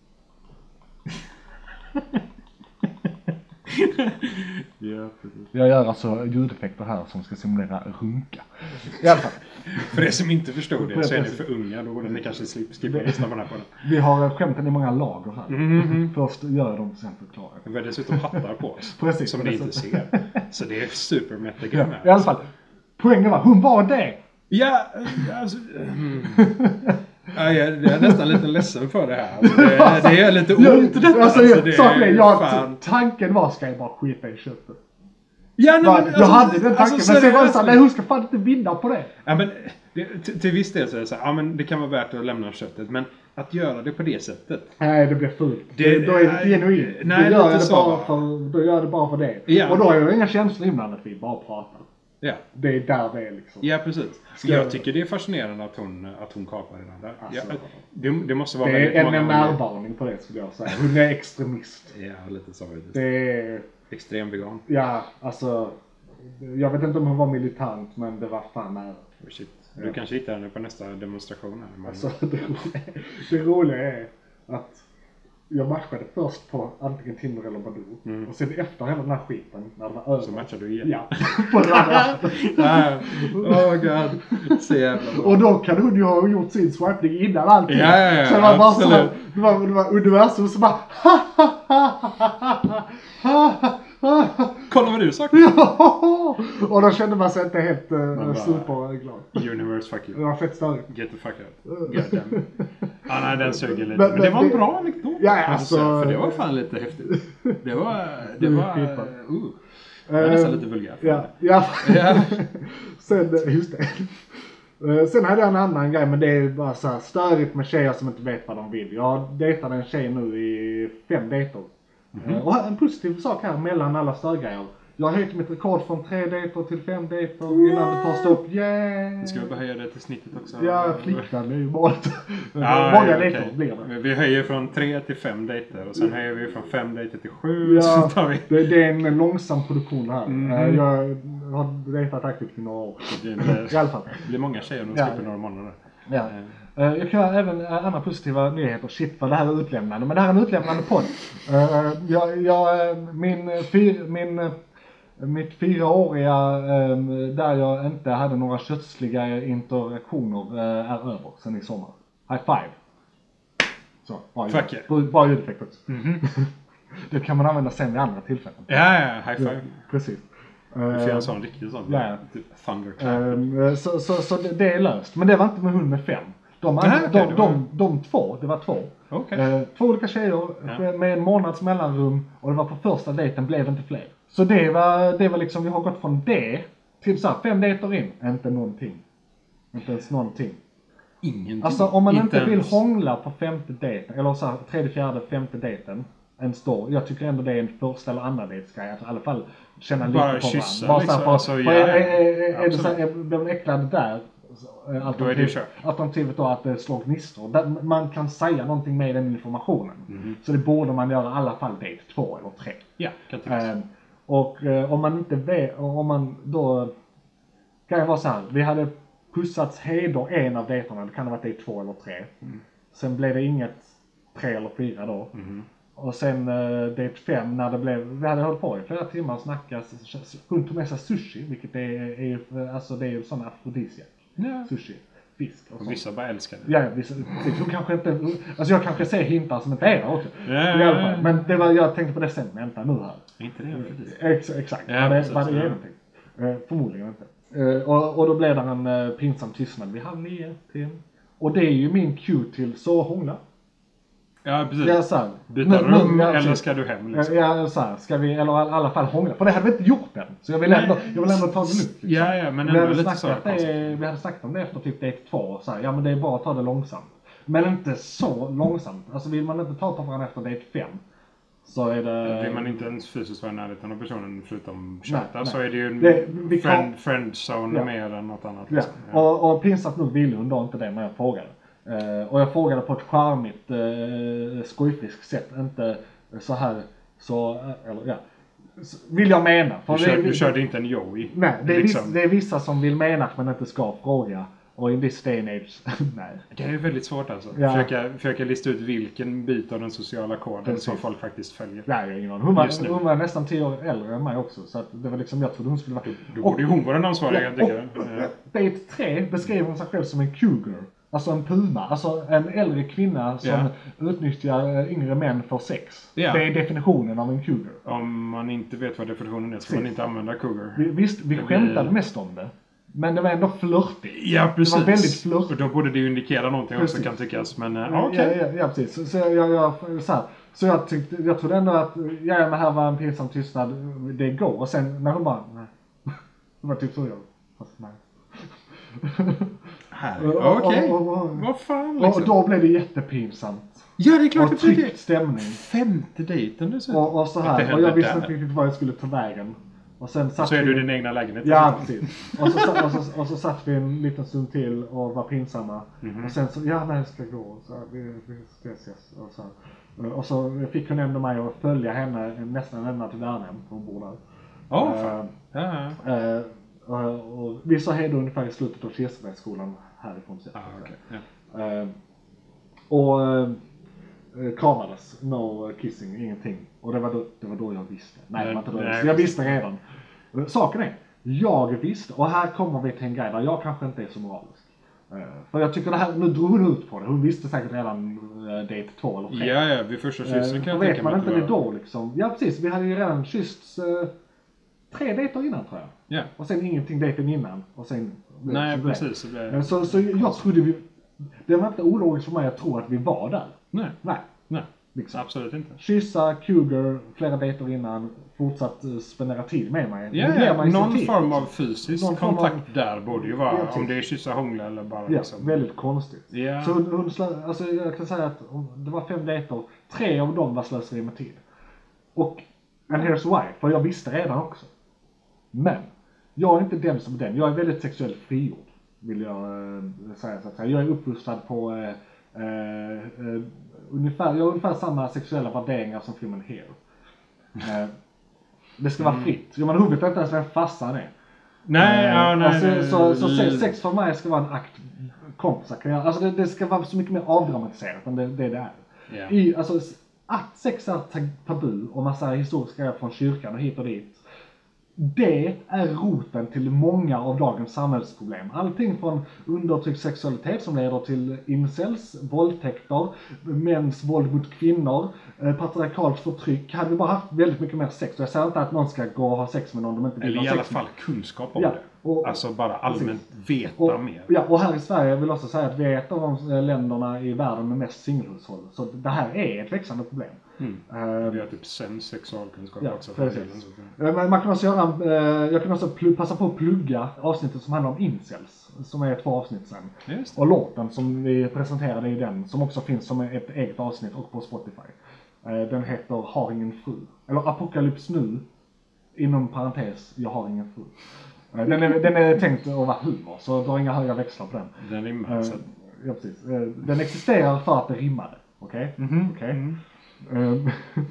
Ja, precis. jag gör alltså ljudeffekter här som ska simulera runka. I alla fall. För er som inte förstod det så är ni Precis. för unga. Då borde ni kanske slippa skippa lyssna på den här podden. Vi har skämten i många lager här. Mm-hmm. Först gör jag dem, sen förklarar jag. Vi har dessutom hattar på oss. Precis, som ni inte precis. ser. Så det är super metagame Ja, här. i alla fall. Poängen var, hon var det! Ja, alltså... Mm. Ja, jag är nästan lite ledsen för det här. Alltså, det, det är lite ont detta. Alltså, alltså, det saken är, jag, fan. tanken var, ska jag bara skita i köttet? Ja, nej, Va, men, jag hade den tanken, alltså, men sen var det seriöst. såhär, nej hon ska fan inte vinna på det. Ja, men det, till, till viss del så är det så här, ja men det kan vara värt att lämna köttet. Men att göra det på det sättet. Nej, det blir fult. Det- Det, då är det inte genuint. nej, Då gör jag lite det så, bara va? för, då gör jag det bara för det. Ja. Och då är det inga känslor inblandat, vi bara pratar. Ja, Det är där det är liksom. ja precis. Ska jag jag- tycker det är fascinerande att hon, att hon kapar redan där. Alltså. Ja, det, det måste vara Det är väldigt en många... närvarning på det skulle jag säga. Hon är extremist. Ja, lite så. Faktiskt. Det är, Extrem vegan. ja alltså. Jag vet inte om hon var militant, men det var fan nära. Oh, shit. Du kanske hittar henne på nästa demonstration här. Men... Alltså, det, roliga, det roliga är att jag matchade först på antingen Tinder eller Badoo. Mm. Och sen efter hela den här skiten, när det var över. Så matchar du igen. Ja, på den andra. Ja. Oh god. Så jävla bra. Och då kan hon ju ha gjort sin swipning innan allting. Ja, ja, ja, så det var bara så här, absolut. det var, det var universum som bara ha ha ha ha ha ha ha. Kolla vad du sagt. Ja! Och då kände man sig inte helt uh, bara- superglad. Universe, fuck Det you. var fett störigt. Get the fuck out. God damn. Ja, nej, den suger lite. Men- Men, men det var en det- bra anekdot. Ja, kan jag alltså- säga, För det var fan lite häftigt. Det var... Det var... skitbra. Uh, det var nästan Eh, lite vulgärt. Ja, ja. Ja. Sen, just det. Eh, Sen hade jag en annan grej, men det är bara så här störigt med tjejer som inte vet vad de vill. Jag dejtade en tjej nu i fem dejter. Eh, Och en positiv sak här mellan alla störgrejer. Jag har höjt mitt rekord från tre dejter till fem dejter innan det tar stopp. Yeah! Ska vi bara höja det till snittet också? Ja, flickvän är ju målet. Ja, Många ja, dejter okej. blir det. Men vi höjer från tre till fem dejter och sen höjer vi från fem dejter till sju. Så Ja, tar vi... det, det är en långsam produktion här. Mhm. Eh, Jag har dejtat aktivt i några år. Det blir, I alla fall. det blir många tjejer om de Ja. slipper några månader. Ja. Eh, Jag kan ha även eh, andra positiva nyheter. Shit vad det här är utlämnande. Men det här är en utlämnande podd. Eh, Jag, jag, eh, min, fyr, min, eh, mitt fyraåriga eh, där jag inte hade några kötsliga interaktioner eh, är över sen i sommar. High five. Så, bra, Fuck ljud. yeah. Bra ljudeffekt också. Det kan man använda sen vid andra tillfällen. Ja, ja, high five. Precis. Vi får göra Eh, en sån riktig sån. Ja, ja. Typ thunderclap. Ehm, Så, så, så det, det är löst. Men det var inte med hund med fem. De, andra, Nej, okej, de, det var- de, de två, det var två. Okej. Eh, två olika tjejer Ja. med en månads mellanrum och det var på första dejten, blev det inte fler. Så det var, det var liksom, vi har gått från det till så här, fem dejter in, inte någonting. Inte ens någonting. Ingenting. Alltså om man inte, vill ens. hångla på femte dejten, eller så här, tredje, fjärde, femte dejten, en stor. Jag tycker ändå det är en första eller andra dejtsgrej, att i alla fall känna lite Bara på kyssa varandra. liksom, Bara alltså, för, ja, för är, är, ja, är, är, det så absolut. här, är, blir man äcklad där, eh, Då är det ju kört. alternativet då att det slår gnistor. Där man kan säga någonting med den informationen. Mhm. Så det borde man göra i alla fall dejt två eller tre. Ja, kan tyckas. Eh, och eh, om man inte vet, om man då, kan det vara så här, vi hade pussats heder en av dejterna, det kan ha varit dejt två eller tre. Mm. Sen blev det inget tre eller fyra då. Mhm. Och sen uh, dejt fem när det blev, vi hade hållit på i flera timmar och snackat. Hon tog med sig sushi, vilket är, är, är alltså det är ju sån afrodisiak. Ja. Sushi, fisk och Och sånt. vissa bara älskar det. Ja, ja, vissa, precis. Hon kanske inte, alltså jag kanske ser hintar som inte är där också. Ja, I alla ja, fall. ja. Men det var, jag tänkte på det sen, vänta nu här. Är inte det afrodisiak? Ex, exakt, Ja, vad det, precis, vad det är ja. någonting. Eh, förmodligen inte. Eh, och, och då blev det en uh, pinsam tystnad vid halv nio till. Och det är ju min cue till så hångla. Ja, precis. Jag sa, Byta nu- nu- rum ja, eller precis. ska du hem Ja, liksom? ja, så här, ska vi, eller i alla fall hångla. För det hade vi inte gjort än. Så jag vill ändå, jag vill ändå ta det lugnt. Liksom. Ja, ja, men vi, ändå hade lite så snackat konstigt. det, vi hade snackat om det efter typ dejt två. Så här, ja men det är bra att ta det långsamt. Men inte så långsamt. Alltså vill man inte ta på varandra efter dejt fem. Så är det... Vill man inte ens fysiskt vara i närheten av personen förutom chatta nej. så är det ju en Det- vi kan- friend, friendzone Ja. mer än något annat. Ja. Liksom. Ja. Och, och pinsamt nog ville hon då inte det när jag frågade. Eh, och jag frågade på ett charmigt, eh, eh, skojfriskt sätt, inte så här så, eller ja, vill jag mena. För Du, kör, det, du körde inte en Joey. nej, det är, liksom. vissa, det är vissa som vill mena att man inte ska fråga. Och in this day and age, nej. Det är väldigt svårt alltså. Ja. Försöka, försöka lista ut vilken bit av den sociala koden Precis. som folk faktiskt följer. Nej, jag har ingen aning. Hon var, Just nu. hon var nästan tio år äldre än mig också. Så att det var liksom, jag trodde hon skulle vara... Då borde ju hon vara den ansvariga, Ja, jag tycker. och, Ja. Date tre beskriver hon sig själv som en cougar. Alltså en puma. Alltså en äldre kvinna som Ja. utnyttjar eh, yngre män för sex. Ja. Det är definitionen av en cougar. Om man inte vet vad definitionen är så får man inte använda cougar. Vi, visst, vi Det skämtade blir- mest om det. Men det var ändå flörtigt. Ja, precis. Det var väldigt flörtigt. Och då borde det ju indikera någonting också, Precis. kan tyckas. Men uh, Ja, okej. ja, ja, precis. Så, så, jag, jag, jag, så, här, så jag tyckte, jag trodde ändå att, ja men här var en pinsam tystnad, det går. Och sen när hon bara, nej. Det var typ så jag, fast nej. Här. Och- Okej. och- och- och- Vad fan Och liksom. då blev det jättepinsamt. Ja, det är klart Och att det är tryckt stämning. femte dejten dessutom. Och, och så Att det här, och händer jag visste där. inte riktigt var jag skulle ta vägen. Och sen satt Så är vi- du i din egna lägenhet. Ja, precis. Och så, sa- och, så, och så satt vi en liten stund till och var pinsamma. Mhm. Och sen så, ja nej jag ska gå. Så här, vi, vi ska ses. Och så, här. Och så fick hon ändå mig att följa henne nästan ända till Värnhem. Hon bor där. Åh, Eh, fan. Ja, ja. eh, och, och vi sa hej då ungefär i slutet av Kirsebergsskolan härifrån. Ah, okej. Ja. Eh, och eh, kramades, no kissing, ingenting. Och det var då, det var då jag visste. Nej, det var inte då jag Nej, visste. Jag visste redan. Saken är, jag visste, och här kommer vi till en grej där jag kanske inte är så moralisk. Eh, för jag tycker det här, nu drog hon ut på det. Hon visste säkert redan uh, date två eller tre. Ja, ja, vid första kyssen Eh, kan och jag vet tänka man mig inte att det var- då liksom. Ja precis, vi hade ju redan kyssts uh, tre dejter innan tror jag. Ja. Och sen ingenting dejten innan. Och sen, Nej, så blev- precis. Så blev... Eh, Så, så jag trodde vi, det var inte ologiskt för mig att tro att vi var där. Nej, Nej, nej. liksom. Absolut inte. Kyssa, cougar, flera dejter innan, fortsatt uh, spendera tid med mig. Ja, Det ger ja. mig sin Någon tid. form av fysisk Någon form av- kontakt där borde ju vara. Ja, typ. Om det är kyssa, hångla eller bara Ja, liksom... väldigt konstigt. Ja. Så hon, hon slö, alltså jag kan säga att om det var fem dejter, tre av dem var slöseri med tid. Och, and here's why, för jag visste redan också. Men, jag är inte den som är den. Jag är väldigt sexuellt frigjord, vill jag äh, säga så att säga. Jag är uppfostrad på äh, äh, ungefär, jag har ungefär samma sexuella värderingar som filmen Hair. Äh, det ska vara Mm. fritt. Jag menar, huvudet vet inte ens vem farsan är. Nej, Eh, ja, nej, alltså, nej, så, så nej. sex, sex för mig ska vara en akt kompisar kan göra. Alltså det, det ska vara så mycket mer avdramatiserat än det det, det är. Ja. I, alltså, att sex är ta- tabu och massa historiska grejer från kyrkan och hit och dit. Det är roten till många av dagens samhällsproblem. Allting från undertryckt sexualitet som leder till incels, våldtäkter, mäns våld mot kvinnor, eh, patriarkalt förtryck. Hade vi bara haft väldigt mycket mer sex, och jag säger inte att någon ska gå och ha sex med någon de inte vill Eller ha i alla sex med. fall kunskap om Ja, det. och- Alltså bara allmänt veta Och, mer. ja, och här i Sverige vill jag också säga att vi är ett av de eh, länderna i världen med mest singelhushåll. Så det här är ett växande problem. Mm. Eh, Vi har typ sen sexualkunskap Ja, också. för precis. delen, så att- Eh, Men man kan också göra, eh, jag kan också pl- passa på att plugga avsnittet som handlar om incels. Som är två avsnitt sen. Just det. Och låten som vi presenterade i den, som också finns som ett eget avsnitt och på Spotify. Eh, Den heter Har ingen fru. Eller Apocalypse nu. Inom parentes, jag har ingen fru. Eh, Den är, den är tänkt att vara humor, så dra inga höga växlar på den. Den rimmar. Eh, så att- Ja, precis. Eh, Den existerar för att det rimmade. Okej? Mhm. Okej? Mm. Ehm,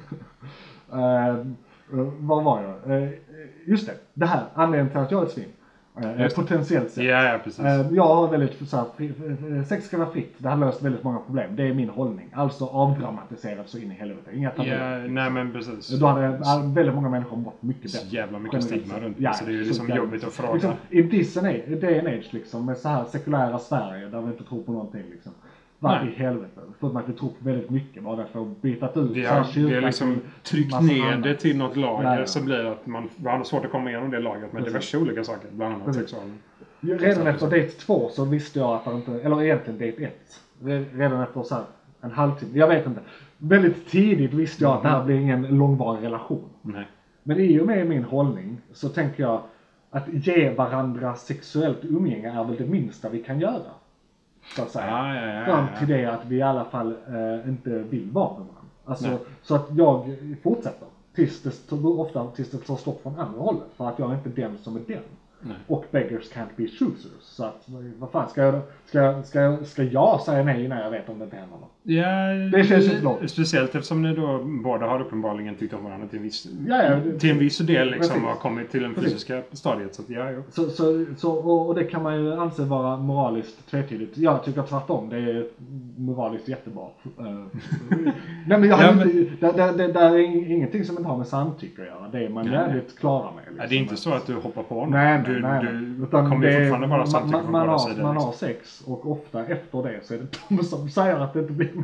ehm, eh, Var var jag? Eh, Just det, det här. Anledningen till att jag är ett svin. Eh, Just det. Potentiellt sett. Ja, ja, precis. Eh, Jag har väldigt så här, fri, eh, sex ska vara fritt. Det har löst väldigt många problem. Det är min hållning. Alltså avdramatiserat så in i helvete. Inga tabu. Ja, nej men precis. Då hade eh, väldigt många människor mått mycket Så bättre. jävla mycket Generellt stigma sett. runt det, Ja, så det är ju liksom jävla- jobbigt att fråga. Liksom, I this and age, day and age liksom, med så här sekulära Sverige där vi inte tror på någonting liksom. Vad Nej. i helvete? Förutom att vi tror på väldigt mycket bara för att byta ut Vi så här har, vi har kyrkan liksom till tryckt massa ner annat. det till något lager Ja, ja. som blir att man man har svårt att komma igenom det lagret med Precis. diverse olika saker, bland annat Precis. sexualen. Redan efter date två så visste jag att det inte, eller egentligen date ett. Redan efter så här en halvtimme, jag vet inte. Väldigt tidigt visste jag att det här blir ingen långvarig relation. Nej. Men i och med min hållning så tänker jag att ge varandra sexuellt umgänge är väl det minsta vi kan göra. Så att säga. Ja, ja, ja, Fram ja. till det att vi i alla fall eh, inte vill vara med varandra. Alltså, Nej. så att jag fortsätter. Tills det, ofta tills det tar stopp från andra hållet. För att jag är inte den som är den. Nej. Och beggars can't be choosers. Så att, vad fan, ska jag, ska, ska, ska jag säga nej när jag vet om det inte händer något? Ja, det känns inte bra. Speciellt eftersom ni då båda har uppenbarligen tyckt om varandra till en viss, ja, ja, det, till en viss del liksom, precis. har kommit till den fysiska stadiet. Så, att, ja, ja. Så, så, så, och, och det kan man ju anse vara moraliskt tvetydigt. Jag tycker tvärtom, det är moraliskt jättebra. Nej, men jag har ja, inte, men... det, det, det är ingenting som inte har med samtycke att göra. Det är man jävligt klara med. Liksom. Ja, det är inte så att du hoppar på honom. Nej, du, nej, du nej. Utan kommer det, fortfarande bara samtycke man, från man, båda har, sidor. man liksom. har sex och ofta efter det så är det de som säger att det inte blir...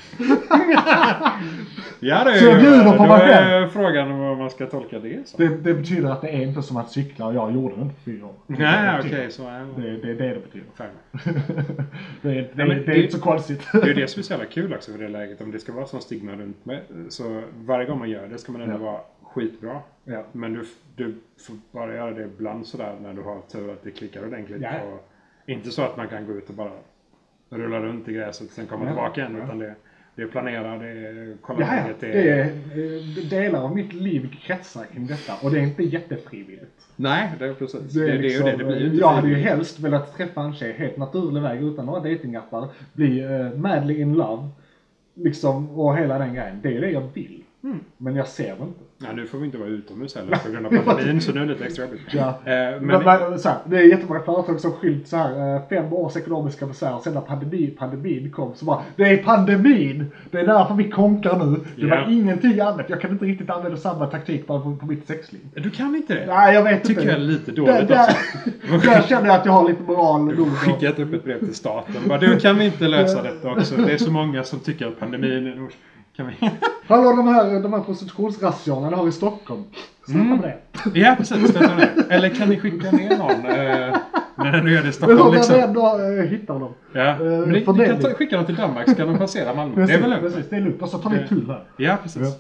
Ja, det är, så jag bjuder på då mig är själv. frågan vad man ska tolka det som. Det, det betyder att det är inte som att cykla och jag gjorde det inte för fyra år. Nej, okej. Okay, så är det. Det är det det betyder. Färg. det är, det, ja, det, det är inte så konstigt. Det är det som är så jävla kul också för det läget. Om det ska vara sån stigma runt med. Så varje gång man gör det ska man ändå ja. vara skitbra. Ja. Men du, du får bara göra det ibland sådär när du har tur att det klickar ordentligt. Ja. Och inte så att man kan gå ut och bara rulla runt i gräset och sen komma ja. tillbaka igen. Ja. Utan det, det är planera, det är kolla ja, läget. Det är, det är delar av mitt liv kretsar kring detta. Och det är inte jättefrivilligt. Nej, det är precis. Det är, det, liksom, det, är det. Det blir ju inte jag hade ju helst velat träffa en tjej helt naturlig väg utan några datingappar. Bli uh, madly in love. Liksom, och hela den grejen. Det är det jag vill. Mm. Men jag ser det inte. Ja, nu får vi inte vara utomhus heller på grund av pandemin så nu är det lite extra jobbigt. Ja. Eh, men men, men, så här, det är jättemånga företag som skylt så här eh, fem års ekonomiska besvär och sen när pandemin, pandemin kom så bara det är pandemin! Det är därför vi konkar nu. Det ja. var ingenting annat. Jag kan inte riktigt använda samma taktik bara på, på mitt sexliv. Du kan inte det? Nej, jag vet tycker inte. Tycker jag är lite dåligt där, också. Där känner jag att jag har lite moral. Du har skickat upp ett brev till staten. Bara, du kan vi inte lösa detta också. Det är så många som tycker att pandemin är... Kan vi... Hallå, de här, de här prostitutionsrazziorna ni har i Stockholm. Släppa mm. med det. Ja, precis. Det. Eller kan ni skicka ner någon eh, när du gör det i Stockholm? Men liksom? Men ändå äh, hittar dem. Ja, äh, men ni, ni kan ta, skicka dem till Danmark så kan de passera Malmö. Precis, det är väl lugnt? Precis, det är lugnt. Och så tar vi tull här. Ja, precis.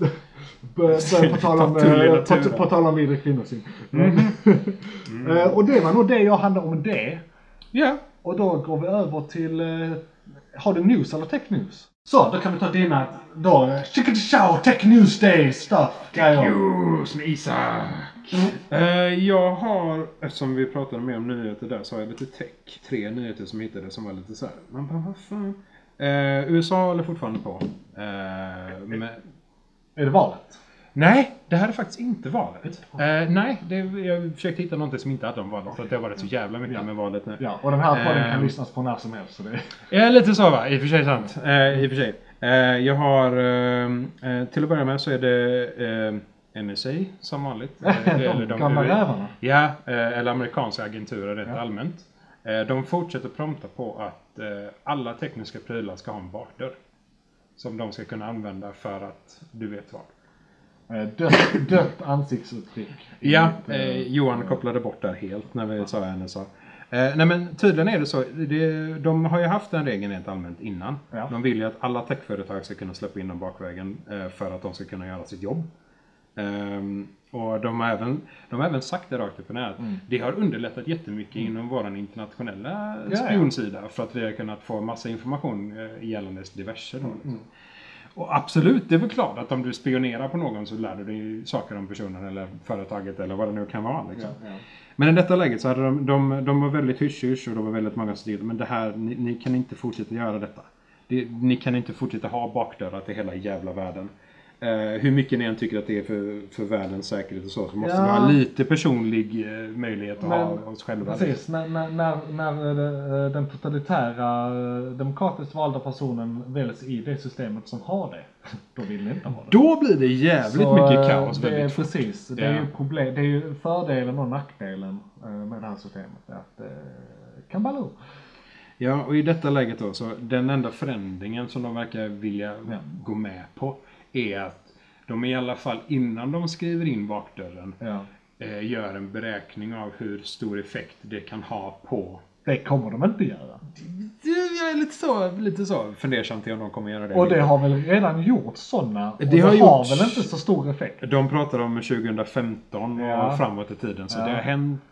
På tal om, på, på tal om vidare kvinnosyn. Mm. Mm. uh, och det var nog det jag hade om det. Ja. Och då går vi över till... Uh, har du news eller tech news? Så, då kan vi ta dina... Då, chicken show, tech news day stuff. Tech news med Isak. Mm. Uh, jag har, eftersom vi pratade mer om nyheter där, så har jag lite tech. Tre nyheter som jag hittade som var lite så här. Man bara, vad fan? Uh, U S A håller fortfarande på. Uh, med... Är det valet? Nej, det här är faktiskt inte valet. Uh, nej, det, jag försökte hitta något som inte hade om valet. För att det har varit så jävla mycket ja. med valet nu. Ja, och den här podden uh, kan lyssnas på när som helst. Så det... Ja, lite så va? I och för sig sant. Uh, I och för sig. Uh, jag har, uh, uh, till att börja med så är det uh, N S A som vanligt. de eller de gamla rävarna. Ja, uh, eller amerikanska agenturer rätt ja. allmänt. Uh, de fortsätter prompta på att uh, alla tekniska prylar ska ha en bakdörr. Som de ska kunna använda för att du vet vad. Dött, dött ansiktsuttryck. Ja, eh, Johan kopplade bort där helt när vi sa N S A. Eh, nej men tydligen är det så. Det, de har ju haft den regeln rent allmänt innan. Ja. De vill ju att alla techföretag ska kunna släppa in dem bakvägen eh, för att de ska kunna göra sitt jobb. Um, och de har, även, de har även sagt det rakt upp och ner. Mm. Det har underlättat jättemycket mm. inom vår internationella ja, spionsida. Ja. För att vi har kunnat få massa information eh, gällande diverse. Mm. Mm. Och absolut, det är väl klart att om du spionerar på någon så lär du dig saker om personen eller företaget eller vad det nu kan vara. Liksom. Ja, ja. Men i detta läget så hade de, de, de var väldigt hysch-hysch och de var väldigt många stil. Men det här, ni, ni kan inte fortsätta göra detta. Det, ni kan inte fortsätta ha bakdörrar till hela jävla världen. Uh, hur mycket ni än tycker att det är för, för världens säkerhet och så, så måste ja. vi ha lite personlig uh, möjlighet att men, ha oss själva. Precis, när, när, när, när den totalitära demokratiskt valda personen väljs i det systemet som har det, då vill ni inte ha det. Då blir det jävligt så, mycket kaos. Det är fort. precis, det är, ja. ju problem, det är ju fördelen och nackdelen med det här systemet, att det kan balla upp. Ja, och i detta läget då, så den enda förändringen som de verkar vilja ja. gå med på är att de i alla fall innan de skriver in bakdörren ja. eh, gör en beräkning av hur stor effekt det kan ha på. Det kommer de inte göra. Jag är lite så, lite så fundersam till om de kommer göra det. Och det har väl redan gjort sådana. Det, det har, har, gjort, har väl inte så stor effekt. De pratar om tjugo femton ja. och framåt i tiden. Så ja. det har hänt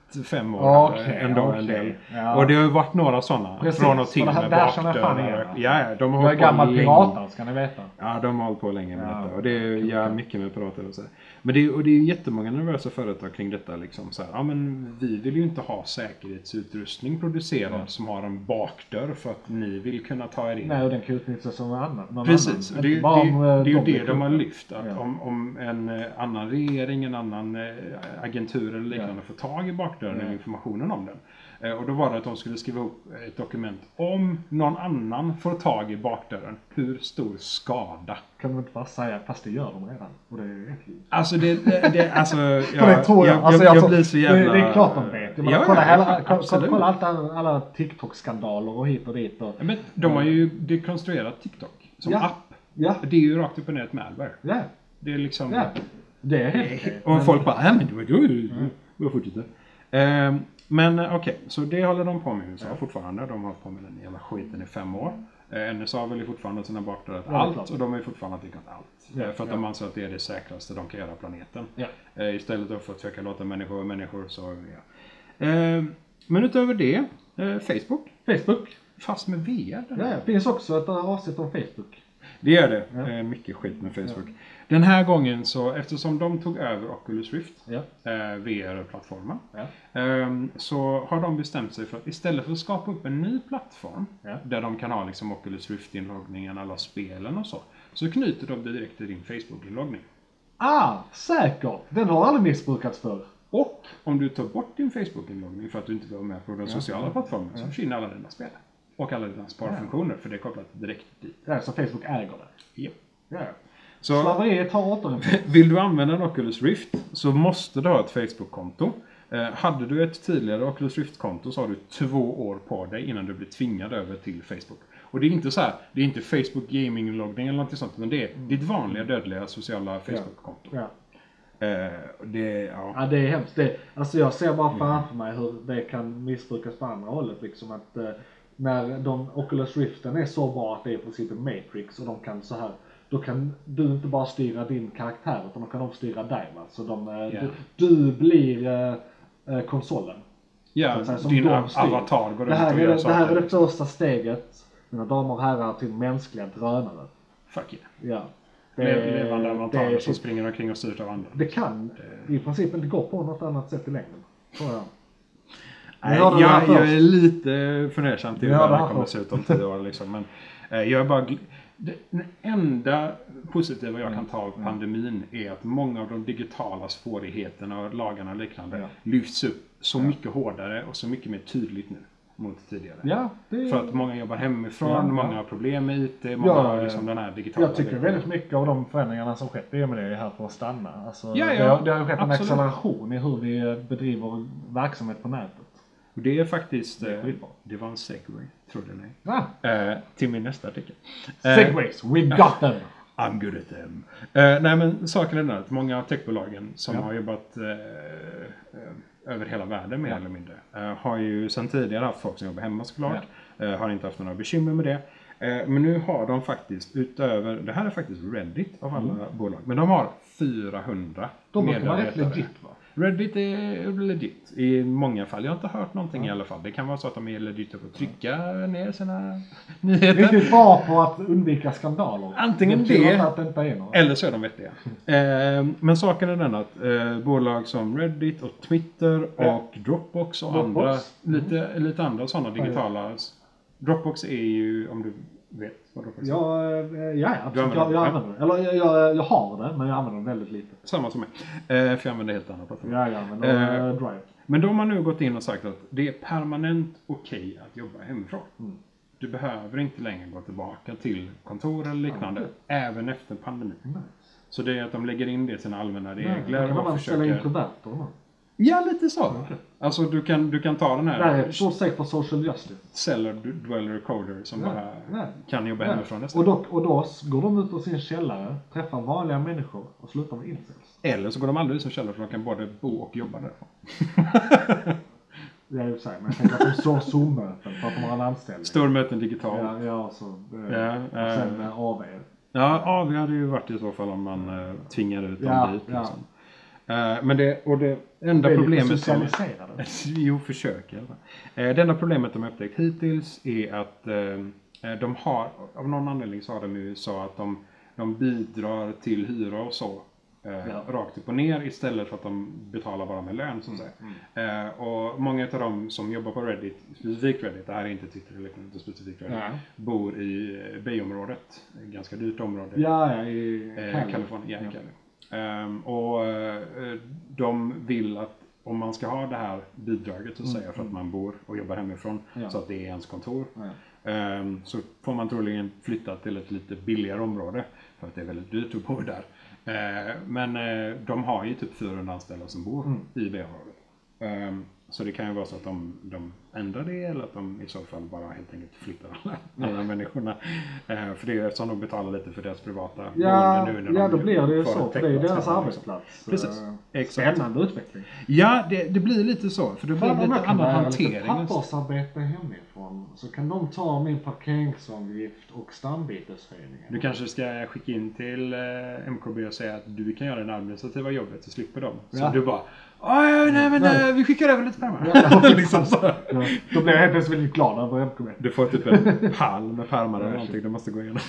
fem år Okay, ändå okay. en del. Ja. Och det har ju varit några sådana. Precis, Från och till det här, med det här känner jag fan bakdörrar. igen. Ja, ja, de har Jag är hållit på gammal länge. piratare, ska ni veta. Ja, de har hållit på länge med Ja, detta. Och det är cool, ja, cool. mycket med pirater och så. Men det är, och det är ju jättemånga nervösa företag kring detta. Liksom så här, ja, men vi vill ju inte ha säkerhetsutrustning producerad Ja. som har en bakdörr för att ni vill kunna ta er in. Nej, och den kan utnyttjas som annan. Någon Precis, annan. och det, är ju- Inte bara det, om, är eh, ju- det är ju de blir det de har kunder. lyft. Att Ja. om, om en eh, annan regering, en annan eh, agentur eller liknande får tag i bakdörren Ja. eller informationen om den. Eh, och då var det att de skulle skriva upp ett dokument. Om någon annan får tag i bakdörren, hur stor skada? Kan man inte bara säga, fast det gör de redan. Och det är egentligen... Alltså det, det, det alltså, jag, För det tror jag. jag, Alltså, jag, jag, jag blir så jävla... det, det är klart de vet. Jag menar, Ja, kolla, ja, hela, ja, kolla, absolut. kolla allt, alla, alla TikTok-skandaler och hit och dit. Och, Ja, men de har ju dekonstruerat TikTok som Ja. app. ja, Det är ju rakt upp och ner ett malware. ja, Det är liksom... ja. Det är helt okej. Och Men- folk bara, nej men det var du, jag fortsätter. Ehm, men eh, okej, så det håller de på med i U S A fortfarande. De har hållit på med den jävla skiten i fem år. Eh, N S A vill ju fortfarande sina bakdörrar till Ja, det är allt klart. och de har ju fortfarande tyckt allt. Ja, Eh, för att ja. de anser att det är det säkraste de kan göra på planeten. Ja. Eh, istället för att försöka låta människor vara människor så ja. Ehm, men utöver det, eh, Facebook. Facebook. Fast med V R. den Ja, här. det finns också ett avsnitt om Facebook. Det gör det. Ja. Eh, mycket skit med Facebook. Den här gången så, eftersom de tog över Oculus Rift, Ja. eh, V R-plattformen, Ja. ehm, så har de bestämt sig för att istället för att skapa upp en ny plattform, Ja. där de kan ha liksom Oculus Rift-inloggningen, alla spelen och så, så knyter de det direkt till din Facebook-inloggning. Ah, säkert. Den har aldrig missbrukats för. Och om du tar bort din Facebook-inloggning för att du inte var med på den sociala plattformen, så försvinner alla dina spel. Och alla dina sparfunktioner, för det är kopplat direkt dit. Ja, så Facebook äger det. Yep. Ja. Så Slaveriet har återhämtat. vill du använda en Oculus Rift så måste du ha ett Facebook-konto. Eh, hade du ett tidigare Oculus Rift-konto så har du två år på dig innan du blir tvingad över till Facebook. Och det är inte så här, det är inte Facebook Gaming-loggning eller något sånt, utan det är ditt vanliga dödliga sociala Facebook-konto. Ja. Eh, det, ja. Ja, det är hemskt. Det, alltså jag ser bara framför mig hur det kan missbrukas på andra hållet. Liksom att eh, när de Oculus Riften är så bra att det är i princip en Matrix och de kan så här. Då kan du inte bara styra din karaktär utan de kan de styra dig. Va? Så de, eh, Ja. du, du blir eh, eh, konsolen. Ja, så att säga, som din de av- styr. avatar går Det runt här, och är, gör det, det här är saker. det första steget, mina damer och herrar, till mänskliga drönare. Fuck yeah. Ja. Le- Levande det, avatarer är- som springer omkring och styrs av andra. det kan i princip inte gå på något annat sätt i längden. Tror jag. Nej, Ni jag, hörde det här jag först. är lite fundersam till Ni hur hörde det det här kommer först. se ut om tio år. Liksom. Men eh, jag är bara gl- det, det enda positiva jag kan ta av pandemin är att många av de digitala svårigheterna och lagarna och liknande Ja. lyfts upp så mycket hårdare och så mycket mer tydligt nu mot tidigare. Ja, det, För att många jobbar hemifrån, Ja, ja. många har problem med I T, många Ja, har liksom den här digitala... jag tycker biten. väldigt mycket av de förändringar som skett i och med det är här för att stanna. Alltså, Ja, ja, det, har, det har skett en absolut. acceleration i hur vi bedriver verksamhet på nätet. Och det är faktiskt... Det är eh, skitbra. det var en segway, tror du nej. Ah, Eh, till min nästa artikel. Eh, segways, we got them! I'm good at them. Eh, nej men saken är den att många av techbolagen som Ja. har jobbat eh, eh, över hela världen mer eller mindre eh, har ju sedan tidigare haft folk som jobbar hemma såklart. Eh, har inte haft några bekymmer med det. Eh, men nu har de faktiskt utöver, det här är faktiskt Reddit av alla bolag, men de har fyrahundra De brukar vara rätt medarbetare. legit va? Reddit är legit i många fall. Jag har inte hört någonting i alla fall. Det kan vara så att de är legit på att trycka ner sina nyheter. Riktigt bra på att undvika skandaler. Antingen betyder det, inte att det inte är något. eller så är de vettiga. Eh, men saken är den att eh, bolag som Reddit och Twitter och Dropbox och Dropbox. andra, lite, lite andra sådana digitala. Dropbox är ju, om du vet vad Dropbox är. Ja, eh, ja, ja Du absolut. använder Jag, jag det? använder det. Eller jag, jag, jag har det, men jag använder det väldigt lite. Samma som mig. Eh, för jag använder helt andra plattformar. Ja, jag använder Eh, eh, Drive. Men de har nu gått in och sagt att det är permanent okej att jobba hemifrån. Mm. Du behöver inte längre gå tillbaka till kontor eller liknande, även efter pandemin. Nice. Så det är att de lägger in det i sina allmänna Nej, regler då kan och man ställa försöker... introverter. va? Ja, lite så. Alltså du kan, du kan ta den Det här är här ett stort steg för social justice. seller, dweller, coder som Nej, bara nej. kan jobba Ja. hemifrån nästan. Och då, och då går de ut ur sin källare, träffar vanliga människor och slutar med incels. Eller så går de aldrig ut som källor för de kan både bo och jobba därifrån. Det är ju så här, men jag tänker att de står Zoom-möten för att de har en anställning. Stormöten digitalt. Ja, ja, så. eh, Ja, och eh. sen eh, A V. Ja, ja, vi hade ju varit i så fall om man uh, tvingar ut dem Ja, dit. ja. Liksom. Uh, men det, och det enda det är problemet... lite socialiserade. jo, försök i alla fall. Uh, det enda problemet de har upptäckt hittills är att uh, de har, av någon anledning så har de i U S A att de, de bidrar till hyra och så. Uh, ja. Rakt upp och ner istället för att de betalar bara med lön så att säga. Mm. Uh, och många av dem som jobbar på Reddit, specifikt Reddit, det här är inte Twitter eller inte specifikt Reddit, ja. bor i Bay-området, ganska dyrt område. Ja, ja i uh, Kalifornien. Ja, ja. Um, och uh, de vill att om man ska ha det här bidraget så att säga, mm. för att man bor och jobbar hemifrån ja. så att det är ens kontor. Ja. Um, så får man troligen flytta till ett lite billigare område för att det är väldigt dyrt att bo där. Uh, men uh, de har ju typ fyrahundra anställda som bor mm. i B-området. Um, så det kan ju vara så att de, de ändrar det eller att de i så fall bara helt enkelt flyttar alla, alla mm. människorna. Uh, för det är eftersom de betalar lite för deras privata ja, boende nu. När ja, de då blir det ju så. För det är ju deras arbetsplats. Precis. Uh, Spännande utveckling. Ja, det, det blir lite så. För det blir Fan, lite annan hantering. Lite pappersarbete hemifrån. Så kan de ta min parkeringsavgift och stambytesföreningen. Du kanske ska skicka in till eh, M K B och säga att du kan göra det administrativa jobbet så slipper de. Så ja. du bara, åh nej men nej. vi skickar över lite pärmar. Ja, liksom så. Ja. Då blir jag helt plötsligt väldigt glad över M K B. Du får typ en pall med pärmar eller någonting du måste gå igenom.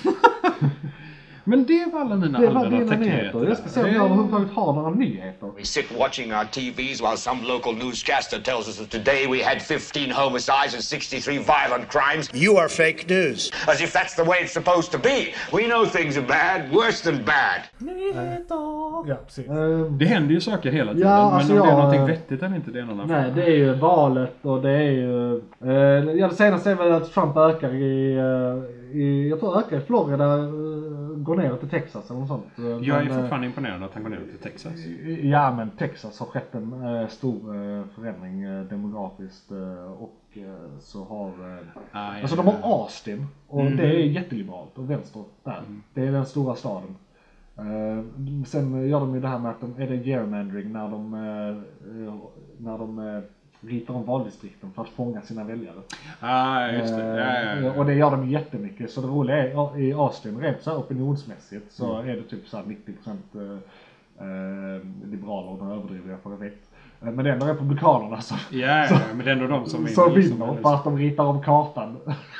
Men det var alla mina det var allmänna dina nyheter. Jag ska se om jag överhuvudtaget har några nyheter. We sit watching our T Vs while some local newscaster tells us that today we had fifteen homicides and sixty-three violent crimes. You are fake news. As if that's the way it's supposed to be. We know things are bad, worse than bad. Nyheter. Ja, precis. Det händer ju saker hela tiden. Ja, men alltså om det är jag, någonting vettigt eller inte, det är någon nej, affär. Det är ju valet och det är ju... Eh, ja, det senaste är väl att Trump ökar i... i jag tror ökar i Florida, går ner till Texas eller något sånt. Jag är men, fortfarande imponerad att han går ner till Texas. Ja, men Texas har skett en äh, stor äh, förändring äh, demografiskt äh, och äh, så har... Äh, ah, ja, alltså de har Austin och mm. det är jätteliberalt och vänster där. Mm. Det är den stora staden. Uh, sen gör de ju det här med att de, är det gerrymandering när de, uh, när de uh, ritar om valdistrikten för att fånga sina väljare. Ah, just det. Ja, ja, ja. Och det gör de jättemycket. Så det roliga är i Austin, rent så här opinionsmässigt, så mm. är det typ så här nittio procent uh, uh, liberaler, och då överdriver jag för att vet. Uh, men det är ändå republikanerna som, ja, ja, så, men det är ändå de som, som vinner för att de ritar om kartan.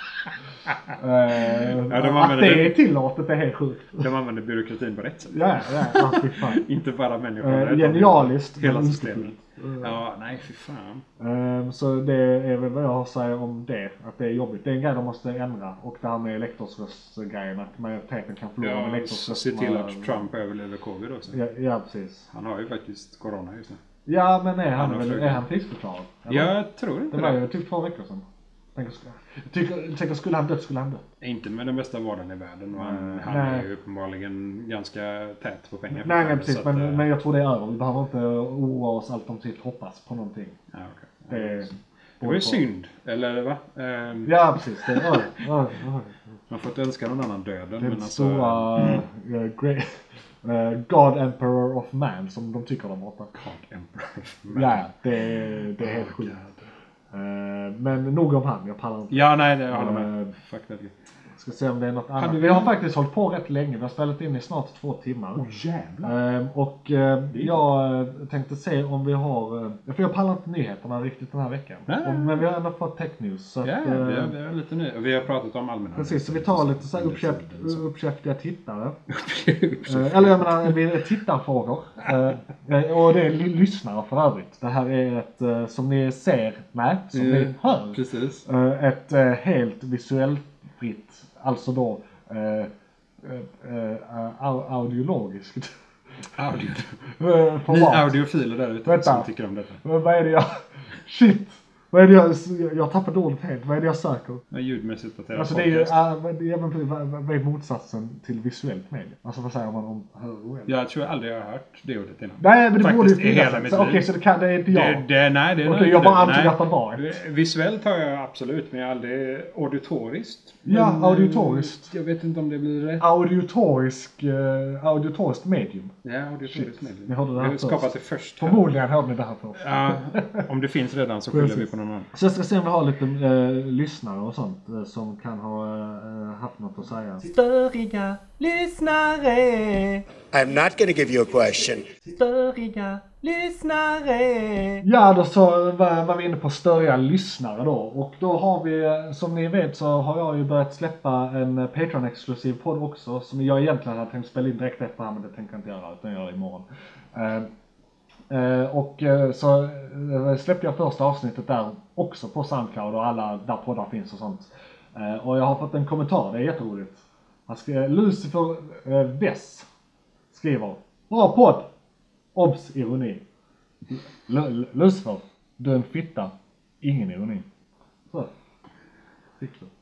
uh, ja, de att det, det är tillåtet är helt sjukt. De använder byråkratin på rätt sätt. Ja, ja, ja, fy fan. Inte bara människor. Uh, genialiskt. Hela systemet. Uh, ja, nej fy fan. Uh, så det är väl vad jag har att säga om det. Att det är jobbigt. Det är en grej de måste ändra. Och det här med elektorsröstgrejen. Att majoriteten kan förlora ja, elektorsröst. Se till att Trump överlever covid också. Ja, ja, precis. Han har ju faktiskt corona just nu. Ja, men är han, han väl, är han friskförklarad? Jag tror inte det. Det var ju typ två veckor sedan. Jag tycker, tycker skulle han dött, skulle han dött. Inte med den bästa vården i världen. Och han, han är ju uppenbarligen ganska tät på pengar. Nej, nej precis. Men, att, men jag tror det är över. Vi behöver inte oroa oss allt om typ hoppas på någonting. Ja, okay. Det, ja, det var ju synd. Eller va? Um, ja, precis. Det är över. över, över. Man får inte önska någon annan döden. Den men alltså, stora mm. uh, great, uh, God Emperor of Man som de tycker de hatar. God Emperor of Man. Ja, det, det är helt oh, sjukt. Uh, men nog om han, jag pallar inte. Ja, nej, det jag håller med. Uh, Fuck that. Ska se om det är något annat. Vi har faktiskt hållit på rätt länge. Vi har spelat in i snart två timmar. Åh oh, jävlar. Uh, och uh, jag tänkte se om vi har... Uh, för jag pallar inte nyheterna riktigt den här veckan. Och, men vi har ändå fått tech news. Så ja, att, uh, uh, vi, har, vi har lite ny. Vi har pratat om allmänna. Precis, så vi tar lite så här uppkäft, uppkäftiga tittare. uh, eller jag menar, vi är tittarfrågor. Uh, och det är lyssnare för övrigt. Det här är ett, uh, som ni ser, nej, som mm, ni hör. Precis. Uh, ett uh, helt visuellt fritt. Alltså då eh, eh, eh, audiologiskt. Audio. uh, Ni audiofiler där ute som tycker om detta. Vad är det jag... Shit! Vad är det jag... Jag tappade ordet helt. Vad är det jag söker? Ja, ljudmässigt på alltså det är ju... Äh, vad är motsatsen till visuellt media? Alltså vad säger man om hör och el? Jag tror aldrig jag har hört det ordet innan. Nej, men det borde ju finnas. Okej, okay, så det, kan, det är inte jag. Det, det, nej, det är okay, jag bara antog att det var ett. Visuellt har jag absolut, men jag aldrig auditoriskt. Ja, men, auditoriskt. Jag vet inte om det blir rätt. Auditorisk, uh, auditoriskt medium. Ja, auditoriskt medium. Ni hörde det här vi har skapat det först. Förmodligen hörde ni det här först. Ja, om det finns redan så skyller vi på någon annan. Så jag ska se om vi har lite eh, lyssnare och sånt eh, som kan ha eh, haft något att säga. Störiga lyssnare! I'm not going to give you a question. Störiga lyssnare! Ja, då så var, var vi inne på störiga lyssnare då. Och då har vi, som ni vet så har jag ju börjat släppa en Patreon-exklusiv podd också. Som jag egentligen hade tänkt spela in direkt efter här, men det tänker jag inte göra, utan jag gör det imorgon. Uh, Uh, och uh, så uh, släppte jag första avsnittet där också på Soundcloud och alla där poddar finns och sånt. Uh, och jag har fått en kommentar, det är jätteroligt. Han skrev, Lucifer uh, Vess skriver, bra podd! Obs, ironi. L- L- Lucifer, du är en fitta. Ingen ironi. Så. Fick du.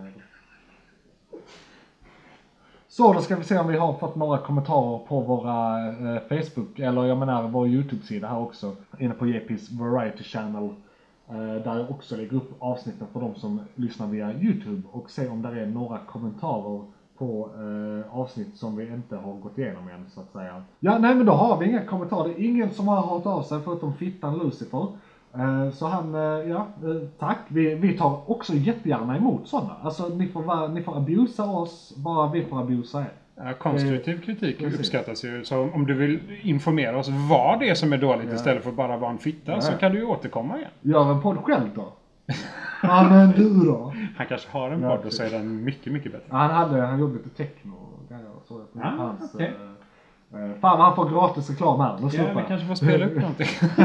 Så då ska vi se om vi har fått några kommentarer på våra eh, Facebook, eller jag menar vår YouTube-sida här också, inne på J P's Variety Channel, eh, där jag också lägger upp avsnitten för de som lyssnar via YouTube, och se om det är några kommentarer på eh, avsnitt som vi inte har gått igenom än, så att säga. Ja, nej men då har vi inga kommentarer, det är ingen som har hört av sig förutom fittan Lucifer. Uh, så han, uh, ja, uh, tack. Vi, vi tar också jättegärna emot sådana. Alltså ni får, vara, ni får abusa oss, bara vi får abusa er. Ja, konstruktiv uh, kritik precis. Uppskattas ju. Så om du vill informera oss vad det är som är dåligt ja. istället för bara vara en fitta, ja. så kan du ju återkomma igen. Gör en podd själv då. Ja men du då? Han kanske har en ja, podd och så är den mycket, mycket bättre. Ja, han, hade, han gjorde lite techno och grejer och så. Ah, hans, okay. uh, uh, fan han får gratis reklam här. Nu ja, vi kanske får spela upp någonting.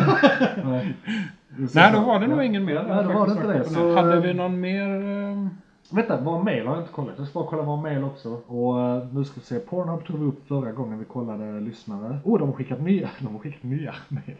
Nej, då var det nog ingen mer. Ja, då var det inte det. Så, hade vi någon mer... Um... Vänta, vår mail har jag inte kollat. Jag ska bara kolla vår mail också. Och uh, nu ska vi se. Pornhub tog vi upp förra gången vi kollade lyssnare. Oh, de har skickat nya. De har skickat nya mail.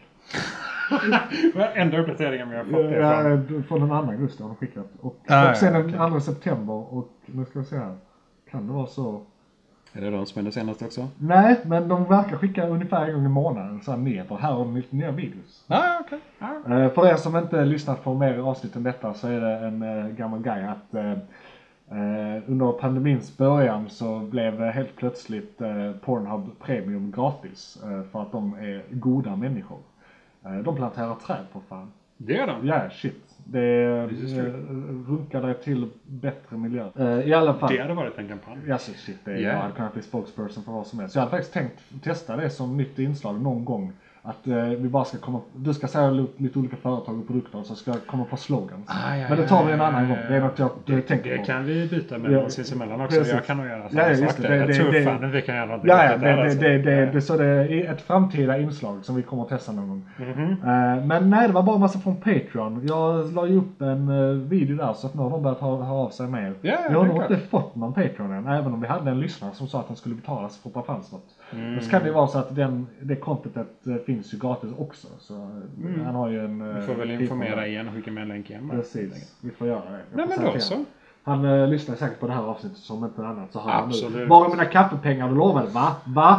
Enda uppdateringen vi har fått det ja, från. Från den andra augusti har de skickat. Och, ah, och sen ja, den okay. andra september. Och nu ska vi se här. Kan det vara så? Är det de som är det senaste också? Nej, men de verkar skicka ungefär en gång i månaden så här nyheter. Här har de lite nya videos. Ah, okej. Okay. Ah. För er som inte lyssnat på mer avsnitt än detta så är det en uh, gammal grej att uh, uh, under pandemins början så blev helt plötsligt uh, Pornhub Premium gratis uh, för att de är goda människor. Uh, de planterar träd på fan. Det är de? Ja, yeah, shit. Det uh, runkar det till bättre miljö. Uh, I alla fall. Det hade varit en kampanj. Ja, så shit. Det, yeah. Jag hade kunnat bli spokesperson för vad som helst. Så jag hade faktiskt tänkt testa det som nytt inslag någon gång. Att eh, vi bara ska komma, du ska säga lite, lite olika företag och produkter och så ska jag komma på slogans. Ah, ja, men det tar vi en annan ja, gång. Det är något jag det, tänker det på. Det kan vi byta med ja, oss sinsemellan också. Precis. Jag kan nog göra samma ja, sak det, det, Jag det, tror det, fan att vi kan göra något. Ja, ja det, där, det, alltså. det, det, det, så det är ett framtida inslag som vi kommer att testa någon gång. Mm-hmm. Uh, men nej, det var bara en massa från Patreon. Jag la ju upp en uh, video där så att nu har de börjat ha, ha av sig mer. Ja, jag har nog inte fått någon Patreon än, även om vi hade en lyssnare som sa att den skulle betalas för att det fanns något. Mm. Men så kan det vara så att den, det contentet uh, finns ju gratis också. Så mm. han har ju en... Vi får väl informera igen och skicka med en länk igen. Precis, vi får göra det. Nej men då så. Han uh, lyssnar säkert på det här avsnittet som inte annat. Så han absolut. Var är mina kaffepengar du lovade? Va? Va?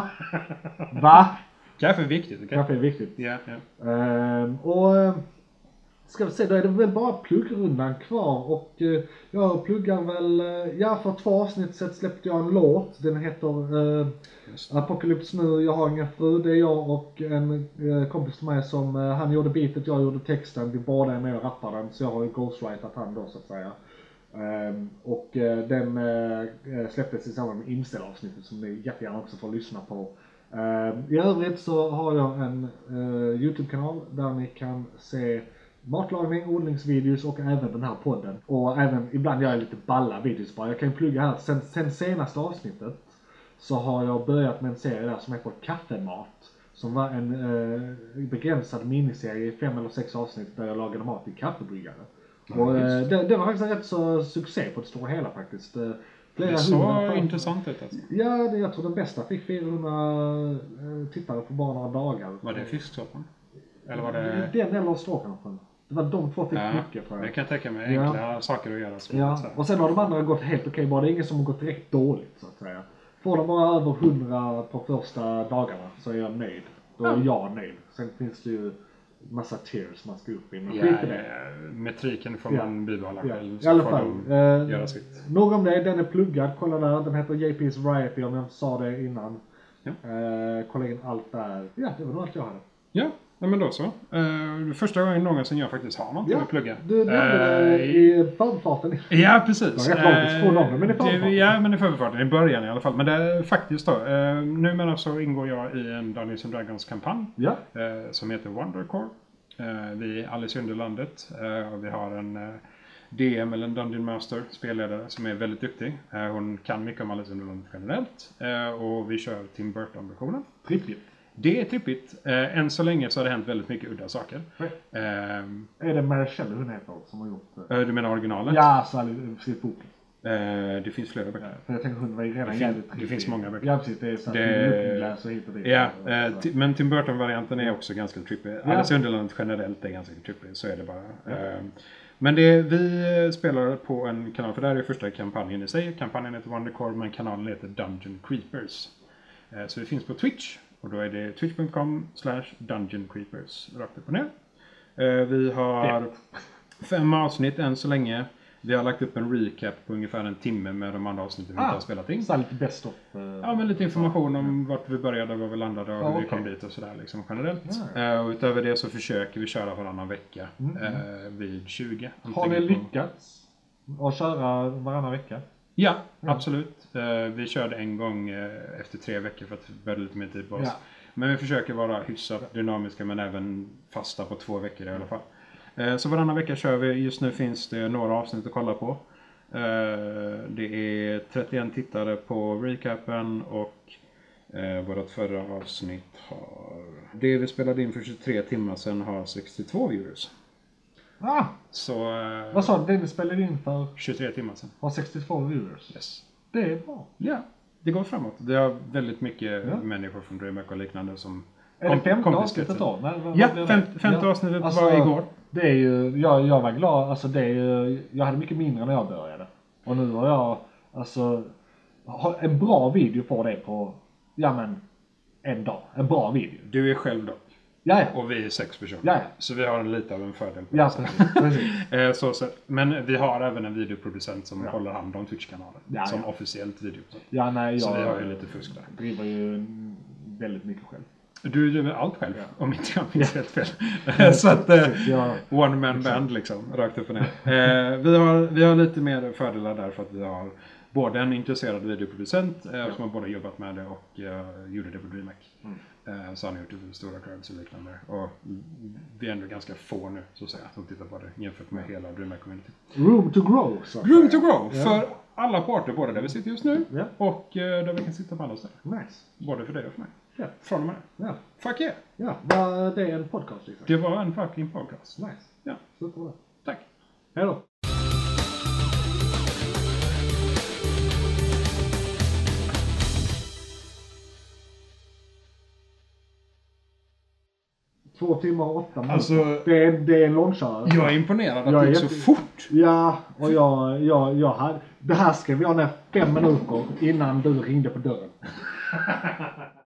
Va? Kaffe är viktigt. Okay? Kaffe är viktigt. Ja, ja. Uh, och uh, ska vi se, då är det väl bara pluggrundan kvar. Och uh, jag pluggar väl, uh, ja för två avsnitt så släppte jag en låt. Den heter uh, Apocalypse nu, jag har ingen fru. Det är jag och en uh, kompis till mig som, uh, han gjorde beatet, jag gjorde texten. Vi båda är med och rappar den, så jag har ju ghostwritat han då så att säga. Um, och uh, den uh, släpptes i samband med inställ-avsnittet som ni jättegärna också får lyssna på. Uh, I övrigt så har jag en uh, YouTube-kanal där ni kan se matlagning, odlingsvideos och även den här podden. Och även ibland gör jag lite balla videos bara. Jag kan ju plugga här. Sen, sen senaste avsnittet så har jag börjat med en serie där som heter Kaffemat. Som var en uh, begränsad miniserie i fem eller sex avsnitt där jag lagade mat i kaffebryggare. Ja, och uh, det, det var faktiskt en rätt så succé på det stora hela faktiskt. Uh, Flera det så intressant ut alltså. Ja, det, jag tror den bästa fick fyrahundra uh, tittare på bara några dagar. Var det fisksoppan? Eller var det... Den eller stroganoffen. Det var de två fick ja, mycket tror jag. Det kan jag tänka mig. Enkla ja. saker att göra. Så ja. Och sen har de andra gått helt okej. Okay. Bara det är ingen som har gått direkt dåligt så att säga. Får de bara över hundra på första dagarna så är jag nöjd. Då är jag nöjd. Sen finns det ju massa tiers man ska upp i. Men ja, skit i ja, det. Metriken får ja. man bibehålla ja. själv. I alla fall. Eh, göra sitt. Nog om det. Den är pluggad. Kolla där. Den heter J P's Variety om jag sa det innan. Ja. Eh, kolla in allt där. Ja, det var nog allt jag hade. Ja, Ja, men då så. Uh, första gången någonsin jag faktiskt har någonting Ja, att plugga. du nämnde det Uh, i förbifarten. Ja, precis. Det var rätt långt ifrån dem, men i förbifarten. Ja, men i förbifarten. I början i alla fall. Men det är faktiskt då. Uh, numera så ingår jag i en Dungeons and Dragons-kampanj. Ja. Uh, som heter Wondercore. Uh, vi är Alice i Underlandet. Uh, och vi har en uh, D M eller en Dungeon Master, spelledare, som är väldigt duktig. Uh, hon kan mycket om Alice i Underlandet generellt. Uh, och vi kör Tim Burton-versionen. Trippigt. Det är trippigt. Uh, än så länge så har det hänt väldigt mycket udda saker. Nej. Uh, Är det Mary Shelley hon heter som har gjort det? uh, du menar originalet? Ja, så har skrivit boken. Uh, det finns flera böcker. Ja, för jag tänker hon var ju redan Det, jävligt fin- det trippig. finns många böcker. Ja, precis. Det är så att Det- det... läser hit och dit. Ja, Och eh, så. ti- men Tim Burton-varianten är också ganska trippig. Alice i Underlandet generellt är ganska trippig, så är det bara. Eh, Men det, vi spelar på en kanal, för det här är första kampanjen i sig. Kampanjen heter Wondercore, men kanalen heter Dungeon Creepers. Eh, Så vi finns på Twitch, och då är det twitch dot com slash dungeon creepers, rakt upp och ner. Eh, Vi har fem avsnitt än så länge. Vi har lagt upp en recap på ungefär en timme med de andra avsnitten vi inte har spelat in. Så här lite best of. eh, Ja, men lite information om vart vi började, var vi landade och Ja, hur vi okej. kom dit och sådär liksom generellt. Ja. Eh, och utöver det så försöker vi köra varannan vecka eh, vid tjugo. Har ni Antingen på- lyckats att köra varannan vecka? Ja, absolut. Eh, vi körde en gång eh, efter tre veckor för att vi började lite mer tid på oss. Ja. Men vi försöker vara hyfsat dynamiska, men även fasta på två veckor i alla fall. Eh, så varannan vecka kör vi. Just nu finns det några avsnitt att kolla på. Eh, det är trettioen tittare på recapen, och eh, vårt förra avsnitt har... Det vi spelade in för tjugotre timmar sedan har sextiotvå viewers. Ah, Så... Eh, vad sa du? Det ni spelade in för tjugotre timmar sedan. har sextiotvå viewers. Yes. Det är bra. Ja, det går framåt. Det är väldigt mycket Ja. människor från DreamHack och liknande som... Är det kom- femte kompiskretsen. avsnittet då? Nej, vad- Ja, vad blir det? fem- femte Ja. avsnittet Alltså, var igår. Det är ju, jag, jag var glad, alltså det är ju, jag hade mycket mindre när jag började. Och nu har jag, alltså, har en bra video på det på, ja men, en dag. En bra video. Du är själv dock. Ja, ja. Och vi är sex personer. Ja, ja. Så vi har en lite av en fördel på Ja, det sättet. precis. precis. Eh, så, så, men vi har även en videoproducent som Ja. håller hand om Twitch-kanalen. Ja, som ja. officiellt videoproducent. Ja, nej, Så jag vi har ju lite fusk där. driver ju väldigt mycket själv. Du driver allt själv, Ja. om inte jag minns rätt fel. Så att, eh, Ja. one man band liksom, rakt upp och ner. Eh, vi, har, vi har lite mer fördelar där för att vi har både en intresserad videoproducent eh, som har både jobbat med det och eh, gjorde det på DreamHack. Mm. Eh, så han har gjort det för stora crowds och liknande. Och vi är ändå ganska få nu, så att säga, som tittar på det jämfört med hela DreamHack-community. Room to grow. Så att Room säga. to grow! Ja. För alla parter, både där vi sitter just nu Ja. och eh, där vi kan sitta på andra ställen. Nice. Både för dig och för mig. Ja. Från och med. Ja. Fuck yeah! Ja, var det en podcast liksom? Det var en fucking podcast. Nice. Ja, Sluta med det. tack. Hej då. Två timmar och åtta minuter. Alltså- det, är, det är en långkörare. Jag är imponerad att Jag det är gick så jätte- fort. Ja, och jag, jag, jag hade... Det här skrev jag ner fem minuter innan du ringde på dörren.